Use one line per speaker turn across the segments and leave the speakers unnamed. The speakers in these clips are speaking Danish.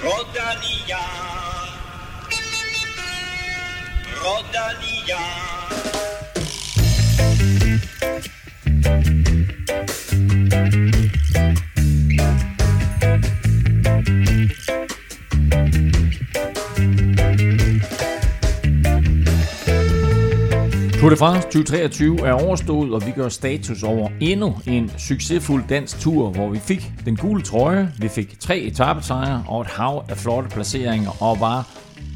Rodalia, Rodalia.
Tour de France 2023 er overstået, og vi gør status over endnu en succesfuld dansk tur, hvor vi fik den gule trøje, vi fik 3 etapesejre og et hav af flotte placeringer, og var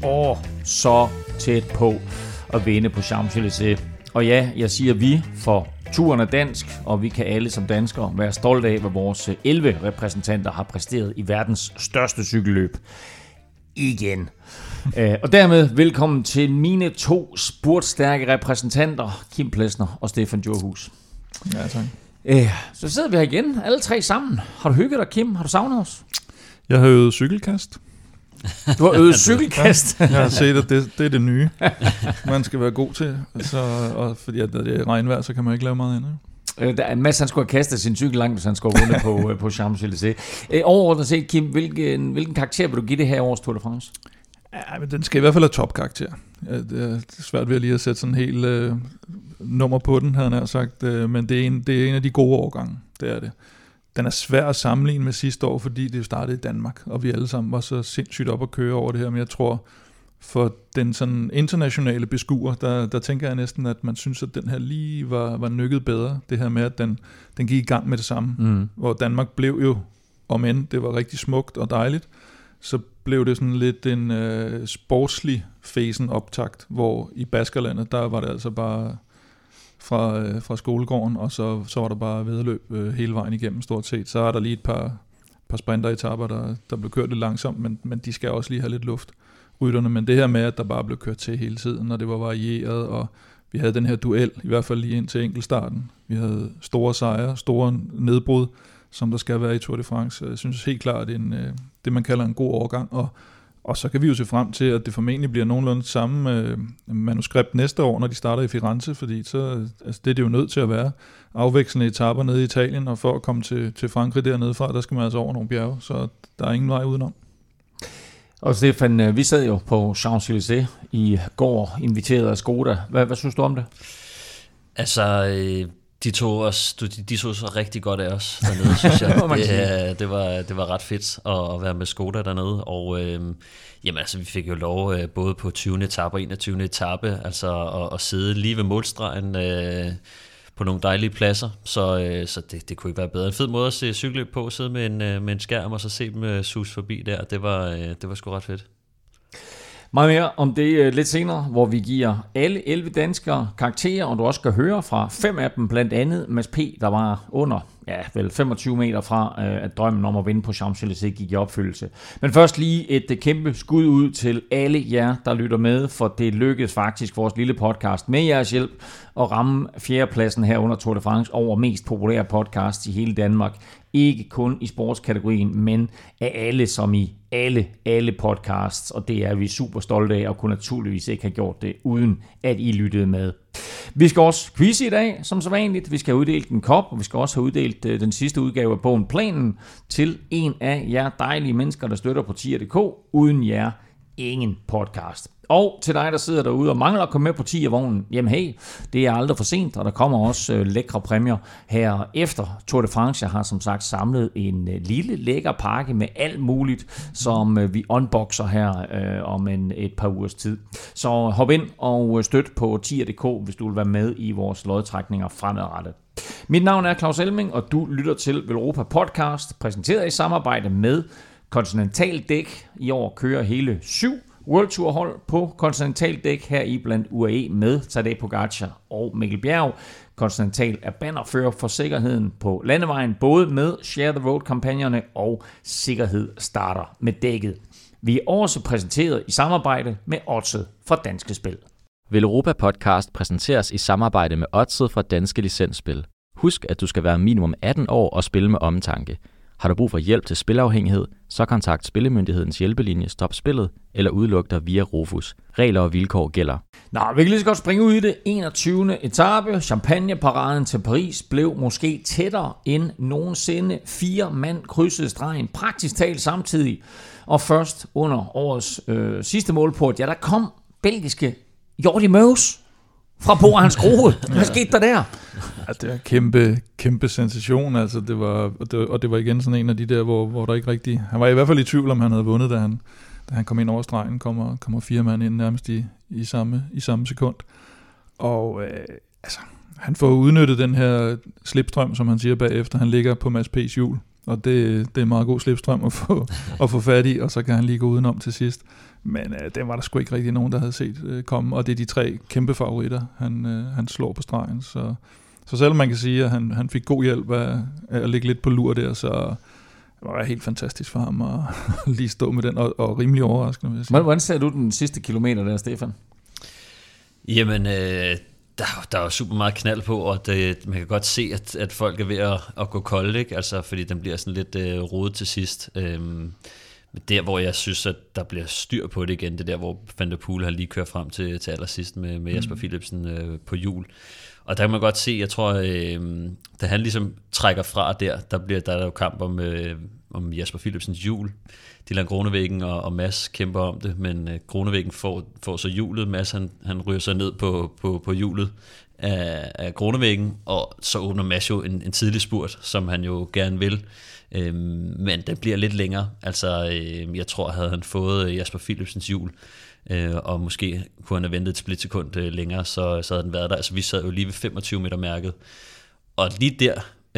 så tæt på at vinde på Champs-Élysées. Og ja, jeg siger vi, for turen er dansk, og vi kan alle som danskere være stolte af, hvad vores 11 repræsentanter har præsteret i verdens største cykelløb. Igen. Og dermed velkommen til mine 2 spurtstærke repræsentanter, Kim Plesner og Stefan Djurhus.
Ja, tak.
Så sidder vi her igen, alle 3 sammen. Har du hygget dig, Kim? Har du savnet os?
Jeg har øvet cykelkast.
Du har øvet cykelkast?
Jeg har set, at det er det nye, man skal være god til. Og fordi at det er regnvejr, så kan man ikke lave meget andet.
Mads, han skulle have kastet sin cykel langt, hvis han skulle have vundet på Champs-Élysées. Overordnet set, Kim, hvilken karakter vil du give det her års Tour de France?
Ja, men den skal i hvert fald have topkarakter. Det er svært ved lige at sætte sådan en helt nummer på den, havde jeg sagt. Men det er en af de gode årgange, det er det. Den er svær at sammenligne med sidste år, fordi det startede i Danmark, og vi alle sammen var så sindssygt op at køre over det her. Men jeg tror, for den sådan internationale beskuer, der tænker jeg næsten, at man synes, at den her lige var nykket bedre. Det her med, at den gik i gang med det samme. Hvor Danmark blev jo, om end det var rigtig smukt og dejligt, så blev det sådan lidt en sportslig fæsen optakt, hvor i Baskerlandet, der var det altså bare fra skolegården, og så var der bare vedløb hele vejen igennem stort set. Så er der lige et par sprinteretapper, der blev kørt lidt langsomt, men de skal også lige have lidt luft, rytterne. Men det her med, at der bare blev kørt til hele tiden, og det var varieret, og vi havde den her duel, i hvert fald lige ind til enkeltstarten. Vi havde store sejre, store nedbrud, som der skal være i Tour de France. Jeg synes helt klart, det man kalder en god årgang, og så kan vi jo se frem til, at det formentlig bliver nogenlunde samme manuskript næste år, når de starter i Firenze, fordi så, altså det er det jo nødt til at være. Afvekslende etaper nede i Italien, og for at komme til Frankrig dernede fra, der skal man altså over nogle bjerge, så der er ingen vej udenom.
Og Stefan, vi sad jo på Champs-Élysées i går, inviteret af Skoda. Hvad synes du om det?
Altså, de tog så rigtig godt af os dernede, synes jeg. Det var ret fedt at være med Skoda dernede, og jamen altså, vi fik jo lov både på 20. etape og 21. etape, altså at sidde lige ved målstregen på nogle dejlige pladser, så det kunne ikke være bedre. En fed måde at se cykelløb på, sidde med en skærm og så se dem sus forbi der, det var sgu ret fedt.
Meget mere om det lidt senere, hvor vi giver alle 11 danskere karakterer, og du også skal høre fra 5 af dem, blandt andet Mads P., der var under 25 meter fra, at drømmen om at vinde på Champs-Élysées gik i opfyldelse. Men først lige et kæmpe skud ud til alle jer, der lytter med, for det lykkedes faktisk vores lille podcast med jeres hjælp at ramme 4. pladsen her under Tour de France over mest populære podcast i hele Danmark. Ikke kun i sportskategorien, men af alle som i alle podcasts, og det er vi super stolte af, og kunne naturligvis ikke have gjort det, uden at I lyttede med. Vi skal også quiz i dag, som så vanligt. Vi skal have uddelt en kop, og vi skal også have uddelt den sidste udgave af bogen Planen til en af jer dejlige mennesker, der støtter på tier.dk. Uden jer, ingen podcast. Og til dig, der sidder derude og mangler at komme med på tiervognen, jamen hey, det er aldrig for sent, og der kommer også lækre præmier her efter Tour de France. Jeg har som sagt samlet en lille lækker pakke med alt muligt, som vi unboxer her om et par ugers tid. Så hop ind og støt på tier.dk, hvis du vil være med i vores lodtrækninger fremadrettet. Mit navn er Claus Elming, og du lytter til Velropa Podcast, præsenteret i samarbejde med Continental Dæk. I år kører hele 7 World Tour hold på Continental Dæk, her i blandt UAE med Tadej Pogacar og Mikkel Bjerg. Continental er bannerfører for sikkerheden på landevejen, både med Share the Road-kampagnerne og Sikkerhed starter med dækket. Vi er også præsenteret i samarbejde med Odset fra Danske Spil.
Velropa Podcast præsenteres i samarbejde med Odset fra Danske Licensspil. Husk, at du skal være minimum 18 år og spille med omtanke. Har du brug for hjælp til spilafhængighed, så kontakt Spillemyndighedens hjælpelinje Stop Spillet eller udluk dig via Rofus. Regler og vilkår gælder.
Nå, vi kan lige så godt springe ud i det. 21. etape. Champagneparaden til Paris blev måske tættere end nogensinde. 4 mand krydsede stregen praktisk talt samtidig. Og først under årets sidste målport, der kom belgiske Jordi Meus fra Bo Hans Grohe. Hvad skete der der?
Ja, det er kæmpe sensation. Altså, det var igen sådan en af de der, hvor der ikke rigtig... Han var i hvert fald i tvivl, om han havde vundet, da han kom ind over stregen. Kommer 4 mand ind nærmest i samme sekund. Og han får udnyttet den her slipstrøm, som han siger bagefter. Han ligger på Mads P's hjul. Og det er meget god slipstrøm at få fat i, og så kan han lige gå udenom til sidst. Men det var der sgu ikke rigtig nogen, der havde set komme, og det er de 3 kæmpe favoritter, han slår på stregen. Så selvom man kan sige, at han fik god hjælp af at ligge lidt på lur der, så var det helt fantastisk for ham at lige stå med den, og rimelig overraskende, vil jeg sige.
Hvordan ser du den sidste kilometer der, Stefan?
Jamen, der er super meget knald på, og man kan godt se, at folk er ved at gå kolde, ikke? Altså, fordi den bliver sådan lidt rodet til sidst. Der, hvor jeg synes, at der bliver styr på det igen, det der, hvor Van der Poel han lige kører frem til allersidst med Jasper Philipsen på hjul. Og der kan man godt se, jeg tror, da han ligesom trækker fra der er jo kamp om Jasper Philipsens hjul. Dylan Groenewegen og Mads kæmper om det, men Groenewegen får så hjulet. Mads han ryger så ned på hjulet af Groenewegen, og så åbner Mads jo en tidlig spurt, som han jo gerne vil. Men den bliver lidt længere. Altså, jeg tror, havde han fået Jasper Philipsens hjul, og måske kunne han have ventet et splitsekund længere, så havde den været der. Altså, vi sad jo lige ved 25 meter mærket, og lige der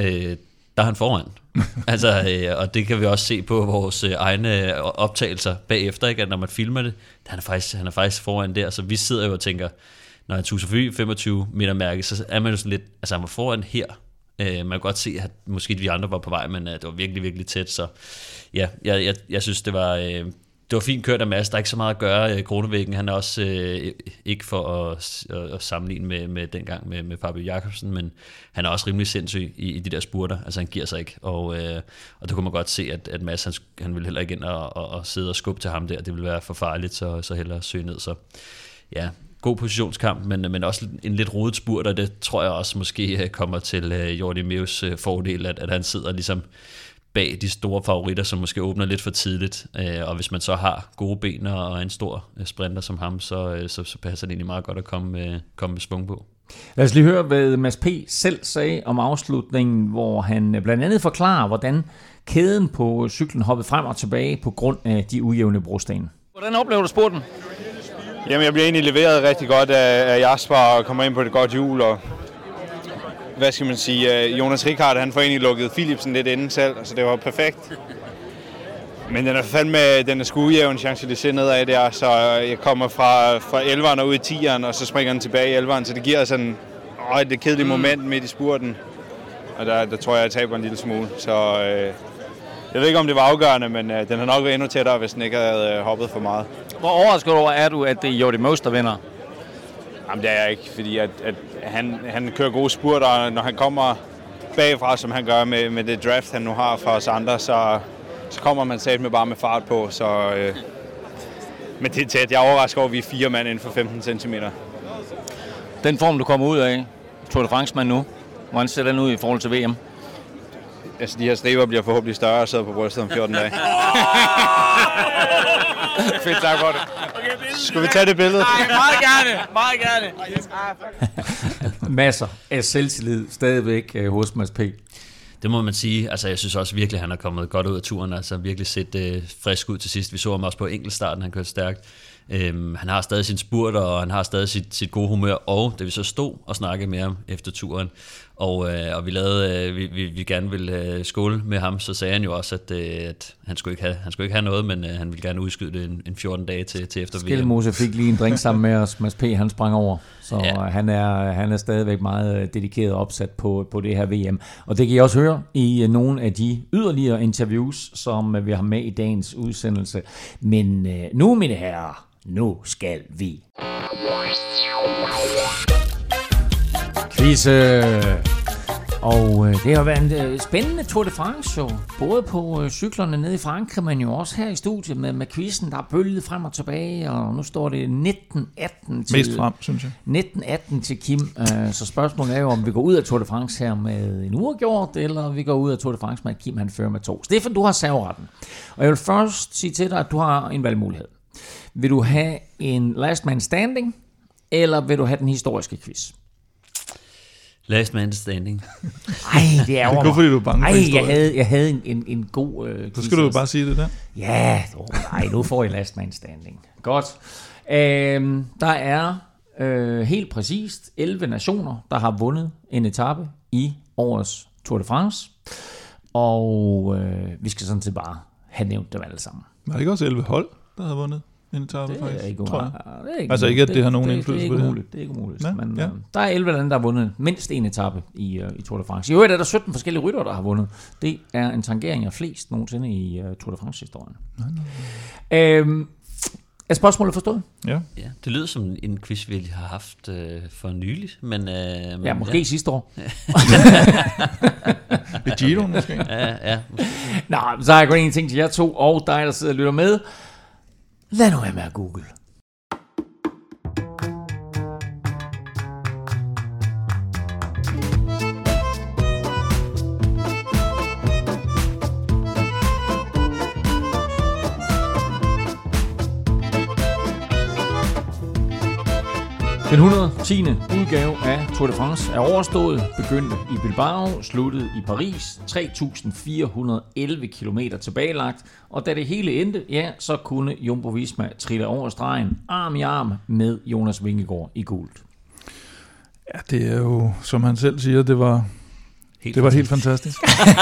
er han foran. Altså, og det kan vi også se på vores egne optagelser bagefter, ikke? At når man filmer det, han er faktisk foran der, så vi sidder jo og tænker, når han tuser forbi 25 meter mærket, så er man jo sådan lidt, altså han var foran her. Man kan godt se, at måske de andre var på vej, men det var virkelig, virkelig tæt. Så ja, jeg synes, det var fint kørt af Mads. Der er ikke så meget at gøre. Groenewegen, han er også ikke for at sammenligne med dengang med Fabio Jakobsen, men han er også rimelig sindssyg i de der spurter. Altså han giver sig ikke. Og der kunne man godt se, at Mads han ville heller ikke ind og sidde og skubbe til ham der. Det ville være for farligt, så hellere søge ned. Så ja, god positionskamp, men også en lidt rodet spurt, og det tror jeg også måske kommer til Jordi Meus fordel, at han sidder ligesom bag de store favoritter, som måske åbner lidt for tidligt, og hvis man så har gode ben og en stor sprinter som ham, så passer det egentlig meget godt at komme med svung på.
Lad os lige høre, hvad Mads P. selv sagde om afslutningen, hvor han blandt andet forklarer, hvordan kæden på cyklen hoppede frem og tilbage på grund af de ujævne brosten.
Hvordan oplever du spurten?
Jamen, jeg bliver egentlig leveret rigtig godt af Jasper og kommer ind på et godt hjul, og hvad skal man sige, Jonas Ricard, han får egentlig lukket Philipsen lidt inden selv, så det var perfekt. Men den er sgu ujævn, Champs-Élysées nedad der, så jeg kommer fra 11'eren og ud i 10'eren, og så springer den tilbage i 11'eren, så det giver sådan et kedeligt moment midt i spurten. Og der tror jeg taber en lille smule, så jeg ved ikke, om det var afgørende, men den har nok været endnu tættere, hvis den ikke havde hoppet for meget.
Hvor overrasket over er du, at det er Jordi Meus, der vinder?
Jamen, det er jeg ikke, fordi at han kører gode spurter, og når han kommer bagfra, som han gør med det draft, han nu har for os andre, så kommer man sat med bare med fart på. Så, men det er tæt. Jeg overrasker over, at vi er 4 mand inden for 15 cm.
Den form, du kommer ud af, Tour de France-mand nu, hvordan ser den ud i forhold til VM?
Altså, de her striber bliver forhåbentlig større og sidder på brystet om 14 dage.
Fedt, tak for det.
Skal vi tage det billede?
Meget gerne.
Masser af selvtillid stadigvæk hos Mads P.
Det må man sige. Altså, jeg synes også virkelig, at han er kommet godt ud af turen. Altså, virkelig set frisk ud til sidst. Vi så ham også på enkeltstarten, han kørte stærkt. Han har stadig sin spurt, og han har stadig sit gode humør. Og da vi så stod og snakkede med ham efter turen, og vi lavede, vi gerne ville skåle med ham, så sagde han jo også, at han skulle ikke have noget, men han ville gerne udskyde det en 14 dage til efter VM.
Skelmose fik lige en drink sammen med os. Mads P. han sprang over, så ja. Han er stadigvæk meget dedikeret og opsat på det her VM. Og det kan I også høre i nogle af de yderligere interviews, som vi har med i dagens udsendelse. Men nu, mine herrer, nu skal vi quizze. Og det har været en spændende Tour de France jo, både på cyklerne nede i Frankrig, men jo også her i studiet med quizzen, der er bølget frem og tilbage, og nu står det 19-18 til...
Mest frem, synes jeg.
19-18 til Kim, så spørgsmålet er jo, om vi går ud af Tour de France her med en uafgjort, eller vi går ud af Tour de France med, at Kim han fører med 2. Stefan, du har serveretten, og jeg vil først sige til dig, at du har en valgmulighed. Vil du have en last man standing, eller vil du have den historiske quiz?
Last man standing.
Ej, det er over.
Det er godt, fordi du er bange for historien.
Jeg havde en god...
Så skal du jo bare sige det der.
Ja, nu får I last man standing. Godt. Der er helt præcist 11 nationer, der har vundet en etape i årets Tour de France. Og vi skal sådan set bare have nævnt dem alle sammen.
Var det ikke også 11 hold, der har vundet en etape,
det
faktisk?
Er ikke
tror jeg.
Det er ikke
altså ikke, at det har nogen indflydelse på det her?
Det er ikke umuligt.
Ja,
Men
ja.
Der er 11 lande, der har vundet mindst en etape i Tour de France. I øvrigt er der 17 forskellige ryttere, der har vundet. Det er en tangering af flest nogensinde i Tour de France-historien. Er spørgsmålet forstået?
Ja.
Ja, det lyder som en quiz, vi har haft for nylig, men
ja, måske sidste år.
Ved Giro måske?
Ja.
Nå, så har jeg kun en ting til jer to, og dig, der sidder og lytter med. Lad nu være med at google. Den 110. udgave af Tour de France er overstået, begyndte i Bilbao, sluttede i Paris, 3.411 kilometer tilbagelagt, og da det hele endte, ja, så kunne Jumbo Visma trille over stregen arm i arm med Jonas Vingegaard i gult.
Ja, det er jo, som han selv siger, det var helt fantastisk.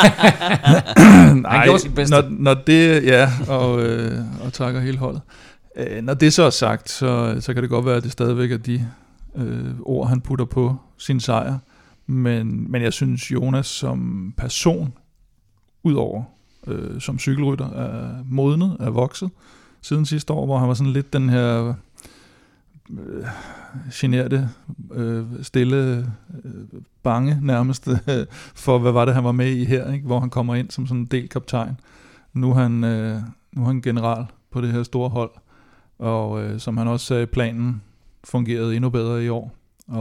Han gjorde sit bedste.
Når det, ja, og takker hele holdet. Når det så er sagt, så kan det godt være, at det stadigvæk er de ord, han putter på sin sejr. Men jeg synes, Jonas som person, udover som cykelrytter, er modnet, er vokset siden sidste år, hvor han var sådan lidt den her generte, stille, bange nærmest for, hvad var det, han var med i her, ikke? Hvor han kommer ind som sådan en delkaptajn. Nu er han general på det her store hold. Og som han også sagde, planen fungerede endnu bedre i år.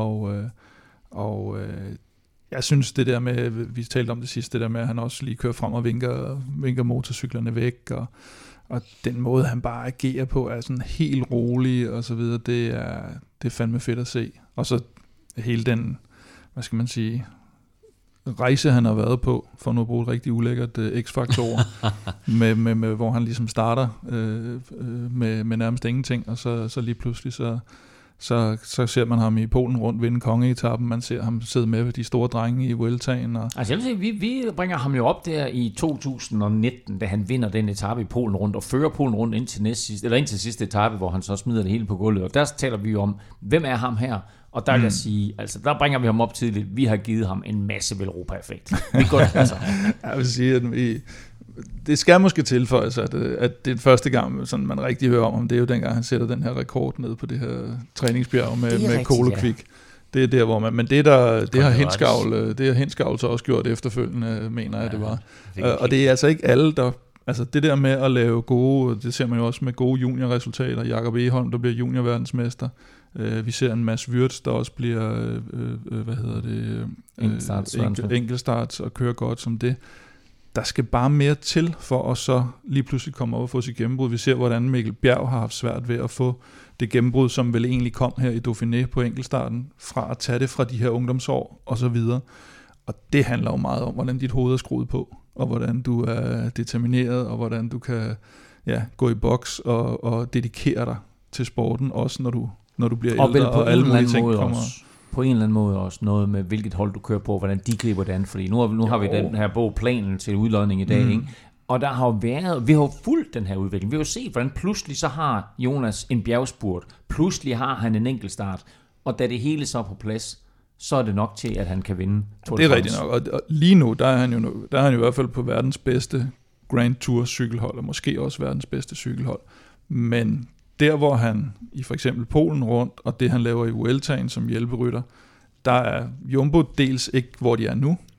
Og jeg synes det der med, vi talte om det sidste, det der med, at han også lige kører frem og vinker motorcyklerne væk, og den måde, han bare agerer på, er sådan helt rolig og så videre, det er fandme fedt at se. Og så hele den, hvad skal man sige, rejse, han har været på, for nu at bruge et rigtig ulækkert X-faktor, med hvor han ligesom starter med nærmest ingenting, og så lige pludselig, så ser man ham i Polen rundt vinde kongeetappen, man ser ham sidde med ved de store drenge i Vueltaen.
Altså jeg vil sige, vi bringer ham jo op der i 2019, da han vinder den etape i Polen rundt, og fører Polen rundt indtil sidste etape, hvor han så smider det hele på gulvet, og der taler vi jo om, hvem er ham her? Og der kan jeg sige, altså der bringer vi ham op tidligt. Vi har givet ham en masse Velropa-effekt. Vi går altså.
Jeg vil sige, at det skal måske tilføjes, at det er første gang, sådan man rigtig hører om ham, det er jo dengang, han sætter den her rekord ned på det her træningsbjerg med Colo Quick. Det er der, hvor man... Men det har Hinskavl så også gjort efterfølgende, mener jeg, det var. Og det er altså ikke alle, der... Altså det der med at lave gode... Det ser man jo også med gode juniorresultater. Jakob Egholm, der bliver juniorverdensmester. Vi ser en Mads Wirtz, der også bliver... enkeltstarts og kører godt som det. Der skal bare mere til for at så lige pludselig komme op og få sit gennembrud. Vi ser, hvordan Mikkel Bjerg har haft svært ved at få det gennembrud, som vel egentlig kom her i Dauphiné på enkeltstarten, fra at tage det fra de her ungdomsår og så videre. Og det handler jo meget om, hvordan dit hoved er skruet på, og hvordan du er determineret, og hvordan du kan gå i boks og dedikere dig til sporten, også når du bliver ældre, og alle mulige ting kommer.
På en eller anden måde også noget med, hvilket hold du kører på, hvordan de griber det an, fordi nu har vi den her bog, planen til udlodning i dag, ikke? Og der har jo været, vi har jo fulgt den her udvikling, vi har jo set, hvordan pludselig så har Jonas en bjergspurt, pludselig har han en enkeltstart, og da det hele så er på plads, så er det nok til, at han kan vinde Tour de France.
Det er rigtigt nok, og lige nu, der er han jo i hvert fald på verdens bedste Grand Tour cykelhold, og måske også verdens bedste cykelhold, men der, hvor han i for eksempel Polen rundt, og det han laver i Vueltaen som hjælperytter, der er Jumbo dels ikke, hvor de er nu.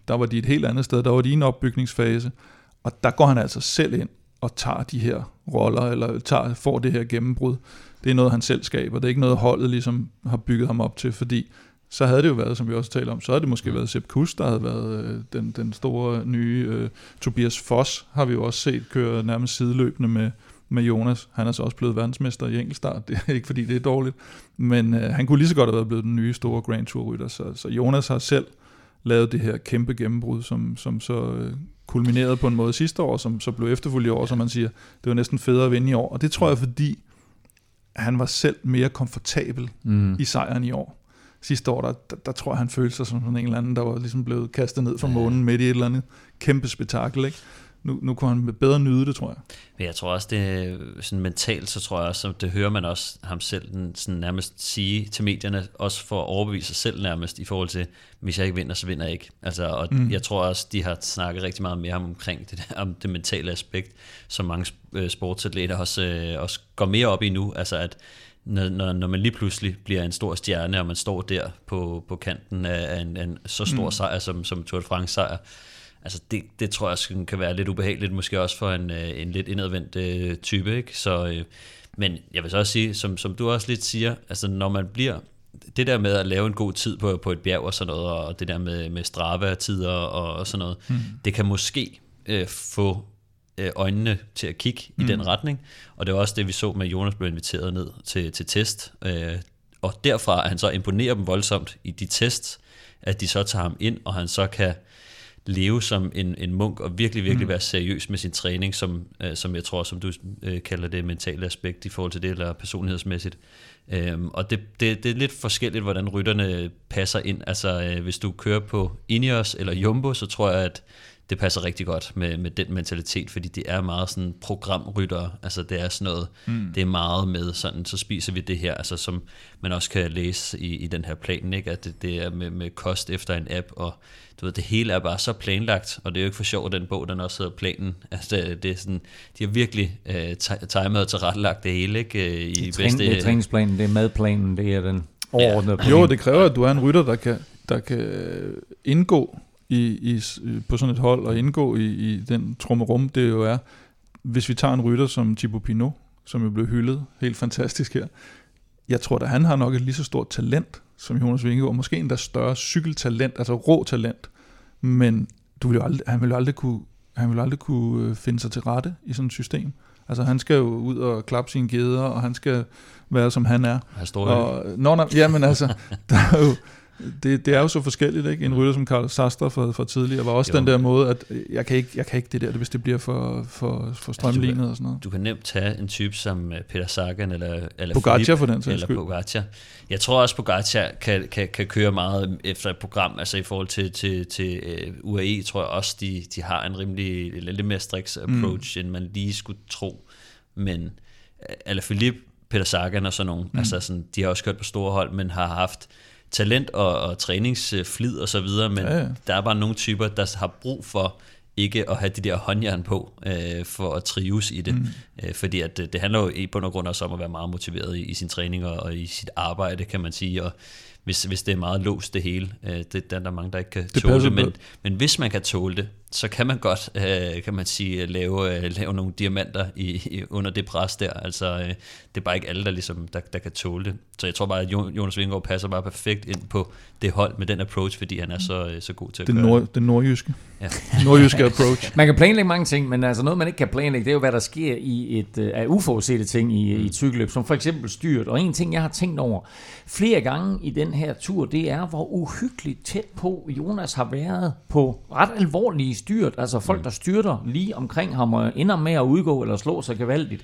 Der var de et helt andet sted, der var de i en opbygningsfase, og der går han altså selv ind og tager de her roller, eller får det her gennembrud. Det er noget, han selv skaber. Det er ikke noget, holdet ligesom har bygget ham op til, fordi så havde det jo været, som vi også taler om, så havde det måske været Sepp Kuss, der havde været den store nye Tobias Foss, har vi jo også set køre nærmest sideløbende med Jonas. Han er så også blevet verdensmester i enkeltstart. Det er ikke fordi det er dårligt, men han kunne lige så godt have været blevet den nye store Grand Tour-rytter. Så Jonas har selv lavet det her kæmpe gennembrud, som så kulminerede på en måde sidste år, som så blev efterfulgt i år, som man siger, det var næsten federe at vinde i år. Og det tror jeg, fordi han var selv mere komfortabel i sejren i år. Sidste år, der tror jeg, han følte sig som en eller anden, der var ligesom blevet kastet ned fra månen midt i et eller andet kæmpe spektakel, ikke? Nu kunne han bedre nyde det, tror jeg.
Men jeg tror også, det er sådan mentalt, så tror jeg også, det hører man også ham selv sådan nærmest sige til medierne, også for at overbevise sig selv nærmest, i forhold til, hvis jeg ikke vinder, så vinder jeg ikke. Altså, og jeg tror også, de har snakket rigtig meget mere omkring det, om det mentale aspekt, som mange sportsatleter også går mere op i nu, altså at når man lige pludselig bliver en stor stjerne, og man står der på kanten af en så stor sejr, som Tour de France sejr, altså det tror jeg kan være lidt ubehageligt, måske også for en lidt indadvendt type, ikke? Så, men jeg vil så også sige, som du også lidt siger, altså når man bliver, det der med at lave en god tid på et bjerg og sådan noget, og det der med Strava-tider og sådan noget, det kan måske få øjnene til at kigge i den retning, og det var også det, vi så med Jonas blev inviteret ned til test, og derfra at han så imponerer dem voldsomt i de tests, at de så tager ham ind, og han så kan leve som en munk og virkelig være seriøs med sin træning, som jeg tror, som du kalder det, mentale aspekt i forhold til det, eller personlighedsmæssigt. Og det er lidt forskelligt, hvordan rytterne passer ind. Altså hvis du kører på Ineos eller Jumbo, så tror jeg, at det passer rigtig godt med den mentalitet, fordi det er meget sådan programryttere, altså det er sådan noget, det er meget med sådan, så spiser vi det her, altså som man også kan læse i den her plan, ikke? At det er med kost efter en app, og du ved, det hele er bare så planlagt, og det er jo ikke for sjovt, den bog, den også hedder Planen, altså det er sådan, de har virkelig timet og tilrettelagt det hele, ikke?
Det er træningsplanen, det er madplanen, det er den overordnede plan.
Jo, det kræver, at du er en rytter, der kan indgå på sådan et hold og indgå i den trummerum, det jo er, hvis vi tager en rytter som Thibaut Pinot, som jo blev hyldet helt fantastisk her. Jeg tror, at han har nok et lige så stort talent som Jonas Vingegaard, måske endda større cykeltalent, altså rå talent, men han vil aldrig kunne finde sig til rette i sådan et system. Altså han skal jo ud og klappe sine geder, og han skal være som han er. Jamen altså, der er jo det er jo så forskelligt, ikke? En rytter som Karl Sastre fra tidligere var også den der måde, at jeg kan ikke det der, hvis det bliver for strømlignet og sådan noget.
Du kan nemt tage en type som Peter Sagan eller
Pogacar for den sags skyld.
Pogacar. Jeg tror også, Pogacar kan køre meget efter et program, altså i forhold til UAE, tror jeg også, de har en rimelig lidt mere striks approach, end man lige skulle tro. Men Alaphilippe, Peter Sagan og sådan nogle, altså sådan, de har også kørt på store hold, men har haft talent og træningsflid og så videre, men der er bare nogle typer, der har brug for ikke at have de der håndjern på, for at trives i det. Fordi at det handler jo i bund og grund også om at være meget motiveret i sin træning og i sit arbejde, kan man sige, og hvis det er meget låst det hele, det er der mange, der ikke kan tåle det, men hvis man kan tåle det, så kan man godt, kan man sige, lave nogle diamanter under det pres der. Altså, det er bare ikke alle, der ligesom, der kan tåle det. Så jeg tror bare, at Jonas Vingegaard passer bare perfekt ind på det hold med den approach, fordi han er så god til at køre.
Den nordjyske. Ja. Nordjyske approach.
Man kan planlægge mange ting, men altså noget, man ikke kan planlægge, det er jo, hvad der sker i af uforudsete ting i et cykelløb, som for eksempel styrt. Og en ting, jeg har tænkt over flere gange i den her tur, det er, hvor uhyggeligt tæt på Jonas har været på ret alvorlige styrt. Altså folk, der styrter lige omkring ham og ender med at udgå eller slå sig gevaldigt.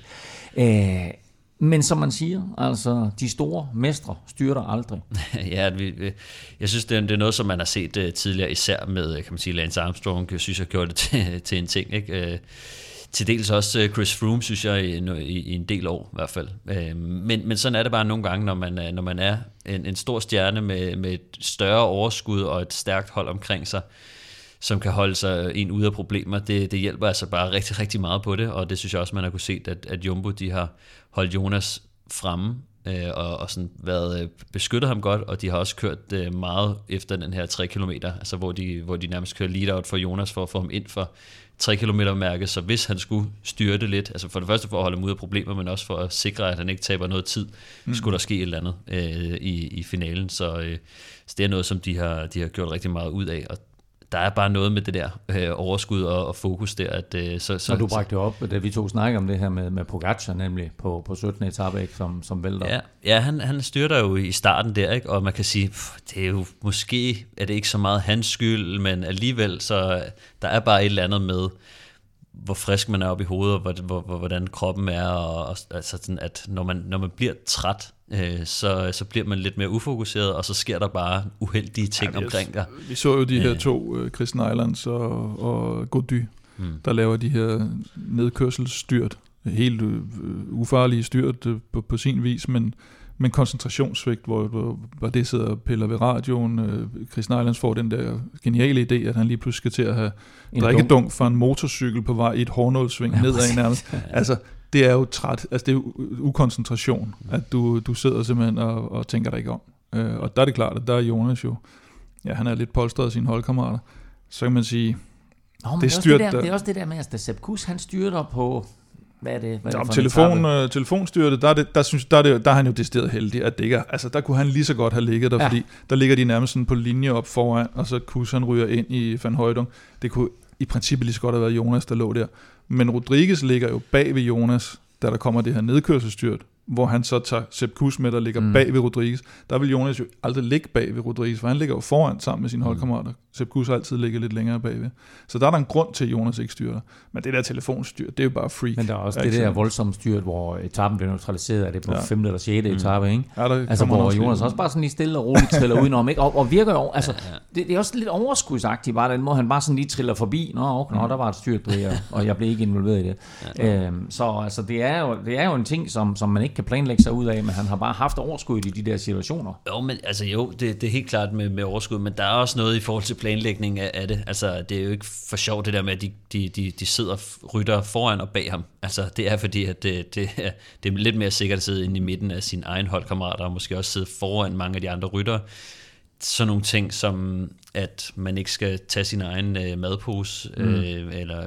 Men som man siger, altså de store mestre styrter aldrig.
Ja, jeg synes, det er noget, som man har set tidligere, især med, kan man sige, Lance Armstrong, jeg synes, jeg gjorde det til en ting, ikke? Til dels også Chris Froome, synes jeg, i en del år i hvert fald. Men sådan er det bare nogle gange, når man er en stor stjerne med et større overskud og et stærkt hold omkring sig, som kan holde sig en ude af problemer. Det hjælper altså bare rigtig, rigtig meget på det, og det synes jeg også, man har kunne se, at Jumbo, de har holdt Jonas fremme og sådan været beskyttet ham godt, og de har også kørt meget efter den her 3 kilometer, altså hvor de nærmest kører lead-out for Jonas for at få ham ind for 3 kilometer mærke, så hvis han skulle styrte lidt, altså for det første for at holde ham ude af problemer, men også for at sikre, at han ikke taber noget tid, skulle der ske et eller andet i finalen, så det er noget, som de har gjort rigtig meget ud af, og der er bare noget med det der overskud og fokus der.
Så du bragte op, da vi to snakkede om det her med Pogačar, nemlig på 17. etape, ikke, som vælter.
Ja, han styrter jo i starten der, ikke? Og man kan sige, det er jo måske, er det ikke så meget hans skyld, men alligevel, så der er bare et eller andet med, hvor frisk man er oppe i hovedet, og hvordan kroppen er, og altså sådan, at når man bliver træt, så bliver man lidt mere ufokuseret, og så sker der bare uheldige ting omkring dig.
Vi så jo de her to, Chris Nylands og Gody, der laver de her nedkørselsstyrt, helt ufarlige styrt på sin vis, men koncentrationssvigt, hvor det sidder og piller ved radioen. Chris Nylands får den der geniale idé, at han lige pludselig skal til at have drikkedunk fra en motorcykel på vej i et hårnålsving nedad nærmest. Altså, det er jo træt, altså det er jo ukoncentration, at du sidder simpelthen og tænker dig ikke om. Og der er det klart, at der er Jonas jo, han er lidt polstret af sine holdkammerater. Så kan man sige,
det er også det der med, at Sepp Kuss, han styrter på... Hvad er det
telefonstyrte, der er han jo decideret heldig, at det ikke er, altså der kunne han lige så godt have ligget der, fordi der ligger de nærmest sådan på linje op foran, og så Kuss han ryger ind i Van Hooydonk. Det kunne i princippet lige så godt have været Jonas, der lå der. Men Rodriguez ligger jo bag ved Jonas, da der kommer det her nedkørselsstyrt, hvor han så tager Sepp Kuss med, der ligger bag ved Rodriguez. Der vil Jonas jo aldrig ligge bag ved Rodriguez, for han ligger jo foran sammen med sine holdkammerater. Sepp Kuss har altid ligget lidt længere bagved. Så der er en grund til, at Jonas ikke styrter. Men det der telefonstyrt, det er jo bare freak.
Men der er også det der voldsomme styrt, hvor etappen bliver neutraliseret. Er det på 5. eller 6. etape, ikke?
Ja,
altså hvor Jonas også bare sådan lige stille og roligt triller udenom, ikke? Og virker jo, altså, det er også lidt overskudsagtigt, bare den måde, han bare sådan lige triller forbi. Nå, der var et styrt, og jeg blev ikke involveret i det. Så altså, det er jo en ting, som man ikke kan planlægge sig ud af, men han har bare haft overskud i de der situationer.
Jo, men altså det er helt klart med overskud, men der er også noget i forhold til planlægning af det. Altså, det er jo ikke for sjovt det der med, at de sidder rytter foran og bag ham. Altså, det er fordi, at det er lidt mere sikkert at sidde inde i midten af sine egen holdkammerater, og måske også sidde foran mange af de andre rytter. Sådan nogle ting som, at man ikke skal tage sin egen madpose, eller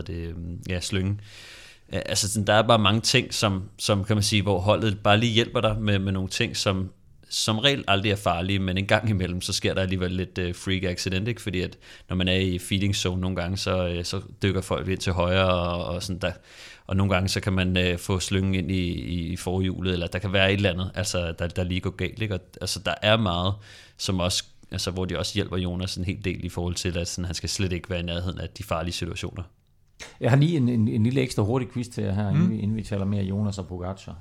slynge. Altså, sådan, der er bare mange ting, som kan man sige, hvor holdet bare lige hjælper dig med nogle ting, som regel aldrig er farlige, men en gang imellem, så sker der alligevel lidt freak accident, ikke? Fordi at når man er i feeding zone nogle gange, så dykker folk lidt til højre, og sådan der. Og nogle gange, så kan man få slyngen ind i forhjulet, eller der kan være et eller andet, altså, der lige går galt, ikke? Og, altså, der er meget, som også, altså, hvor de også hjælper Jonas en hel del i forhold til, at sådan, han skal slet ikke være i nærheden af de farlige situationer.
Jeg har lige en lille ekstra hurtig quiz til jer her, inden vi taler mere Jonas og Pogačar.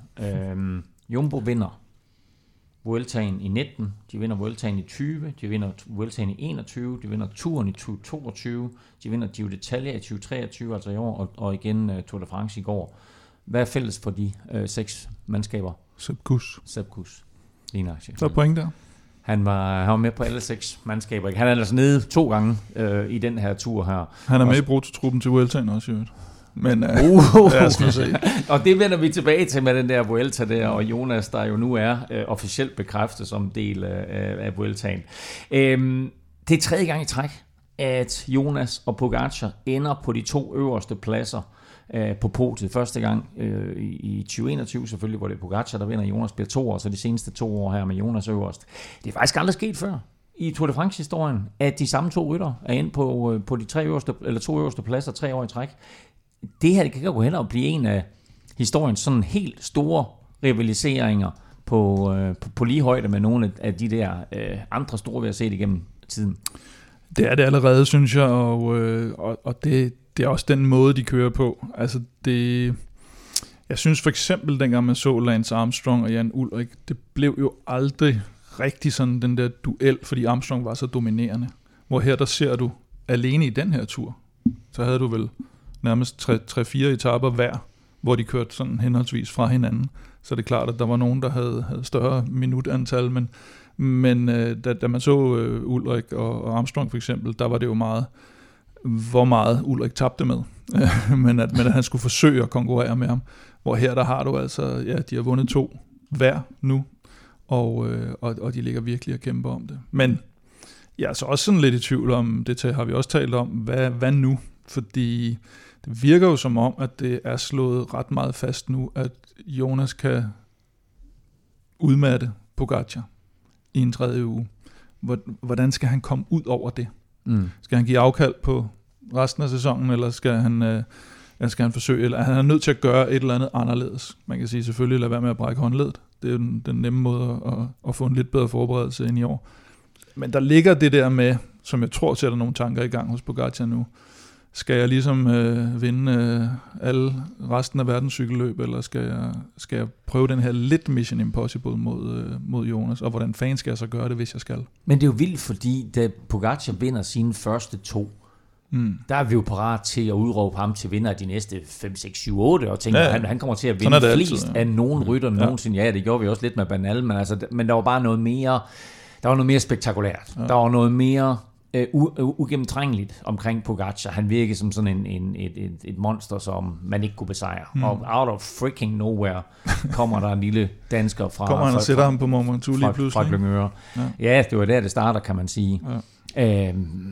Jumbo vinder Vueltaen i 19, de vinder Vueltaen i 20, de vinder Vueltaen i 21, de vinder Touren i 2022, de vinder Giro d'Italia i 2023, altså i år, og igen Tour de France i går. Hvad er fælles for de 6 mandskaber?
Sepp Kuss.
Lige aktie.
Så er point der.
Han var med på alle 6 mandskaber. Han er altså nede 2 gange i den her tur her.
Han er med i brutotruppen til Vueltaen også, jo. Men
og det vender vi tilbage til med den der Vuelta der, og Jonas, der jo nu er officielt bekræftet som del af Vueltaen. Det er 3. gang i træk, at Jonas og Pogačar ender på de 2 øverste pladser på podiet. Første gang i 2021 selvfølgelig, hvor det er Pogačar, der vinder. Jonas bliver 2 år, så de seneste 2 år her med Jonas øverst. Det er faktisk aldrig sket før i Tour de France-historien, at de samme 2 rytter er inde på de 2 øverste pladser 3 år i træk. Det her, det kan gå hen og blive en af historiens sådan helt store rivaliseringer på lige højde med nogle af de der andre store, vi har set igennem tiden.
Det er det allerede, synes jeg, og det er også den måde, de kører på. Altså jeg synes for eksempel, dengang man så Lance Armstrong og Jan Ullrich, det blev jo aldrig rigtig sådan den der duel, fordi Armstrong var så dominerende. Hvor her, der ser du alene i den her tur, så havde du vel nærmest 3-4 etaper hver, hvor de kørte sådan henholdsvis fra hinanden. Så det er klart, at der var nogen, der havde større minutantal, men da man så Ullrich og Armstrong for eksempel, der var det jo meget, hvor meget Ullrich tabte med. men at han skulle forsøge at konkurrere med ham. Hvor her, der har du altså, ja, de har vundet 2 værd nu, og de ligger virkelig og kæmper om det. Men jeg er så også sådan lidt i tvivl om, det har vi også talt om, hvad nu? Fordi det virker jo som om, at det er slået ret meget fast nu, at Jonas kan udmatte Pogačar i en 3. uge. Hvordan skal han komme ud over det? Skal han give afkald på resten af sæsonen, eller skal han forsøge, eller han er nødt til at gøre et eller andet anderledes? Man kan sige selvfølgelig, lad være med at brække håndledet. Det er jo den nemme måde at få en lidt bedre forberedelse end i år. Men der ligger det der med, som jeg tror sætter nogle tanker i gang hos Pogačar nu. Skal jeg ligesom vinde alle resten af verdens cykelløb, eller skal jeg prøve den her lidt Mission Impossible mod Jonas, og hvordan fanden skal jeg så gøre det, hvis jeg skal?
Men det er jo vildt, fordi da Pogačar vinder sine første 2, der er vi jo parat til at udråbe ham til vinder af de næste 5, 6, 7, 8, og tænker, han kommer til at vinde flest af nogen rytter nogensinde. Ja, det gjorde vi også lidt med Bernal, men der var bare noget mere, spektakulært. Ja. Der var noget mere ugennemtrængeligt omkring Pogačar. Han virkede som sådan et monster, som man ikke kunne besejre. Og out of freaking nowhere kommer der en lille dansker fra...
Kommer han og sætter ham på Mont Ventoux lige pludselig?
Fra Glyngøre. Ja, det var der, det starter, kan man sige. Ja.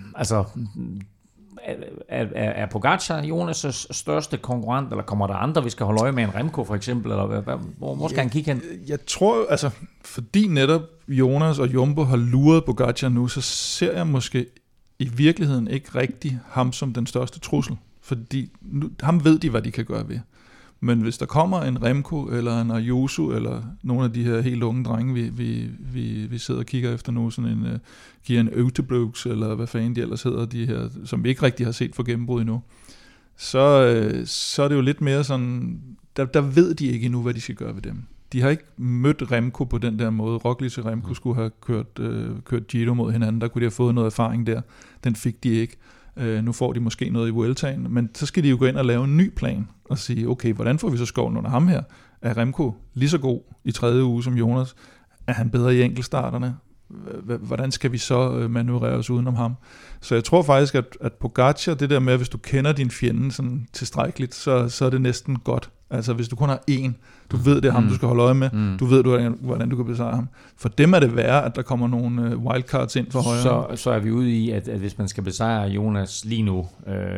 Er Pogačar Jonas' største konkurrent, eller kommer der andre, vi skal holde øje med, en Remco for eksempel, eller hvor skal han kigge hen?
Jeg tror, fordi netop Jonas og Jumbo har luret Pogačar nu, så ser jeg måske i virkeligheden ikke rigtig ham som den største trussel, fordi ham ved de, hvad de kan gøre ved. Men hvis der kommer en Remco, eller en Ayuso, eller nogle af de her helt unge drenge, vi sidder og kigger efter nu, sådan en Kieran Uijtdebroeks, eller hvad fanden de ellers hedder, de her, som vi ikke rigtig har set for gennembrud endnu, så er det jo lidt mere sådan, der ved de ikke endnu, hvad de skal gøre ved dem. De har ikke mødt Remco på den der måde. Roglic og Remco skulle have kørt Giro mod hinanden, der kunne de have fået noget erfaring der. Den fik de ikke. Nu får de måske noget i Vueltaen, men så skal de jo gå ind og lave en ny plan og sige, okay, hvordan får vi så skoven under ham her? Er Remco lige så god i 3. uge som Jonas? Er han bedre i enkeltstarterne? Hvordan skal vi så manøvrere os udenom ham? Så jeg tror faktisk, at Pogačar, det der med, at hvis du kender din fjende sådan tilstrækkeligt, så er det næsten godt. Altså hvis du kun har én, du ved, det er ham, du skal holde øje med, du ved, hvordan du kan besejre ham. For dem er det værre, at der kommer nogle wildcards ind for højre.
Så er vi ude i, at hvis man skal besejre Jonas lige nu,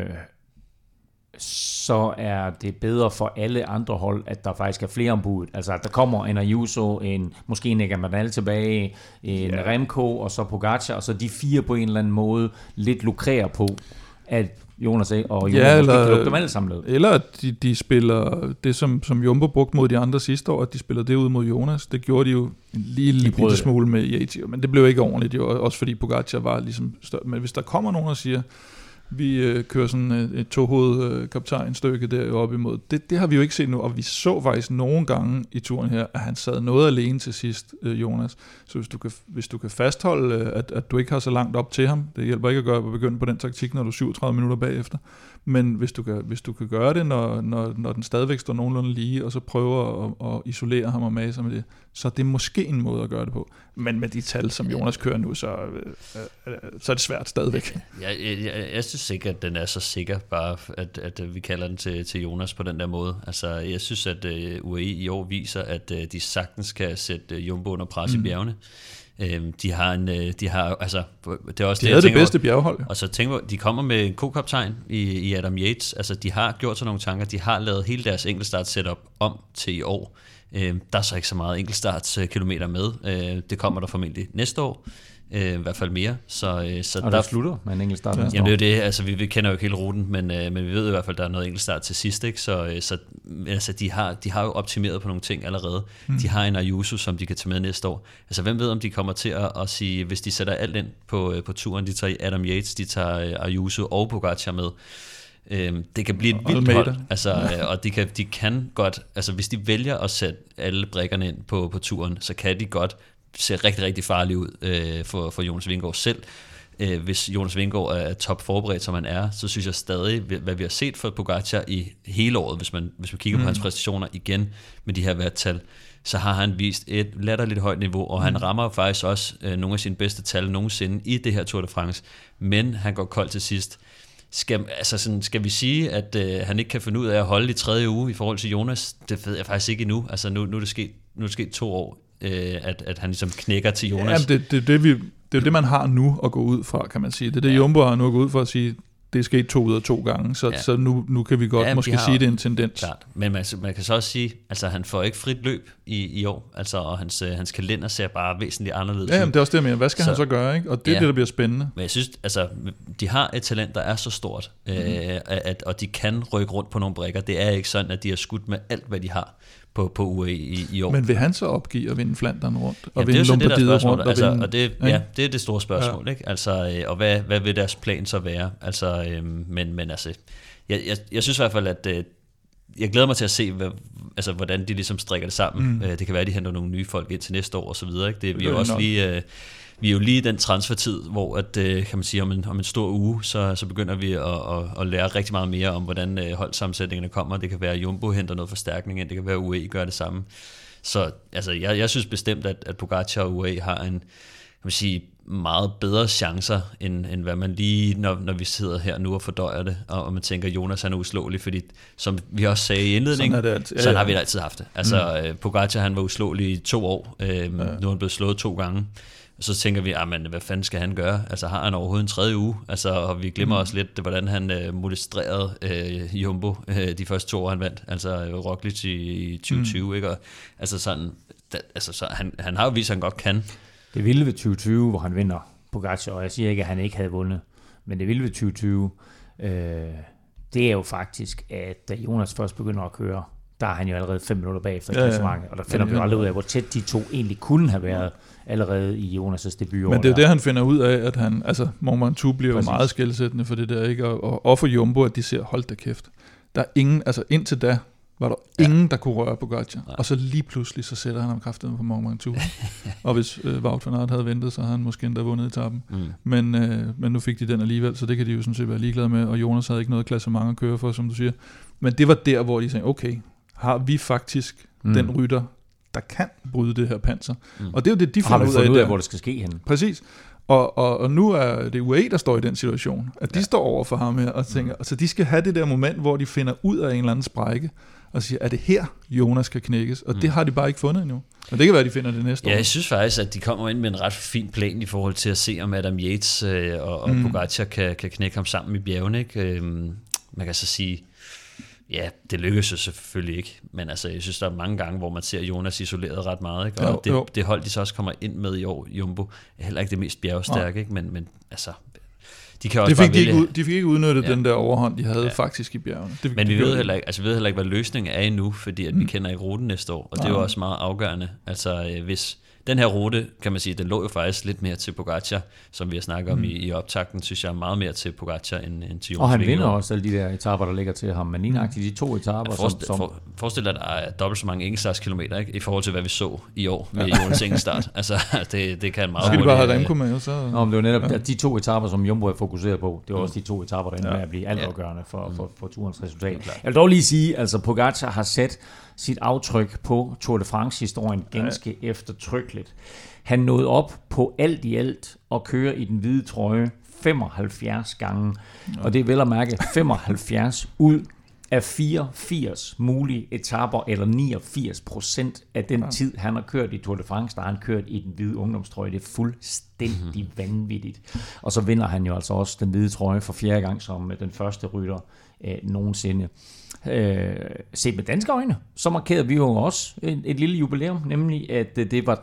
så er det bedre for alle andre hold, at der faktisk er flere ombud. Altså at der kommer en Ayuso, måske en Egan Bernal tilbage, en Remco, og så Pogačar, og så de 4 på en eller anden måde lidt lukrerer på, at Jonas og Jonas måske kan lukke dem alle samlet.
Eller at de spiller det, som Jumbo brugte mod de andre sidste år, at de spiller det ud mod Jonas. Det gjorde de jo en lille smule med Yates, men det blev ikke ordentligt, jo, også fordi Pogačar var ligesom større. Men hvis der kommer nogen og siger, vi kører sådan et tohovedet kaptajnstykke deroppe imod. Det har vi jo ikke set nu, og vi så faktisk nogle gange i turen her, at han sad noget alene til sidst, Jonas. Så hvis du kan fastholde, at du ikke har så langt op til ham, det hjælper ikke at begynde på den taktik, når du er 37 minutter bagefter, men hvis du kan gøre det, når den stadigvæk står nogenlunde lige, og så prøver at isolere ham og mase med det, så det er måske en måde at gøre det på. Men med de tal, som Jonas kører nu, så er det svært stadigvæk.
Jeg synes ikke, at den er så sikker, bare at vi kalder den til Jonas på den der måde. Altså, jeg synes, at UAE i år viser, at de sagtens kan sætte Jumbo under pres i bjergene. De har altså, det er også
det, det bedste bjerghold.
Og så tænker de kommer med en co-kaptajn i Adam Yates. Altså, de har gjort sig nogle tanker. De har lavet hele deres enkeltstart setup om til i år. Der er så ikke så meget enkeltstartskilometer med. Det kommer der formentlig næste år. I hvert fald mere. Så
og der slutter med en enkeltstart næste år.
Jamen det er jo det, altså vi kender jo ikke hele ruten, men vi ved i hvert fald, at der er noget enkeltstart til sidst, ikke? Så altså, de har jo optimeret på nogle ting allerede. De har en Ayuso, som de kan tage med næste år. Altså hvem ved, om de kommer til at sige, hvis de sætter alt ind på turen, de tager Adam Yates, de tager Ayuso og Pogačar med. Det kan blive et vildt hold, altså, og de kan godt, altså hvis de vælger at sætte alle brikkerne ind på turen, så kan de godt se rigtig, rigtig farlige ud for Jonas Vingegaard selv. Hvis Jonas Vingegaard er top forberedt, som han er, så synes jeg stadig, hvad vi har set for Pogačar i hele året, hvis man kigger på hans præstationer igen med de her værttal, så har han vist et latterligt højt niveau, og han rammer faktisk også nogle af sine bedste tal nogensinde i det her Tour de France, men han går kold til sidst. Skal vi sige, at han ikke kan finde ud af at holde i 3. uge i forhold til Jonas? Det ved jeg faktisk ikke endnu. Altså nu er det sket 2 år, at han ligesom knækker til Jonas.
Jamen, det er det, man har nu at gå ud fra, kan man sige. Det er det, Jumbo har nu at gå ud fra at sige, det er sket 2 ud af 2 gange, så nu kan vi godt måske sige, det er en tendens.
Klart. Men man kan så også sige, altså han får ikke frit løb i år, altså, og hans kalender ser bare væsentligt anderledes ud.
Ja, men det er også det, jeg mener. Hvad skal han så gøre, ikke? Og det er det, der bliver spændende.
Men jeg synes, altså, de har et talent, der er så stort, og de kan rykke rundt på nogle brikker. Det er ikke sådan, at de har skudt med alt, hvad de har på UAE i år.
Men vil han så opgive at vinde Flandern rundt? Og
vinde
Lombardiet rundt?
Og det er det store spørgsmål. Ikke? Altså, og hvad vil deres plan så være? Altså, men altså, jeg synes i hvert fald, at jeg glæder mig til at se, hvordan de ligesom strikker det sammen. Det kan være, at de henter nogle nye folk ind til næste år og så videre. Ikke? Vi er jo lige i den transfertid, hvor at, kan man sige, om en stor uge, så begynder vi at lære rigtig meget mere om, hvordan holdsammensætningerne kommer. Det kan være, at Jumbo henter noget forstærkning ind, det kan være, at UAE gør det samme. Så altså, jeg synes bestemt, at Pogačar og UAE har en, kan man sige, meget bedre chancer, end hvad man lige, når vi sidder her nu og fordøjer det, og man tænker, Jonas han er uslåelig, fordi som vi også sagde i indledningen, sådan har vi da altid haft det. Altså, Pogačar han var uslåelig i 2 år, nu er han blevet slået 2 gange, og så tænker vi, men hvad fanden skal han gøre? Altså har han overhovedet en 3. uge? Altså, og vi glemmer også lidt, hvordan han molestrerede Jumbo de første 2 år, han vandt. Altså Roglic i 2020, ikke? Og, altså sådan, han har jo vist, at han godt kan.
Det vilde ved 2020, hvor han vinder Pogačar, og jeg siger ikke, at han ikke havde vundet, men det vilde ved 2020, det er jo faktisk, at da Jonas først begynder at køre, der er han jo allerede 5 minutter bagefter i klassementet, og der finder vi jo aldrig ud af, hvor tæt de 2 egentlig kunne have været allerede i Jonas' debutår.
Men det er det, han finder ud af, at han, altså Mont Ventoux bliver jo meget skelsættende for det der, ikke? Og for Jumbo, at de ser, hold da kæft. Der er ingen, altså indtil da, var der ingen, der kunne røre Pogačar. Og så lige pludselig, så sætter han ham kraften på Mont Ventoux. Og hvis Wout van Aert havde ventet, så havde han måske endda vundet etappen. Men nu fik de den alligevel, så det kan de jo sådan set være ligeglade med. Og Jonas havde ikke noget klassement at køre for, som du siger. Men det var der, hvor de sagde, okay, har vi faktisk den rytter, der kan bryde det her panser. Og det er jo det, de finder ud af,
hvor det skal ske henne.
Præcis. Og nu er det UAE, der står i den situation, at de står over for ham her og tænker, så de skal have det der moment, hvor de finder ud af en eller anden sprække, og siger, er det her, Jonas kan knækkes? Og det har de bare ikke fundet endnu. Og det kan være, de finder det næste år.
Ja, jeg synes faktisk, at de kommer ind med en ret fin plan i forhold til at se, om Adam Yates og Pogačar kan knække ham sammen i bjergene. Ikke? Man kan så sige, ja, det lykkes jo selvfølgelig ikke, men altså, jeg synes, der er mange gange, hvor man ser Jonas isoleret ret meget, ikke? Og det hold, de så også kommer ind med i år, Jumbo, er heller ikke det mest bjergstærke, ikke? Men altså, de kan også
de fik ikke udnyttet den der overhånd, de havde faktisk i bjergene.
Men vi ved heller ikke, hvad løsningen er endnu, fordi at vi kender ikke ruten næste år, og det er jo også meget afgørende. Altså, hvis den her rute, kan man sige, den lå jo faktisk lidt mere til Pogačar, som vi har snakket om i optakten, synes jeg meget mere til Pogačar end til Jonas.
Og han vinder også alle de der etaper, der ligger til ham, men lignagtigt de 2 etaper.
Forestil dig, at der er dobbelt så mange enkeltstartskilometer, ikke? I forhold til, hvad vi så i år med Jonas enkeltstart. Altså, det kan meget
hurtigt. Skal de bare have Remco med, så?
Nå, men det var netop de 2 etaper, som Jumbo er fokuseret på. Det var også de 2 etaper, der endte med at blive altafgørende for turens resultat. Jeg vil dog lige sige, altså Pogačar har sat sit aftryk på Tour de France-historien ganske eftertrykkeligt. Han nåede op på alt i alt og køre i den hvide trøje 75 gange. Og det er vel at mærke 75 ud af 84 mulige etaper, eller 89% af den tid, han har kørt i Tour de France, der har han kørt i den hvide ungdomstrøje. Det er fuldstændig vanvittigt. Og så vinder han jo altså også den hvide trøje for 4. gang som den første rytter nogensinde. Set med danske øjne, så markerede vi jo også et lille jubilæum, nemlig at det var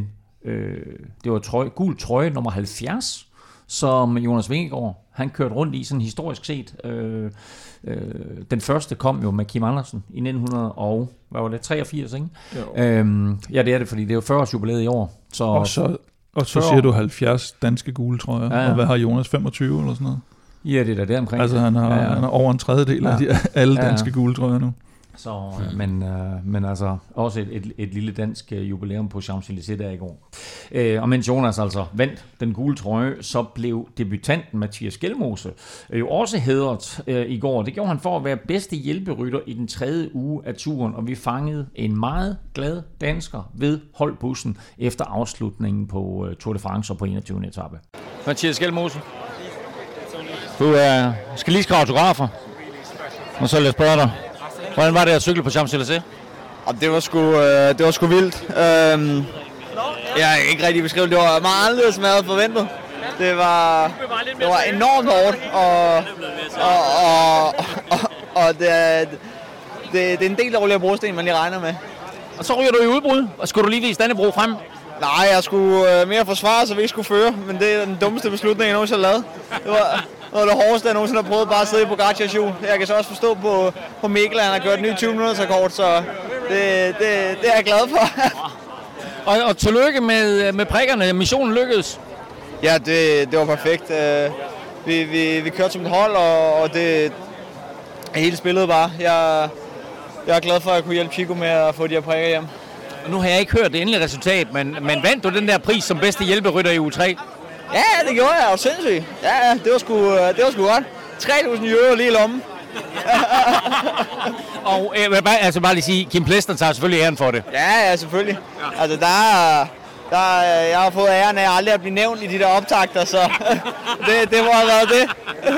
gul trøje nummer 70, som Jonas Vingegaard, han kørte rundt i sådan historisk set. Den første kom jo med Kim Andersen i 1983, ikke? Ja, det er det, fordi det er jo 40 års jubilæet i år.
Og så siger du 70 danske gule trøjer, og hvad har Jonas, 25 eller sådan noget?
Ja, det er da der omkring.
Altså han har over en tredjedel af alle danske gule trøjer nu.
Så, men altså også et lille dansk jubilæum på Champs-Élysées der i går. Og mens Jonas altså vandt den gule trøje, så blev debutanten Mathias Skjelmose jo også hædret i går. Det gjorde han for at være bedste hjælperytter i den 3. uge af turen, og vi fangede en meget glad dansker ved holdbussen efter afslutningen på Tour de France og på 21. etape.
Mathias Skjelmose. Du skal lige skrive autografer. Og så vil jeg spørge dig, hvordan var det at cykle på Champs-Élysées?
Det var sgu vildt. Jeg kan ikke rigtig beskrive det. Det var meget anderledes, end jeg havde forventet. Det var enormt hårdt, og det er en del dårligere brosten, man lige regner med.
Og så ryger du i udbrud, og skulle du lige vise Dannebro frem?
Nej, jeg skulle mere forsvare, så vi ikke skulle føre, men det er den dummeste beslutning, jeg nogensinde har lavet. Det var det hårdeste, jeg nogensinde har prøvet, bare at sidde i Pogacars hjul. Jeg kan så også forstå på Mikkel, at han har gjort en ny 20-minutters rekord, så det er jeg glad for.
Og tillykke med prikkerne. Missionen lykkedes.
Ja, det var perfekt. Vi kørte som et hold, og det hele spillet bare. Jeg er glad for, at jeg kunne hjælpe Chico med at få de her prikker hjem.
Nu har jeg ikke hørt det endelige resultat, men vandt du den der pris som bedste hjælperytter i U3?
Ja, det gjorde jeg. Og sindssygt. Ja, det var sgu godt. 3.000 euro lige i lommen.
Og jeg vil bare lige sige, Kim Plesner tager selvfølgelig æren for det.
Ja, selvfølgelig. Altså, jeg har fået æren af aldrig at blive nævnt i de der optakter, så det må have været det.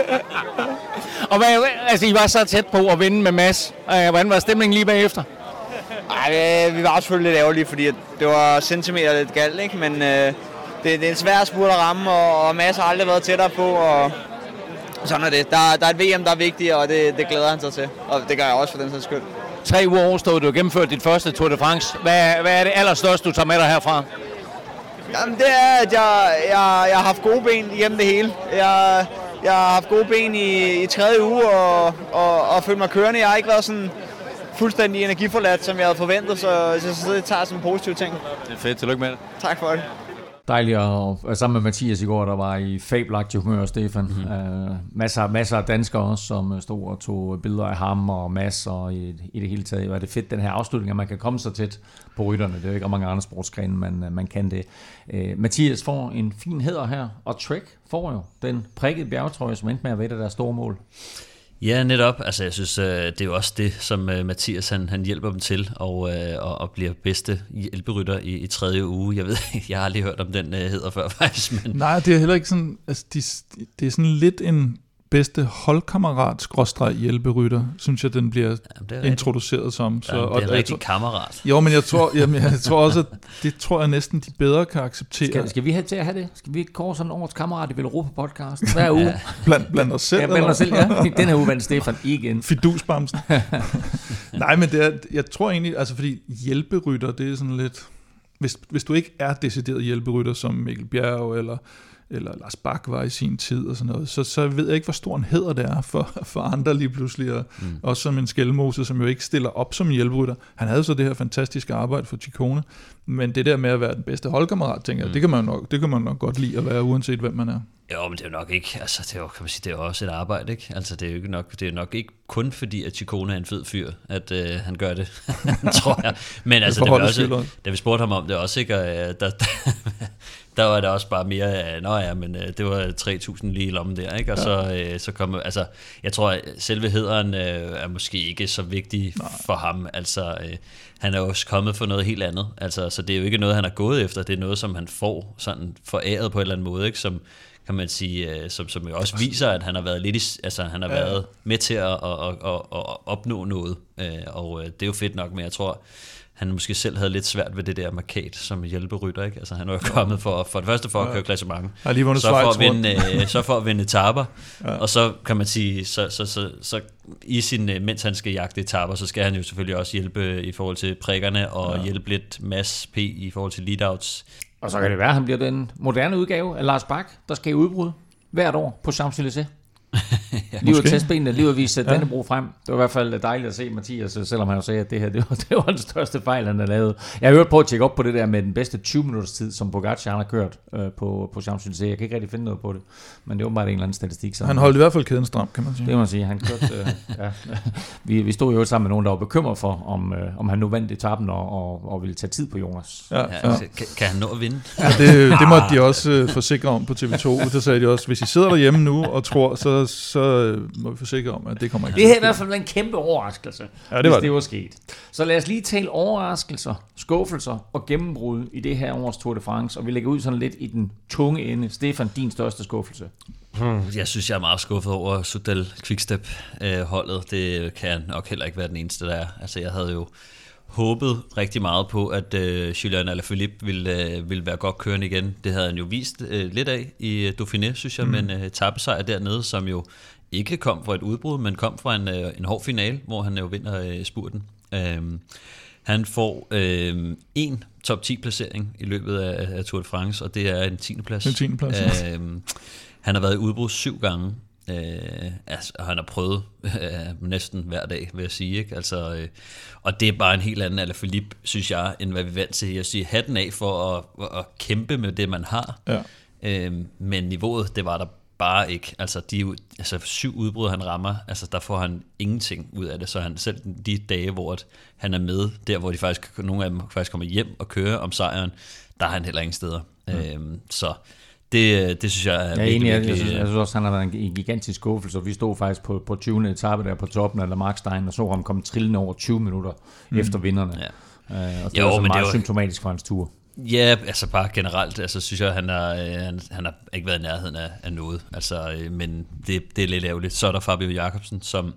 Og I var så tæt på at vinde med Mads. Hvordan var stemningen lige bagefter?
Ej, vi var selvfølgelig lidt ærgerlige, fordi det var centimeter lidt galt, ikke? Men det er en svær spurt at ramme, og Mads har aldrig været tættere på, og sådan er det. Der er et VM, der er vigtigt, og det glæder han sig til, og det gør jeg også for den sags skyld.
3 uger overstået, du har gennemført dit første Tour de France. Hvad er det allerstørste, du tager med dig herfra?
Jamen, det er, at jeg har haft gode ben igennem det hele. Jeg har haft gode ben i 3. uge, og følt mig kørende. Jeg har ikke været sådan fuldstændig energiforladt, som jeg havde forventet, så det tager som en positiv ting.
Det er fedt. Tillykke med det.
Tak for det.
Dejligt at sammen med Mathias i går, der var i fabelagtig humør, Stefan. Masser af danskere også, som stod og tog billeder af ham og Mads, og i det hele taget var det fedt, den her afslutning, at man kan komme så tæt på rytterne. Det er jo ikke mange andre sportsgrene, man kan det. Mathias får en fin hæder her, og Trek får jo den prikkede bjergetrøje, som endte med at være deres store mål.
Ja, netop. Altså, jeg synes, det er jo også det, som Mathias han hjælper dem til, og bliver bedste hjælperytter i 3. uge. Jeg ved, jeg har aldrig hørt om den hedder før, faktisk. Men
nej, det er heller ikke sådan, altså, det er sådan lidt en bedste holdkammerat-hjælperytter, synes jeg, den bliver introduceret som. Så,
det er en rigtig kammerat.
Jo, men jeg tror også, at det tror jeg næsten, de bedre kan acceptere.
Skal vi have til at have det? Skal vi kåre sådan årets kammerat i Velropa-podcast hver uge?
Blandt os selv?
Ja, blandt os selv, ja. Den her uge vandt Stefan igen.
Fidusbamsen. Nej, men jeg tror egentlig, altså fordi hjælperytter, det er sådan lidt, hvis du ikke er decideret hjælperytter, som Mikkel Bjerg eller Lars Bak var i sin tid og sådan noget, så ved jeg ikke, hvor stor en hæder det er for andre lige pludselig, og også som en Skelmose, som jo ikke stiller op som hjælperytter. Han havde så det her fantastiske arbejde for Ciccone, men det der med at være den bedste holdkammerat, tænker jeg, det kan man nok godt lide at være, uanset hvem man er.
Jo, men det er jo nok ikke, altså det er jo, kan man sige, det er også et arbejde, ikke? Altså det er jo ikke nok, det er nok ikke kun fordi, at Ciccone er en fed fyr, at han gør det, tror jeg. Men altså, da vi spurgte ham om det også, ikke? Og, der var det også bare mere, men det var 3.000 lige i lommen der, ikke? Og så kom, altså, jeg tror, at selve hederen er måske ikke så vigtig for ham, altså, han er også kommet for noget helt andet, altså, så det er jo ikke noget, han har gået efter, det er noget, som han får sådan foræret på en eller anden måde, ikke? Som, kan man sige, som jo også viser, at han har været lidt han har været med til at opnå noget, og det er jo fedt nok, men jeg tror, han måske selv havde lidt svært ved det der markat som hjælperytter, ikke? Altså han var jo kommet for det første for at køre klassement, så for at vinde etaper, og så kan man sige, så i sin, mens han skal jagte etaper, så skal han jo selvfølgelig også hjælpe i forhold til prikkerne, og hjælpe lidt Mads P. i forhold til leadouts.
Og så kan det være, at han bliver den moderne udgave af Lars Bak, der skal i udbrud hvert år på Champs-Élysées. Lige at teste benene, lige at vise Dannebro frem. Det var i hvert fald dejligt at se Mathias, selvom han jo sagde, at det her det var den største fejl, han har lavet. Jeg har hørt på at tjekke op på det der med den bedste 20-minutters tid, som Pogacar har kørt på Champs-Élysées. Jeg kan ikke rigtig finde noget på det, men det var bare en eller anden statistik.
Han holdt i hvert fald kæden stram, kan man sige.
Det må man sige. Han kørte, vi stod jo sammen med nogen, der var bekymret for, om han nu vandt etappen og ville tage tid på Jonas.
Kan han nå at vinde?
Ja, det måtte de også forsikre om på TV2. Der sagde de også, hvis I sidder derhjemme nu og tror, så må vi forsikre om, at det kommer ikke.
Det er i hvert fald en kæmpe overraskelse, hvis det var sket. Så lad os lige tale overraskelser, skuffelser og gennembrud i det her års Tour de France, og vi lægger ud sådan lidt i den tunge ende. Stefan, din største skuffelse?
Jeg synes, jeg er meget skuffet over Soudal Quickstep-holdet. Det kan nok heller ikke være den eneste, der er. Altså, jeg havde jo håbet rigtig meget på, at Julian Alaphilippe ville være godt kørende igen. Det havde han jo vist lidt af i Dauphiné, synes jeg, men etapesejr dernede, som jo ikke kom fra et udbrud, men kom fra en hård finale, hvor han jo vinder spurten. Han får en top 10 placering i løbet af Tour de France, og det er en 10. plads. Han har været i udbrud 7 gange, og han har prøvet næsten hver dag, vil jeg sige. Ikke? Altså, og det er bare en helt anden Alaphilippe, synes jeg, end hvad vi er vant til. Jeg siger hatten af for at kæmpe med det, man har. Ja. Men niveauet, det var der bare ikke. Altså 7 udbrud, han rammer, altså der får han ingenting ud af det. Så han selv de dage, hvor han er med, der hvor nogle af dem faktisk kommer hjem og kører om sejren, der er han heller ingen steder. Så det synes jeg er virkelig.
Jeg synes også, han har været en gigantisk skuffelse. Vi stod faktisk på 20. etape der på toppen af Markstein og så ham komme trillende over 20 minutter efter vinderne. Ja. Og det var meget symptomatisk for hans tur.
Ja, altså bare generelt, altså synes jeg, han har ikke været i nærheden af noget, altså, men det er lidt ærgerligt. Så er der Fabio Jakobsen, som,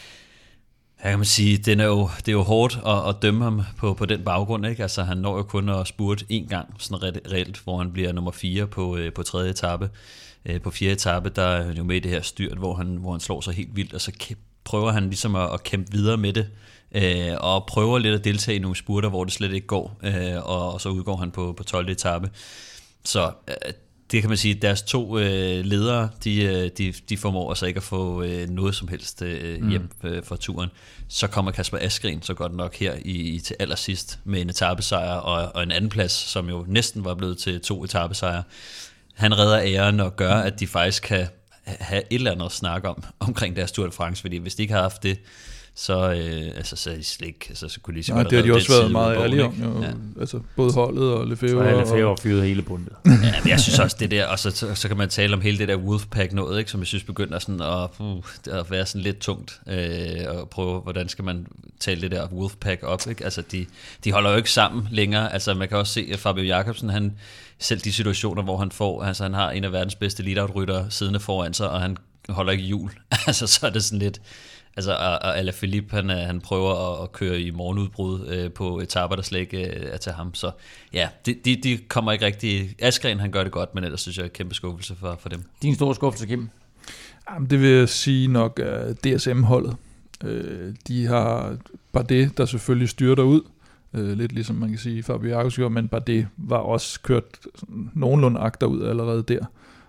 her kan man sige, det er jo hårdt at dømme ham på den baggrund, ikke? Altså han når jo kun at spurte 1 gang, sådan reelt, hvor han bliver nummer 4 på 3. etape. På 4. etape, der er han jo med i det her styrt, hvor han slår sig helt vildt, og så prøver han ligesom at kæmpe videre med det, og prøver lidt at deltage i nogle spurter, hvor det slet ikke går, og så udgår han på 12. etape. Så det kan man sige, deres 2 ledere, de formår altså ikke at få noget som helst hjem fra turen. Så kommer Kasper Asgreen så godt nok her til allersidst med en etapesejr og en anden plads, som jo næsten var blevet til 2 etapesejre. Han redder æren og gør, at de faktisk kan have et eller andet at snakke omkring deres Tour de France, fordi hvis de ikke havde haft det, så er de slet ikke, så kunne de sige,
det har de også været meget ærlige om, jo. Ja. Altså både holdet og Lefebvre.
Så Lefebvre fyret hele bundet.
Ja, men jeg synes også det der, og så kan man tale om hele det der Wolfpack noget, ikke, som jeg synes begynder sådan at være sådan lidt tungt, og prøve, hvordan skal man tale det der Wolfpack op, ikke? Altså de holder jo ikke sammen længere, altså man kan også se, at Fabio Jakobsen, han selv de situationer, hvor han har en af verdens bedste lead-out-ryttere siddende foran sig, og han holder ikke hjul, altså så er det sådan lidt. Altså, og Alaphilippe, han prøver at køre i morgenudbrud på etaper, der slet ikke er til ham. Så ja, de kommer ikke rigtig. Asgreen, han gør det godt, men ellers synes jeg er en kæmpe skuffelse for dem.
Din store skuffelse, Kim?
Jamen, det vil jeg sige nok DSM-holdet. De har Bardet, der selvfølgelig styrter ud. Lidt ligesom man kan sige Fabio Jakobsen, men Bardet var også kørt nogenlunde agter ud allerede der,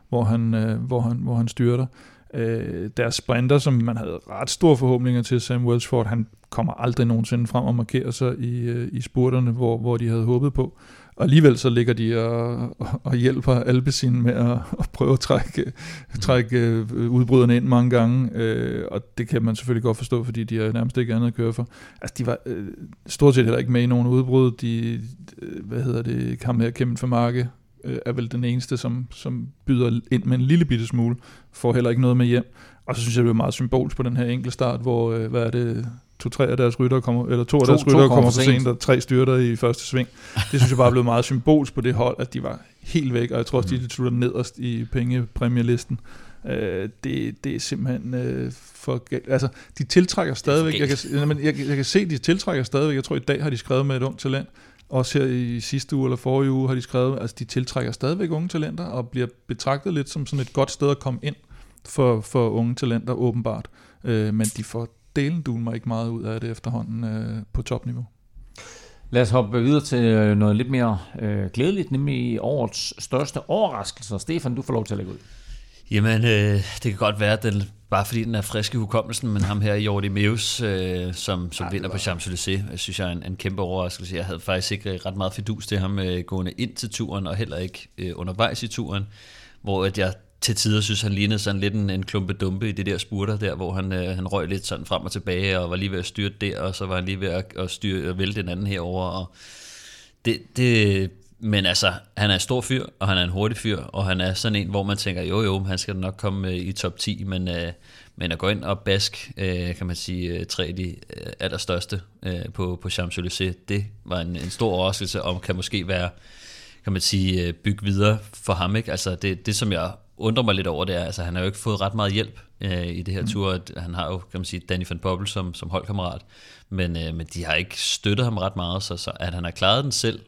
hvor han styrter. Deres sprinter, som man havde ret store forhåbninger til, Sam Welsford, han kommer aldrig nogensinde frem og markerer sig i spurterne, hvor de havde håbet på. Og alligevel så ligger de og hjælper Alpecin med at prøve at trække udbryderne ind mange gange, og det kan man selvfølgelig godt forstå, fordi de har nærmest ikke andet at køre for. Altså de var stort set heller ikke med i nogen udbrud. Ham her, Kevin Vermaerke, er vel den eneste, som byder ind med en lille bitte smule, får heller ikke noget med hjem. Og så synes jeg, det er meget symbolsk på den her enkelte start, hvor, 2 af deres ryttere kommer for sent, og 3 styrter i første sving. Det synes jeg bare blev meget symbolsk på det hold, at de var helt væk, og jeg tror også, de slutter nederst i pengepræmielisten. Det er simpelthen for galt. Altså, de tiltrækker stadigvæk, jeg kan se, de tiltrækker stadigvæk, jeg tror i dag har de skrevet med et ungt talent, også her i sidste uge eller forrige uge har de skrevet, altså de tiltrækker stadigvæk unge talenter, og bliver betragtet lidt som sådan et godt sted at komme ind for unge talenter, åbenbart. Men de får delen mig ikke meget ud af det efterhånden på topniveau.
Lad os hoppe videre til noget lidt mere glædeligt, nemlig årets største overraskelser. Stefan, du får lov til at lægge ud.
Jamen, det kan godt være, at den, bare fordi den er frisk i hukommelsen, men ham her, Jordi Meeus, som vinder på Champs-Élysées, jeg synes jeg er en kæmpe overraskelse. Jeg havde faktisk ikke ret meget fidus til ham gående ind til turen, og heller ikke undervejs i turen, hvor at jeg til tider synes, han lignede sådan lidt en klumpe dumpe i det der spurter der, hvor han røg lidt sådan frem og tilbage, og var lige ved at styrte der, og så var han lige ved at styre og vælte den anden herover, og det Men altså, han er en stor fyr, og han er en hurtig fyr, og han er sådan en, hvor man tænker, jo, han skal nok komme i top 10, men at gå ind og bask, kan man sige, 3 af de allerstørste på Champs-Élysées, det var en stor overraskelse, og kan måske være, kan man sige, bygge videre for ham, ikke? Altså, det som jeg undrer mig lidt over, det er, altså, han har jo ikke fået ret meget hjælp i det her tur. Han har jo, kan man sige, Danny van Poppel som holdkammerat, men de har ikke støttet ham ret meget, så at han har klaret den selv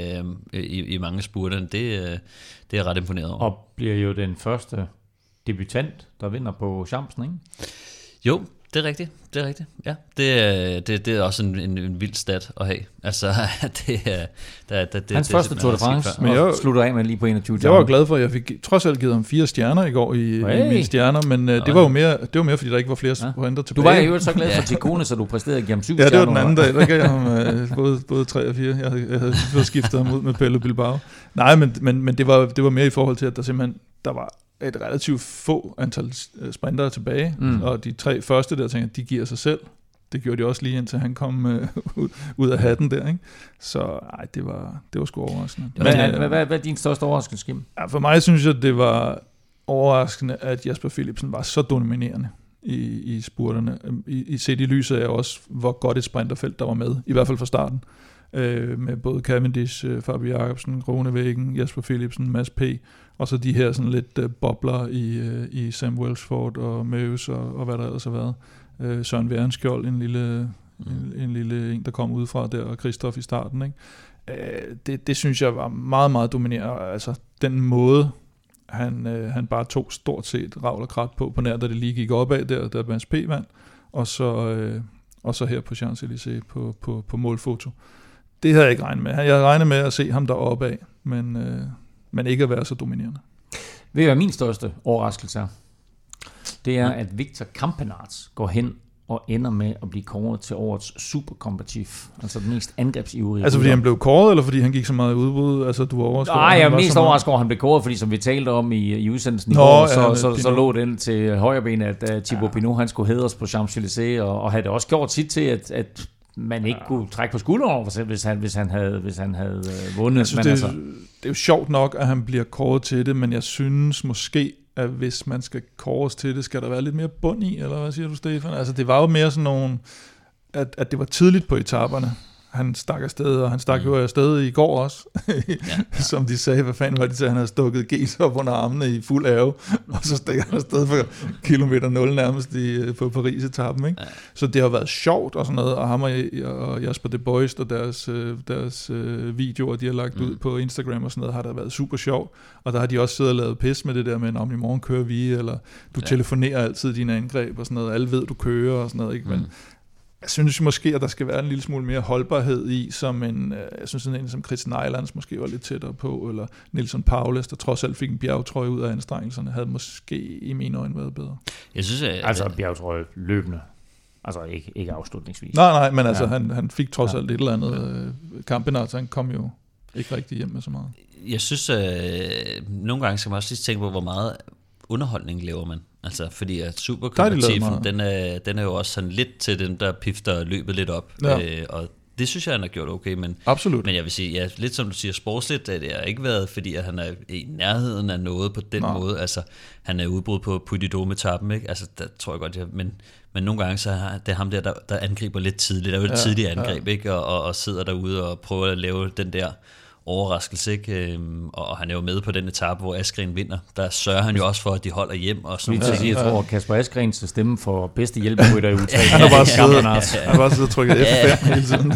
i mange spurter, det er jeg ret imponeret over.
Og bliver jo den første debutant, der vinder på Champsen, ikke?
Jo, det er rigtigt. Ja, det er også en vild stat at have. Altså, det er
hans første Tour de France,
men jeg
slutter af med lige på 21.
Jeg var glad for, at jeg fik trods alt givet ham 4 stjerner i går i mine stjerner, men det var jo mere, fordi der ikke var flere sprinter tilbage.
Du var jo så glad for Ciccone, så du præsterede at give ham 7 stjerner.
Ja, det var den anden dag, der gav jeg ham både 3 og 4. Jeg havde fået skiftet ham ud med Pello Bilbao. Nej, men det var mere i forhold til, at der simpelthen der var et relativt få antal sprintere tilbage, og de 3 første der, tænkte de giver sig selv. Det gjorde de også lige indtil han kom ud af hatten der, ikke? Så ej, det var sgu overraskende.
Hvad er din største overraskelse, Kim?
Ja, for mig synes jeg, det var overraskende, at Jasper Philipsen var så dominerende i spurterne. Set i lyset af også, hvor godt et sprinterfelt der var med, i hvert fald fra starten. Med både Cavendish, Fabio Jacobsen, Groenewegen, Jasper Philipsen, Mads P., og så de her sådan lidt bobler i Sam Welsford og Meus og hvad der ellers har været. Søren Værenskjold, en lille en, der kom udefra der, og Christoph i starten, ikke? Det synes jeg var meget, meget dominerende. Altså den måde, han bare tog stort set ravl og krat på nær, da det lige gik opad der Mads P. vandt, og så her på Champs-Élysées på målfoto. Det havde jeg ikke regnet med. Jeg havde regnet med at se ham deroppe af, men ikke at være så dominerende.
Ved hvad min største overraskelse er? Det er, at Victor Campenaerts går hen og ender med at blive kåret til årets superkompetitiv, altså den mest angrebsivrige.
Altså fordi han blev kåret, eller fordi han gik så meget i udbrud? Altså du var overrasket?
Nej, jeg er mest overrasket over, at han blev kåret, fordi som vi talte om i udsendelsen i går, så lå den til højrebenet, at Thibaut Pinot, han skulle hædres på Champs-Élysées, og havde det også gjort sit til, at man ikke kunne trække på skulderen, hvis han havde vundet.
Altså, det er jo sjovt nok, at han bliver kåret til det, men jeg synes måske, at hvis man skal kåres til det, skal der være lidt mere bund i, eller hvad siger du, Stefan? Altså det var jo mere sådan nogle, at det var tidligt på etaperne. Han stak afsted, og han stak jo afsted i går også, som de sagde, hvad fanden var det til, han havde stukket gels op under armene i fuld ærge, og så stikker han afsted for kilometer 0 nærmest på Paris-etappen, ikke? Ja. Så det har været sjovt og sådan noget, og ham og Jasper De Boist og deres videoer, de har lagt ud på Instagram og sådan noget, har der været super sjovt, og der har de også siddet og lavet pis med det der med, om i morgen kører vi, eller du telefonerer altid dine angreb og sådan noget, alle ved, du kører og sådan noget, ikke? Men jeg synes måske, at der skal være en lille smule mere holdbarhed i, som jeg synes sådan en som Chris Neilands måske var lidt tættere på, eller Nilsson Paules, der trods alt fik en bjergtrøje ud af anstrengelserne, havde måske i mine øjne været bedre.
Jeg synes,
altså bjergtrøje løbende. Altså ikke afslutningsvis.
Nej, men altså han fik trods alt et eller andet. Campenaerts, han kom jo ikke rigtig hjem med så meget.
Jeg synes, nogle gange skal man også lige tænke på, hvor meget underholdning laver man. Altså, fordi at superkompetitiven, den er jo også sådan lidt til den, der pifter løbet lidt op. Ja. Og det synes jeg, han har gjort okay. Men,
absolut.
Men jeg vil sige, ja, lidt som du siger, sportsligt, det har ikke været, fordi at han er i nærheden af noget på den måde. Altså, han er udbrudt på Puy de Dôme-etappen, ikke? Altså, der tror jeg godt, men nogle gange, så er det ham der angriber lidt tidligt. Der er jo et tidligt angreb, ikke? Og sidder derude og prøver at lave den der overraskelse, ikke? Og han er jo med på den etape, hvor Askren vinder. Der sørger han jo også for, at de holder hjem. Og sådan
noget. Jeg tror, Kasper Askrens skal stemme for bedste hjælperytter i U3.
Han har bare siddet og trykket F5 hele tiden.